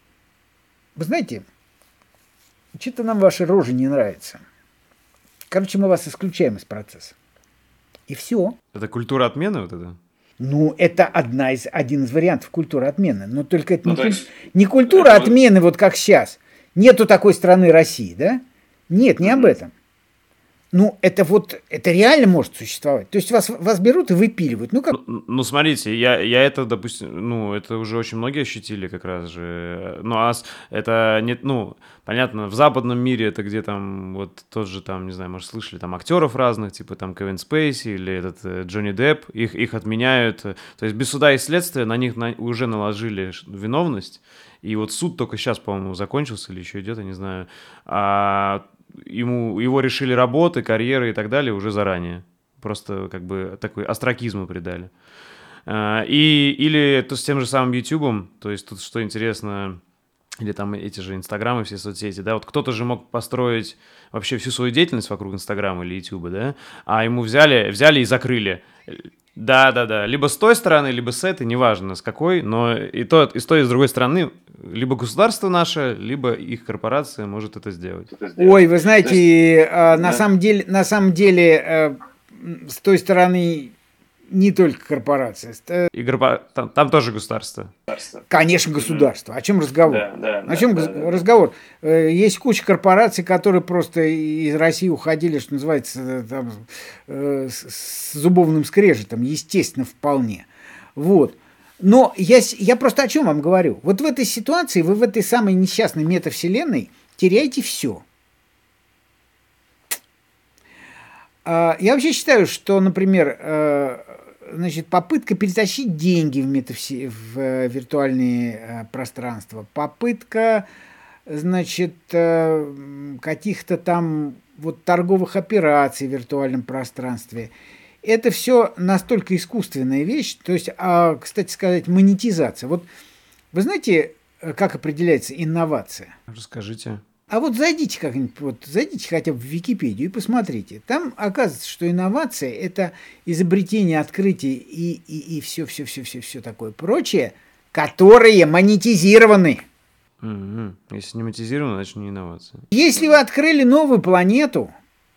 вы знаете, что-то нам ваши рожи не нравятся. Короче, мы вас исключаем из процесса. И все. Это культура отмены вот это? Ну, это одна из, один из вариантов культуры отмены. Но только это Ну, не, то куль- есть не культура это отмены, вот как сейчас. Нету такой страны России, да? Нет, не об Мгм. этом. Ну, это вот, это реально может существовать. То есть вас, вас берут и выпиливают. Ну, как Ну, ну, смотрите, я, я это, допустим, ну, это уже очень многие ощутили как раз же. Ну, а с- это нет, ну, понятно, в западном мире это где там, вот тот же там, не знаю, может, слышали там актеров разных, типа там Кевин Спейси или этот э, Джонни Депп, их, их отменяют. э, То есть без суда и следствия на них на- уже наложили ш- виновность. И вот суд только сейчас, по-моему, закончился или еще идет, я не знаю. А ему, его решили работы, карьеры и так далее уже заранее. Просто как бы такой остракизму придали. А, И, или то с тем же самым Ютубом, то есть тут что интересно, или там эти же Инстаграмы, все соцсети, да, вот кто-то же мог построить вообще всю свою деятельность вокруг Инстаграма или Ютуба, да, а ему взяли, взяли и закрыли. Да, да, да, либо с той стороны, либо с этой, неважно с какой, но и, то, и с той, и с другой стороны, либо государство наше, либо их корпорация может это сделать. это сделать. ой, вы То знаете, есть, э, на да. самом деле, на самом деле, э, м, с той стороны не только корпорация, с- э, И корпо- там, там тоже государство. конечно, государство. О чем разговор? Да, да, О да, чем да, гос- да, да. разговор? Э, Есть куча корпораций, которые просто из России уходили, что называется, э, там, э, с с зубовным скрежетом, естественно, вполне. Вот. Но я, с- я просто о чем вам говорю? Вот в этой ситуации вы в этой самой несчастной метавселенной теряете все. А, Я вообще считаю, что, например, э, значит, попытка перетащить деньги в, метавсе- в э, виртуальные э, пространства, попытка, значит, э, м, каких-то там вот торговых операций в виртуальном пространстве, это все настолько искусственная вещь, то есть, а, кстати сказать, монетизация. Вот вы знаете, э, как определяется инновация? Расскажите. А вот зайдите как-нибудь, вот зайдите хотя бы в Википедию и посмотрите. Там оказывается, что инновация – это изобретение, открытие и, и, и все, все, все, все, все такое прочее, которые монетизированы. Мгм. Если не монетизировано, значит не инновация. Если вы открыли новую планету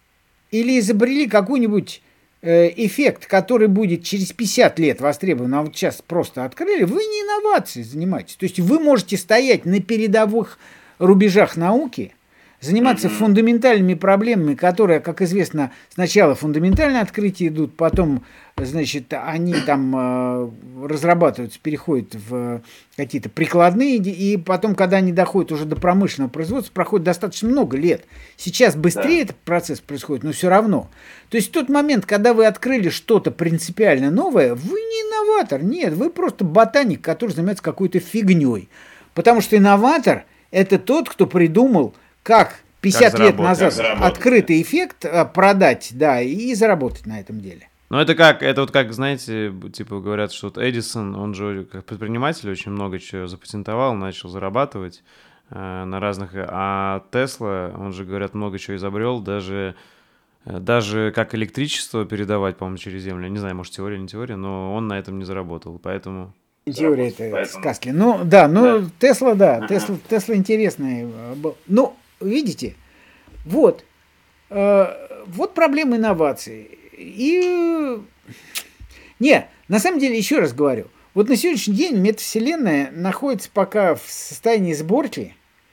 или изобрели какой-нибудь э, эффект, который будет через пятьдесят лет востребован, а вот сейчас просто открыли, вы не инновацией занимаетесь. То есть вы можете стоять на передовых рубежах науки, заниматься Мгм. фундаментальными проблемами, которые, как известно, сначала фундаментальные открытия идут, потом, значит, они там э, разрабатываются, переходят в какие-то прикладные, и потом, когда они доходят уже до промышленного производства, проходит достаточно много лет. Сейчас быстрее Да. этот процесс происходит, но все равно. То есть в тот момент, когда вы открыли что-то принципиально новое, вы не инноватор, нет, вы просто ботаник, который занимается какой-то фигней. Потому что инноватор – это тот, кто придумал, как пятьдесят лет заработать. назад Как заработать, открытый эффект а, продать, да, и заработать на этом деле. Ну, это как, это вот как, знаете, б- типа говорят, что вот Эдисон, он же как предприниматель очень много чего запатентовал, начал зарабатывать э, на разных, а Тесла, он же, говорят, много чего изобрел, даже, э, даже как электричество передавать, по-моему, через землю, я не знаю, может, теория, не теория, но он на этом не заработал, поэтому... Теория это Поэтому- сказки. Ну, да, ну, Да. Тесла, да, Ага. Тесла, Тесла интересная. э, был. Ну, видите, вот, э, вот проблема инноваций. И, э, не, на самом деле, еще раз говорю, вот на сегодняшний день метавселенная находится пока в состоянии сборки,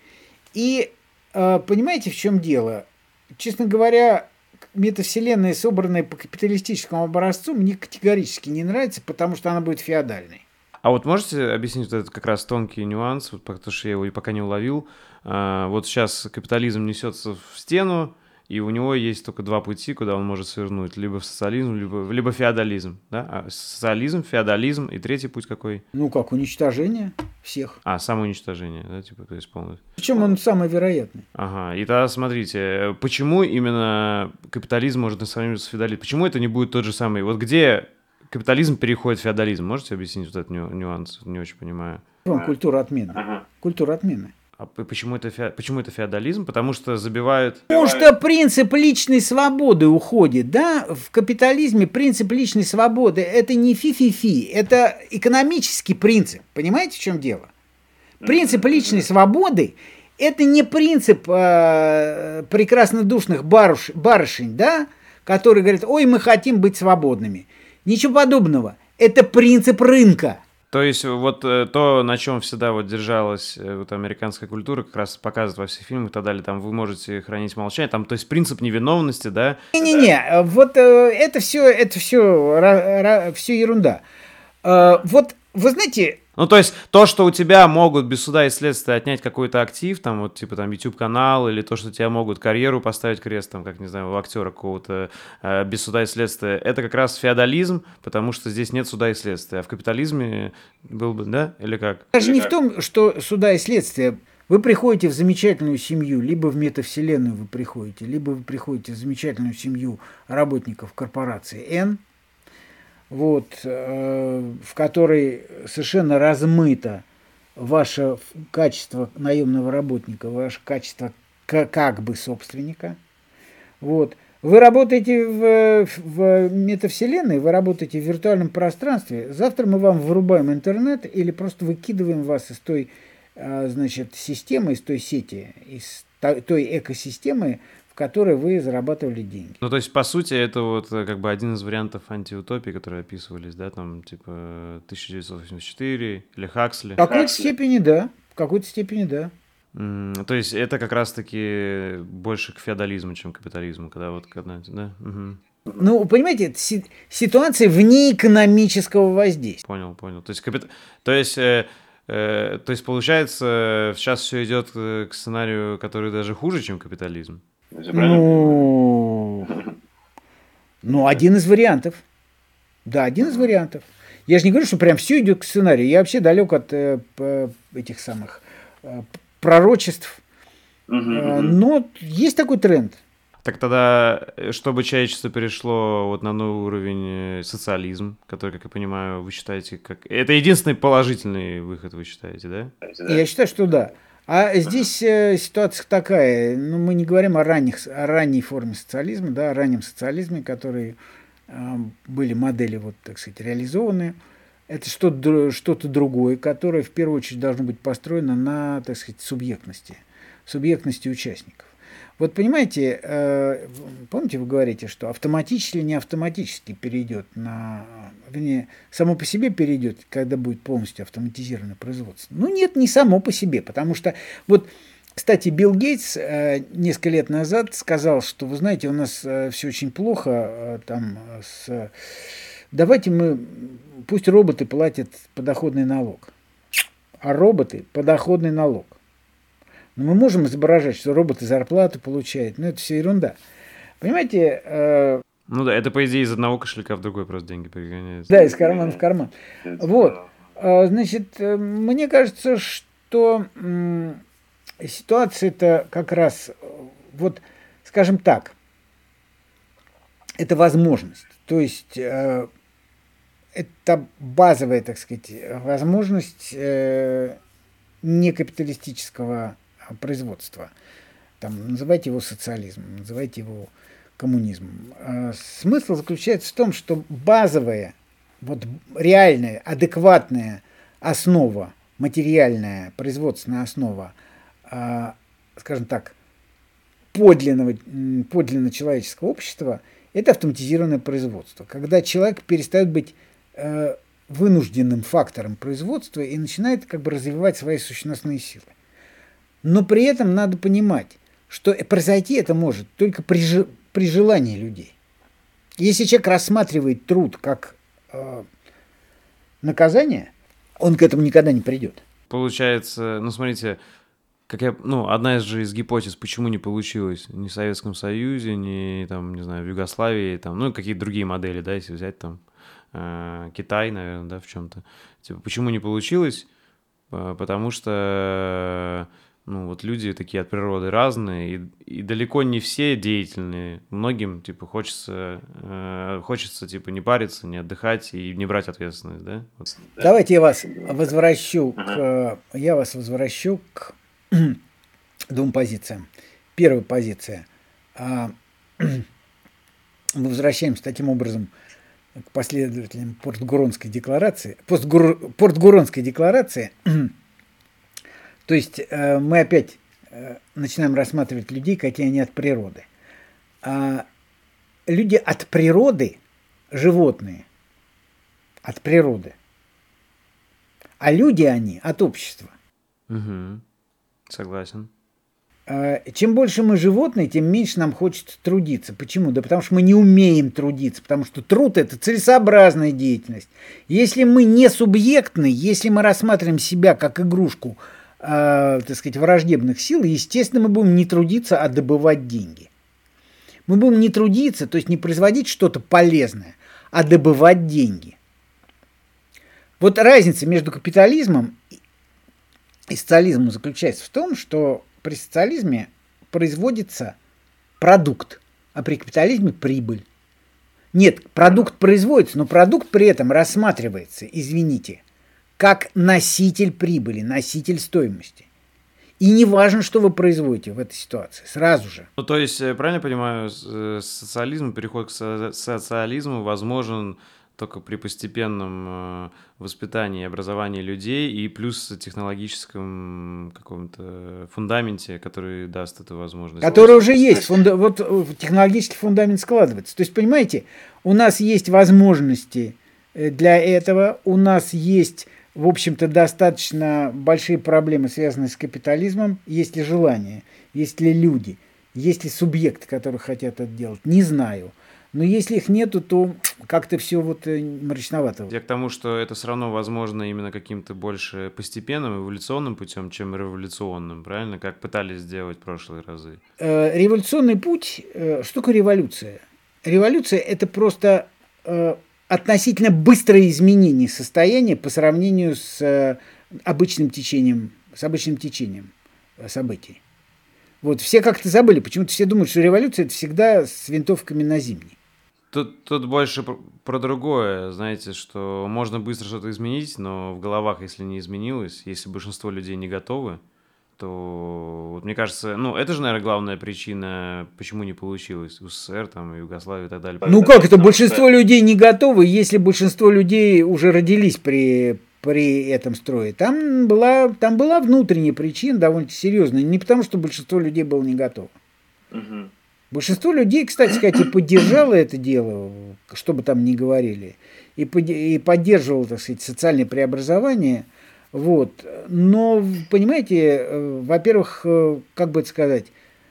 и э, понимаете, в чем дело? Честно говоря, метавселенная, собранная по капиталистическому образцу, мне категорически не нравится, потому что она будет феодальной. А вот можете объяснить вот этот как раз тонкий нюанс, вот потому что я его и пока не уловил. А, вот сейчас капитализм несется в стену, и у него есть только два пути, куда он может свернуть. Либо в социализм, либо, либо феодализм. Да? А, социализм, феодализм и третий путь какой? Ну как, уничтожение всех. А, самоуничтожение, да, типа, то есть полностью. Причем он самый вероятный. Ага, и тогда смотрите, почему именно капитализм может сравниваться с феодализмом? Почему это не будет тот же самый? Вот где капитализм переходит в феодализм? Можете объяснить вот этот ню- нюанс? Не очень понимаю. Культура отмены. Ага. Культура отмены. А п- почему это, фе... почему это феодализм? Потому что забивают... Потому что принцип личной свободы уходит, да? В капитализме принцип личной свободы – это не фи-фи-фи, это экономический принцип. Понимаете, в чем дело? Принцип личной свободы – это не принцип э, прекраснодушных барыш, барышень, да? Которые говорят, ой, мы хотим быть свободными. Ничего подобного. Это принцип рынка. То есть вот э, то, на чем всегда вот держалась э, вот американская культура, как раз показывают во всех фильмах и так далее, там вы можете хранить молчание, там, то есть принцип невиновности, да? Не-не-не, вот э, это все, это все, ра, ра, все ерунда. Э, вот вы знаете... Ну, то есть то, что у тебя могут без суда и следствия отнять какой-то актив, там вот типа там YouTube-канал, или то, что тебя могут карьеру поставить крест, там, как, не знаю, у актера какого-то э, без суда и следствия, это как раз феодализм, потому что здесь нет суда и следствия. А в капитализме был бы, да? Или как? Даже не в том, что суда и следствие. Вы приходите в замечательную семью, либо в метавселенную вы приходите, либо вы приходите в замечательную семью работников корпорации N, вот, э, в которой совершенно размыто ваше качество наемного работника, ваше качество к- как бы собственника. Вот. Вы работаете в, в метавселенной, вы работаете в виртуальном пространстве. Завтра мы вам вырубаем интернет или просто выкидываем вас из той, э, значит, системы, из той сети, из той, той экосистемы, в которой вы зарабатывали деньги. Ну, то есть, по сути, это вот э, как бы один из вариантов антиутопии, которые описывались, да, там, типа, тысяча девятьсот восемьдесят четыре или Хаксли. В какой-то степени да, в какой-то степени да. М, То есть это как раз-таки больше к феодализму, чем к капитализму, когда вот, когда, да? Мгм. Ну, понимаете, это си- ситуация вне экономического воздействия. Понял, понял. То есть, капит... то есть, э, э, то есть получается, сейчас все идет э, к сценарию, который даже хуже, чем капитализм. Ну, ну, один из вариантов. Да, один из вариантов. Я же не говорю, что прям все идет к сценарию. Я вообще далек от э, п- этих самых э, пророчеств. Э, но есть такой тренд. Так тогда, э, чтобы человечество перешло вот на новый уровень э, социализм, который, как я понимаю, вы считаете, как... Это единственный положительный выход, вы считаете, да? Я считаю, что да. А здесь э, ситуация такая, ну, мы не говорим о, ранних, о ранней форме социализма, да, о раннем социализме, которые э, были модели, вот, так сказать, реализованы. Это что-то, что-то другое, которое в первую очередь должно быть построено на, так сказать, субъектности, субъектности участников. Вот понимаете, э, помните, вы говорите, что автоматически или не автоматически перейдет на, вернее, само по себе перейдет, когда будет полностью автоматизированное производство. Ну нет, не само по себе, потому что вот, кстати, Билл Гейтс э, несколько лет назад сказал, что, вы знаете, у нас э, все очень плохо, э, там, с, давайте мы, пусть роботы платят подоходный налог, а роботы подоходный налог. Но мы можем изображать, что роботы зарплату получают, но это все ерунда. Понимаете? Э... Ну да, это, по идее, из одного кошелька в другой просто деньги перегоняются. Да, из кармана в карман. Вот. Э, значит, э, мне кажется, что э, ситуация-то как раз, вот, скажем так, это возможность. То есть, э, это базовая, так сказать, возможность э, некапиталистического производства. Там, называйте его социализмом, называйте его коммунизмом. Смысл заключается в том, что базовая, вот реальная, адекватная основа, материальная, производственная основа, скажем так, подлинного, подлинно человеческого общества – это автоматизированное производство. Когда человек перестает быть вынужденным фактором производства и начинает как бы развивать свои сущностные силы. Но при этом надо понимать, что произойти это может только при, же, при желании людей. Если человек рассматривает труд как э, наказание, он к этому никогда не придет. Получается, ну смотрите, как я, ну, одна из же из гипотез, почему не получилось ни в Советском Союзе, ни, там, не знаю, в Югославии, там, ну, какие-то другие модели, да, если взять там э, Китай, наверное, да, в чем-то. Типа, почему не получилось? Э, Потому что, ну, вот люди такие от природы разные, и, и далеко не все деятельные. Многим, типа, хочется, э, хочется, типа, не париться, не отдыхать и не брать ответственность, да? Вот. Давайте я вас возвращу Ага. к, я вас возвращу к двум позициям. Первая позиция. А, Мы возвращаемся таким образом к последователям Портгуронской декларации. Постгур- Портгуронской декларации. То есть э, мы опять э, начинаем рассматривать людей, какие они от природы. А люди от природы, животные, от природы. А люди они от общества. Угу. Согласен. Чем больше мы животные, тем меньше нам хочется трудиться. Почему? Да потому что мы не умеем трудиться, потому что труд – это целесообразная деятельность. Если мы не субъектны, если мы рассматриваем себя как игрушку, э, так сказать, враждебных сил, естественно, мы будем не трудиться, а добывать деньги. Мы будем не трудиться, то есть не производить что-то полезное, а добывать деньги. Вот разница между капитализмом и социализмом заключается в том, что при социализме производится продукт, а при капитализме прибыль. Нет, продукт производится, но продукт при этом рассматривается, извините, как носитель прибыли, носитель стоимости. И не важно, что вы производите в этой ситуации, сразу же. Ну, то есть, правильно понимаю, социализм, переход к социализму возможен только при постепенном воспитании и образовании людей и плюс технологическом каком-то фундаменте, который даст эту возможность. Который уже есть. Фунда... Вот технологический фундамент складывается. То есть, понимаете, у нас есть возможности для этого, у нас есть, в общем-то, достаточно большие проблемы, связанные с капитализмом, есть ли желание, есть ли люди, есть ли субъекты, которые хотят это делать. Не знаю. Но если их нету, то как-то все вот мрачновато. Я к тому, что это все равно возможно именно каким-то больше постепенным, эволюционным путем, чем революционным, правильно? Как пытались сделать в прошлые разы. Э, революционный путь, э, что такое революция? Революция – это просто э, относительно быстрое изменение состояния по сравнению с э, обычным течением, с обычным течением событий. Вот все как-то забыли, почему-то все думают, что революция – это всегда с винтовками на зимней. Тут, тут больше про, про другое, знаете, что можно быстро что-то изменить, но в головах, если не изменилось, если большинство людей не готовы, то, вот, мне кажется, ну, это же, наверное, главная причина, почему не получилось у СССР, там, Югославии и так далее. Ну как это, большинство людей не готовы, если большинство людей уже родились при, при этом строе? Там была, там была внутренняя причина довольно серьезная, не потому, что большинство людей было не готово. Угу. Большинство людей, кстати сказать, и поддержало это дело, что бы там ни говорили, и, под, и поддерживало, так сказать, социальное преобразование. Вот. Но, понимаете, во-первых, как бы это сказать,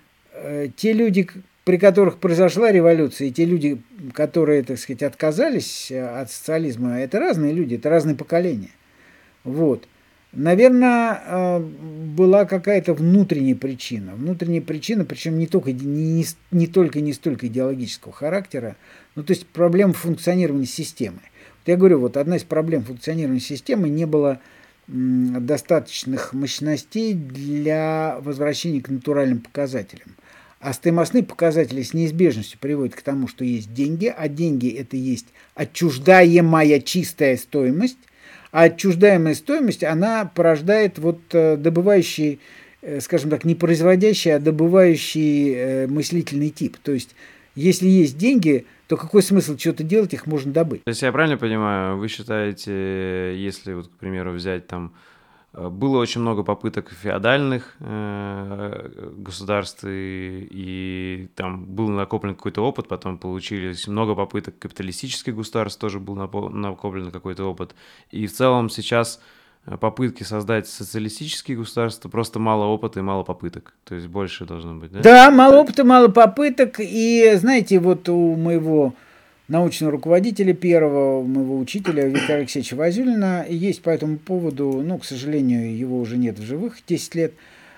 те люди, при которых произошла революция, и те люди, которые, так сказать, отказались от социализма, это разные люди, это разные поколения. Вот. Наверное, была какая-то внутренняя причина. Внутренняя причина, причем не только не, не только не столько идеологического характера, ну то есть проблема функционирования системы. Вот я говорю, вот одна из проблем функционирования системы не было м, достаточных мощностей для возвращения к натуральным показателям. А стоимостные показатели с неизбежностью приводят к тому, что есть деньги, а деньги это есть отчуждаемая чистая стоимость. А отчуждаемая стоимость, она порождает вот добывающий, скажем так, не производящий, а добывающий мыслительный тип. То есть, если есть деньги, то какой смысл что-то делать, их можно добыть. То есть, я правильно понимаю, вы считаете, если, вот, к примеру, взять там, было очень много попыток феодальных э, государств, и, и там был накоплен какой-то опыт, потом получились много попыток капиталистических государств, тоже был накоплен какой-то опыт. И в целом сейчас попытки создать социалистические государства, просто мало опыта и мало попыток. То есть больше должно быть, да? Да, мало опыта, мало попыток. И знаете, вот у моего научного руководителя первого, моего учителя Виктора Алексеевича Вазюлина, есть по этому поводу, ну, к сожалению, его уже нет в живых десять лет,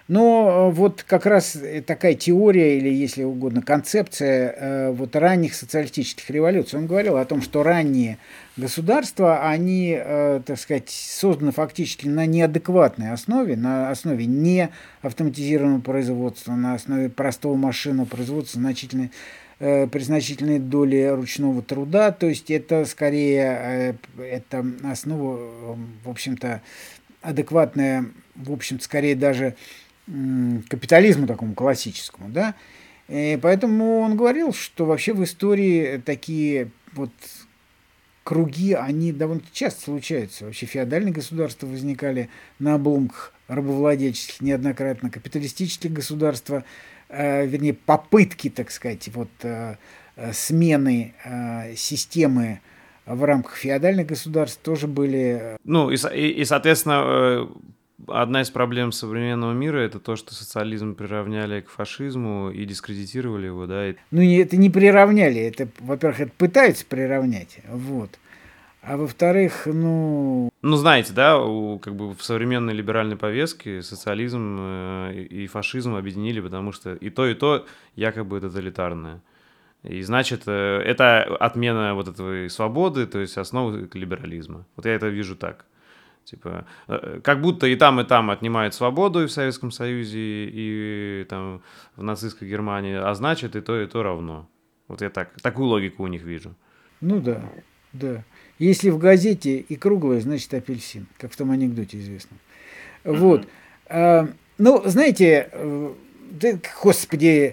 Но вот как раз такая теория, или, если угодно, концепция вот ранних социалистических революций. Он говорил о том, что ранние государства, они, так сказать, созданы фактически на неадекватной основе, на основе не автоматизированного производства, на основе простого машинного производства, значительной, при значительной доле ручного труда. То есть это скорее это основа, в общем-то, адекватная, в общем-то, скорее даже капитализму такому классическому, да, и поэтому он говорил, что вообще в истории такие вот круги, они довольно часто случаются. Вообще феодальные государства возникали на обломках рабовладельческих неоднократно, капиталистические государства, э, вернее, попытки, так сказать, вот э, смены э, системы в рамках феодальных государств тоже были. Ну и, и, и соответственно, одна из проблем современного мира — это то, что социализм приравняли к фашизму и дискредитировали его, да? Ну, это не приравняли, это, во-первых, это пытаются приравнять, вот. А во-вторых, ну... Ну, знаете, да, у, как бы в современной либеральной повестке социализм э, и фашизм объединили, потому что и то, и то якобы тоталитарное. И значит, э, это отмена вот этой свободы, то есть основы либерализма. Вот я это вижу так. Типа, как будто и там, и там отнимают свободу и в Советском Союзе, и там в нацистской Германии, а значит, и то, и то равно. Вот я так, такую логику у них вижу. Ну да, да. Если в газете и круглое, значит апельсин, как в том анекдоте известном. Вот. А, ну, знаете, да, господи,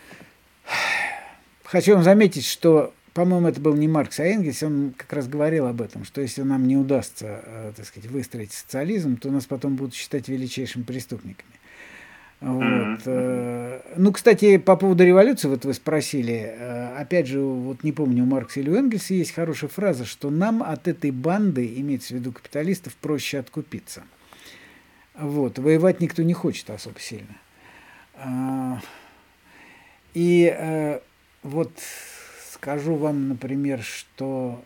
хочу вам заметить, что, по-моему, это был не Маркс, а Энгельс, он как раз говорил об этом, что если нам не удастся, так сказать, выстроить социализм, то нас потом будут считать величайшими преступниками. Вот. Mm-hmm. Ну, кстати, по поводу революции, вот вы спросили, опять же, вот не помню, у Маркса или у Энгельса есть хорошая фраза, что нам от этой банды, имеется в виду капиталистов, проще откупиться. Вот. Воевать никто не хочет особо сильно. И вот скажу вам, например, что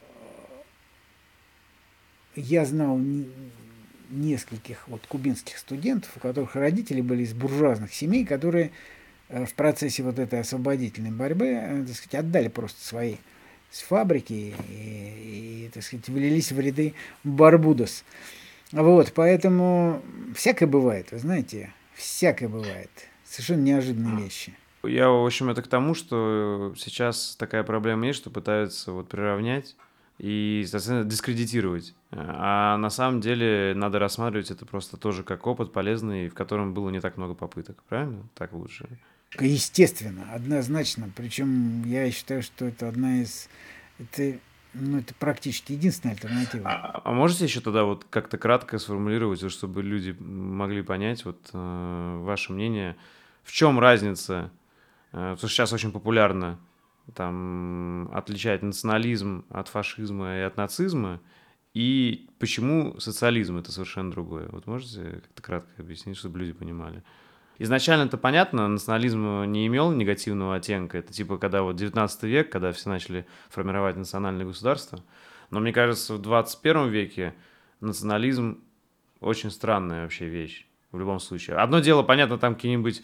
я знал нескольких вот кубинских студентов, у которых родители были из буржуазных семей, которые в процессе вот этой освободительной борьбы, так сказать, отдали просто свои фабрики и, и, так сказать, влились в ряды Барбудос. Вот, поэтому всякое бывает, вы знаете, всякое бывает. Совершенно неожиданные вещи. Я, в общем, это к тому, что сейчас такая проблема есть, что пытаются вот приравнять и, соответственно, дискредитировать. А на самом деле надо рассматривать это просто тоже как опыт полезный, в котором было не так много попыток. Правильно? Так лучше. Естественно, однозначно. Причем я считаю, что это одна из... Это, ну, это практически единственная альтернатива. А, а можете еще тогда вот как-то кратко сформулировать, чтобы люди могли понять вот э, ваше мнение, в чем разница, э, потому что сейчас очень популярно там отличать национализм от фашизма и от нацизма, и почему социализм — это совершенно другое. Вот можете как-то кратко объяснить, чтобы люди понимали? Изначально это понятно, национализм не имел негативного оттенка. Это типа когда вот девятнадцатый век, когда все начали формировать национальные государства. Но мне кажется, в двадцать первом веке национализм очень странная вообще вещь в любом случае. Одно дело, понятно, там какие-нибудь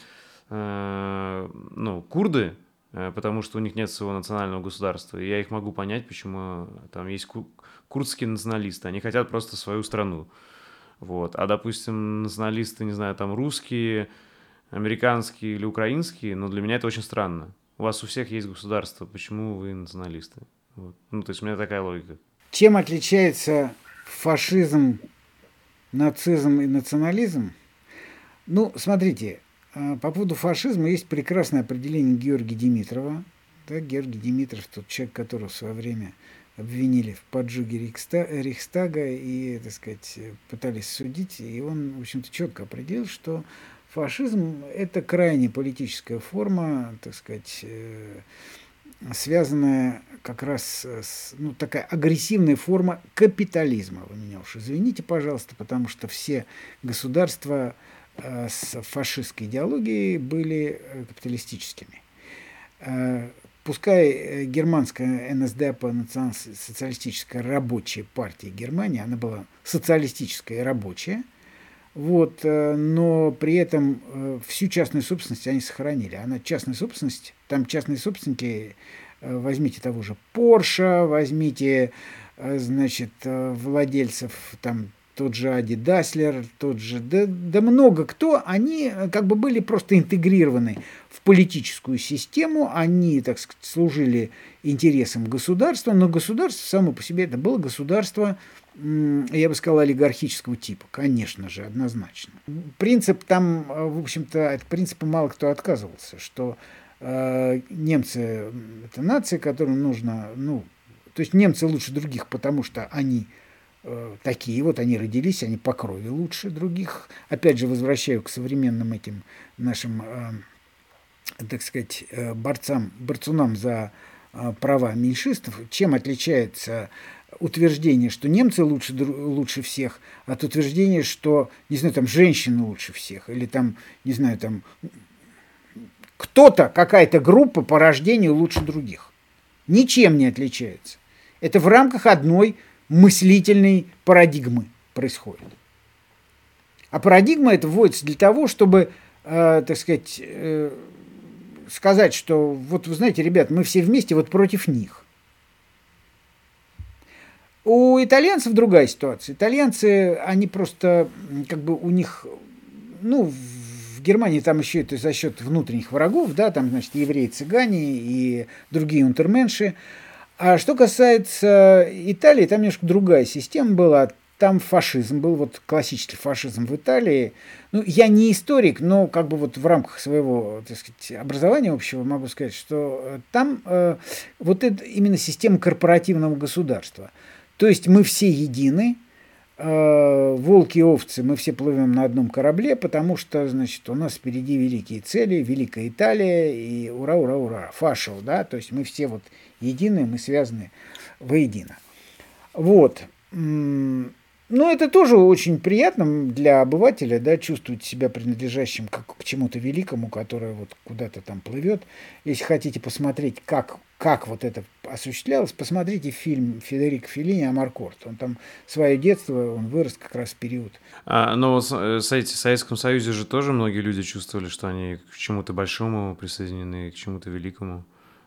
э, ну, курды, потому что у них нет своего национального государства. И я их могу понять, почему там есть курдские националисты. Они хотят просто свою страну. Вот. А, допустим, националисты, не знаю, там русские, американские или украинские, но для меня это очень странно. У вас у всех есть государство, почему вы националисты? Вот. Ну, то есть у меня такая логика. Чем отличается фашизм, нацизм и национализм? Ну, смотрите, по поводу фашизма есть прекрасное определение Георгия Димитрова. Да, Георгий Димитров, тот человек, которого в свое время обвинили в поджоге Рейхстага и, так сказать, пытались судить. И он, в общем-то, четко определил, что фашизм – это крайне политическая форма, так сказать, связанная как раз с, ну, такая агрессивная форма капитализма. Вы меня уж извините, пожалуйста, потому что все государства с фашистской идеологией были капиталистическими. Пускай германская эн эс дэ эй пэ, Национал-социалистическая рабочая партия Германии, она была социалистическая и рабочая, Вот, но при этом всю частную собственность они сохранили. Она частная собственность, там частные собственники, возьмите того же Porsche, возьмите, значит, владельцев, там, тот же Ади Даслер, тот же, да, да много кто, они как бы были просто интегрированы в политическую систему, они, так сказать, служили интересам государства, но государство само по себе это было государство, я бы сказал, олигархического типа, конечно же, однозначно. Принцип там, в общем-то, от принципа мало кто отказывался, что э, немцы – это нация, которым нужно, ну, то есть немцы лучше других, потому что они э, такие, вот они родились, они по крови лучше других. Опять же, возвращаю к современным этим нашим, э, так сказать, э, борцам, борцунам за э, права меньшистов. Чем отличается утверждение, что немцы лучше, лучше всех, от утверждения, что, не знаю, там, женщины лучше всех, или там, не знаю, там, кто-то, какая-то группа по рождению лучше других. Ничем не отличается. Это в рамках одной мыслительной парадигмы происходит. А парадигма это вводится для того, чтобы, э, так сказать, э, сказать, что, вот вы знаете, ребят, мы все вместе вот против них. У итальянцев другая ситуация. Итальянцы, они просто, как бы у них, ну, в Германии там еще это за счет внутренних врагов, да, там, значит, евреи, цыгане и другие унтерменши. А что касается Италии, там немножко другая система была. Там фашизм был, вот классический фашизм в Италии. Ну, я не историк, но как бы вот в рамках своего, так сказать, образования общего могу сказать, что там э, вот это именно система корпоративного государства. То есть мы все едины, э, волки и овцы, мы все плывем на одном корабле, потому что, значит, у нас впереди великие цели, Великая Италия, и ура, ура, ура, фашио, да, то есть мы все вот едины, мы связаны воедино. Вот. Ну, это тоже очень приятно для обывателя, да, чувствовать себя принадлежащим к, к чему-то великому, которое вот куда-то там плывет. Если хотите посмотреть, как, как вот это осуществлялось, посмотрите фильм Федерико Феллини «Амаркорд». Он там свое детство, он вырос как раз в период. А, но в Советском Союзе же тоже многие люди чувствовали, что они к чему-то большому присоединены, к чему-то великому.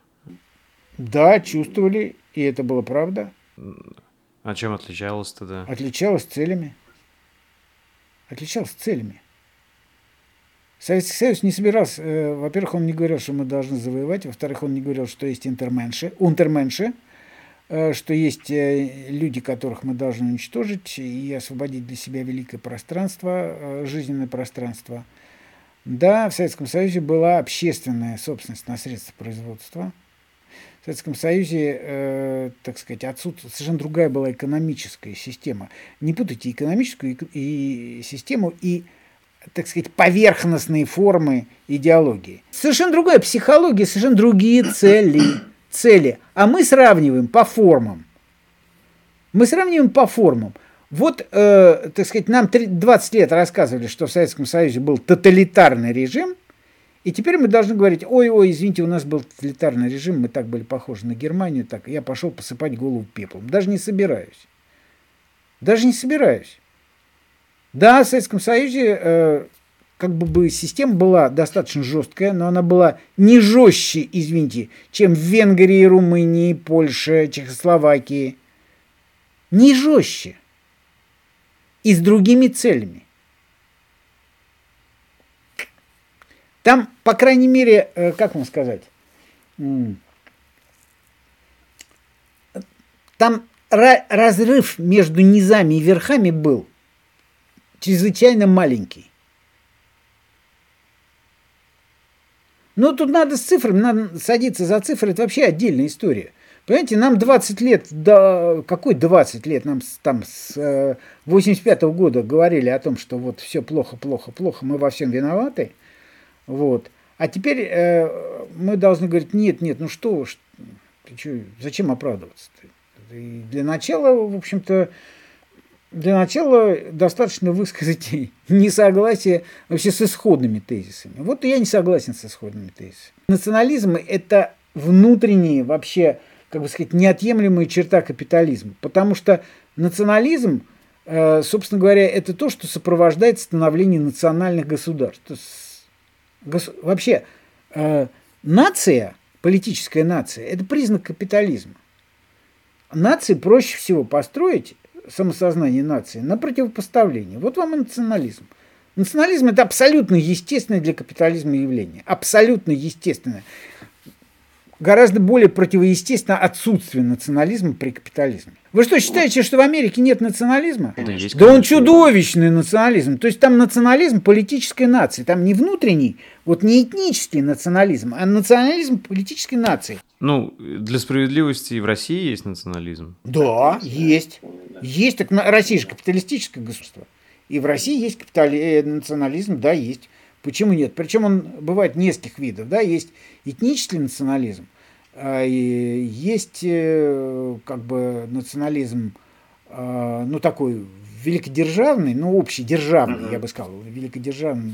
Да, чувствовали, и это было правда. А чем отличалось тогда? Отличалось целями. Отличалось целями. Советский Союз не собирался, э, во-первых, он не говорил, что мы должны завоевать, во-вторых, он не говорил, что есть интерменши, унтерменши, э, что есть э, люди, которых мы должны уничтожить и освободить для себя великое пространство, э, жизненное пространство. Да, в Советском Союзе была общественная собственность на средства производства. В Советском Союзе, э, так сказать, отсутствует совершенно другая была экономическая система. Не путайте экономическую и, и систему и, так сказать, поверхностные формы идеологии. Совершенно другая психология, совершенно другие цели. цели. А мы сравниваем по формам. Мы сравниваем по формам. Вот, э, так сказать, нам двадцать лет рассказывали, что в Советском Союзе был тоталитарный режим. И теперь мы должны говорить, ой-ой, извините, у нас был тоталитарный режим, мы так были похожи на Германию, так я пошел посыпать голову пеплом. Даже не собираюсь. Даже не собираюсь. Да, в Советском Союзе э, как бы, бы система была достаточно жесткая, но она была не жестче, извините, чем в Венгрии, Румынии, Польше, Чехословакии. Не жестче. И с другими целями. Там, по крайней мере, как вам сказать, там разрыв между низами и верхами был чрезвычайно маленький. Но тут надо с цифрами, надо садиться за цифры, это вообще отдельная история. Понимаете, нам двадцать лет, да, какой двадцать лет, нам там с восемьдесят пятого года говорили о том, что вот все плохо, плохо, плохо, мы во всем виноваты. Вот. А теперь э, мы должны говорить, нет, нет, ну что, что ты что, зачем оправдываться-то? И для начала, в общем-то, для начала достаточно высказать несогласие вообще с исходными тезисами. Вот я не согласен с исходными тезисами. Национализм – это внутренняя, вообще, как бы сказать, неотъемлемая черта капитализма. Потому что национализм, э, собственно говоря, это то, что сопровождает становление национальных государств. То есть, гос... Вообще, э, нация, политическая нация, это признак капитализма. Нации проще всего построить, самосознание нации, на противопоставление. Вот вам и национализм. Национализм – это абсолютно естественное для капитализма явление. Абсолютно естественное. Гораздо более противоестественно отсутствие национализма при капитализме. Вы что, считаете, что в Америке нет национализма? Да, есть, да он конечно. чудовищный национализм. То есть там национализм политической нации. Там не внутренний, вот не этнический национализм, а национализм политической нации. Ну, для справедливости и в России есть национализм. Да, есть. Есть. Так Россия же капиталистическое государство. И в России есть капитали... национализм, да, есть. Почему нет? Причем он бывает нескольких видов. Да? Есть этнический национализм, и есть как бы национализм, ну, такой великодержавный, ну, общедержавный, uh-huh. я бы сказал, великодержавный.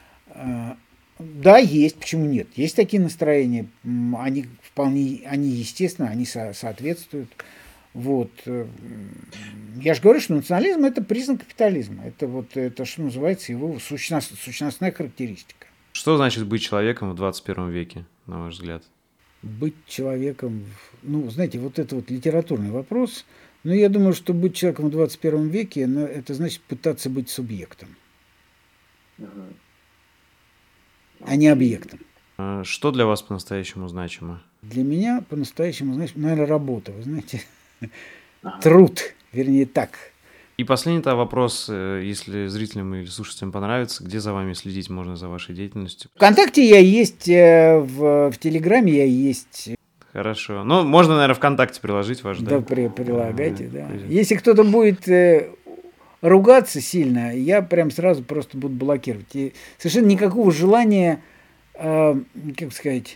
Да, есть, почему нет? Есть такие настроения, они вполне, они естественно, они со- соответствуют. Вот. Я же говорю, что национализм – это признак капитализма. Это вот это, что называется, его сущностная, сущностная характеристика. Что значит быть человеком в двадцать первом веке, на ваш взгляд? Быть человеком, ну, знаете, вот это вот литературный вопрос. Но я думаю, что быть человеком в двадцать первом веке, ну, это значит пытаться быть субъектом, uh-huh. а не объектом. А что для вас по-настоящему значимо? Для меня по-настоящему значимо, наверное, работа, вы знаете. Труд, вернее так. И последний-то вопрос, если зрителям или слушателям понравится, где за вами следить можно, за вашей деятельностью? ВКонтакте я есть, в, в Телеграме я есть. Хорошо. Ну, можно, наверное, ВКонтакте приложить ваш, да? Да, при, прилагайте, а, да. Если кто-то будет э, ругаться сильно, я прям сразу просто буду блокировать. И совершенно никакого желания, э, как сказать,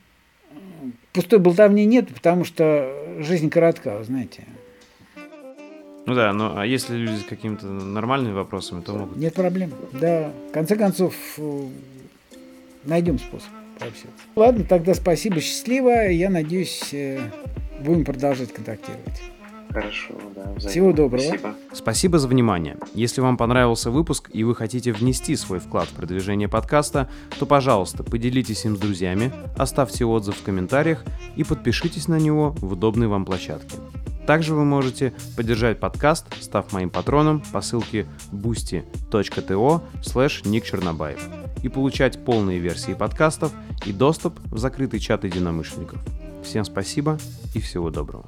пустой болтовни нет, потому что жизнь коротка, вы знаете. Ну да, ну а если люди с какими-то нормальными вопросами, то могут... Нет проблем. Да, в конце концов, найдем способ пообщаться. Ладно, тогда спасибо, счастливо. Я надеюсь, будем продолжать контактировать. Хорошо, да. Взаимно. Всего доброго. Спасибо. Спасибо за внимание. Если вам понравился выпуск и вы хотите внести свой вклад в продвижение подкаста, то, пожалуйста, поделитесь им с друзьями, оставьте отзыв в комментариях и подпишитесь на него в удобной вам площадке. Также вы можете поддержать подкаст, став моим патроном по ссылке boosty.to слэш ник чернобаев и получать полные версии подкастов и доступ в закрытый чат единомышленников. Всем спасибо и всего доброго.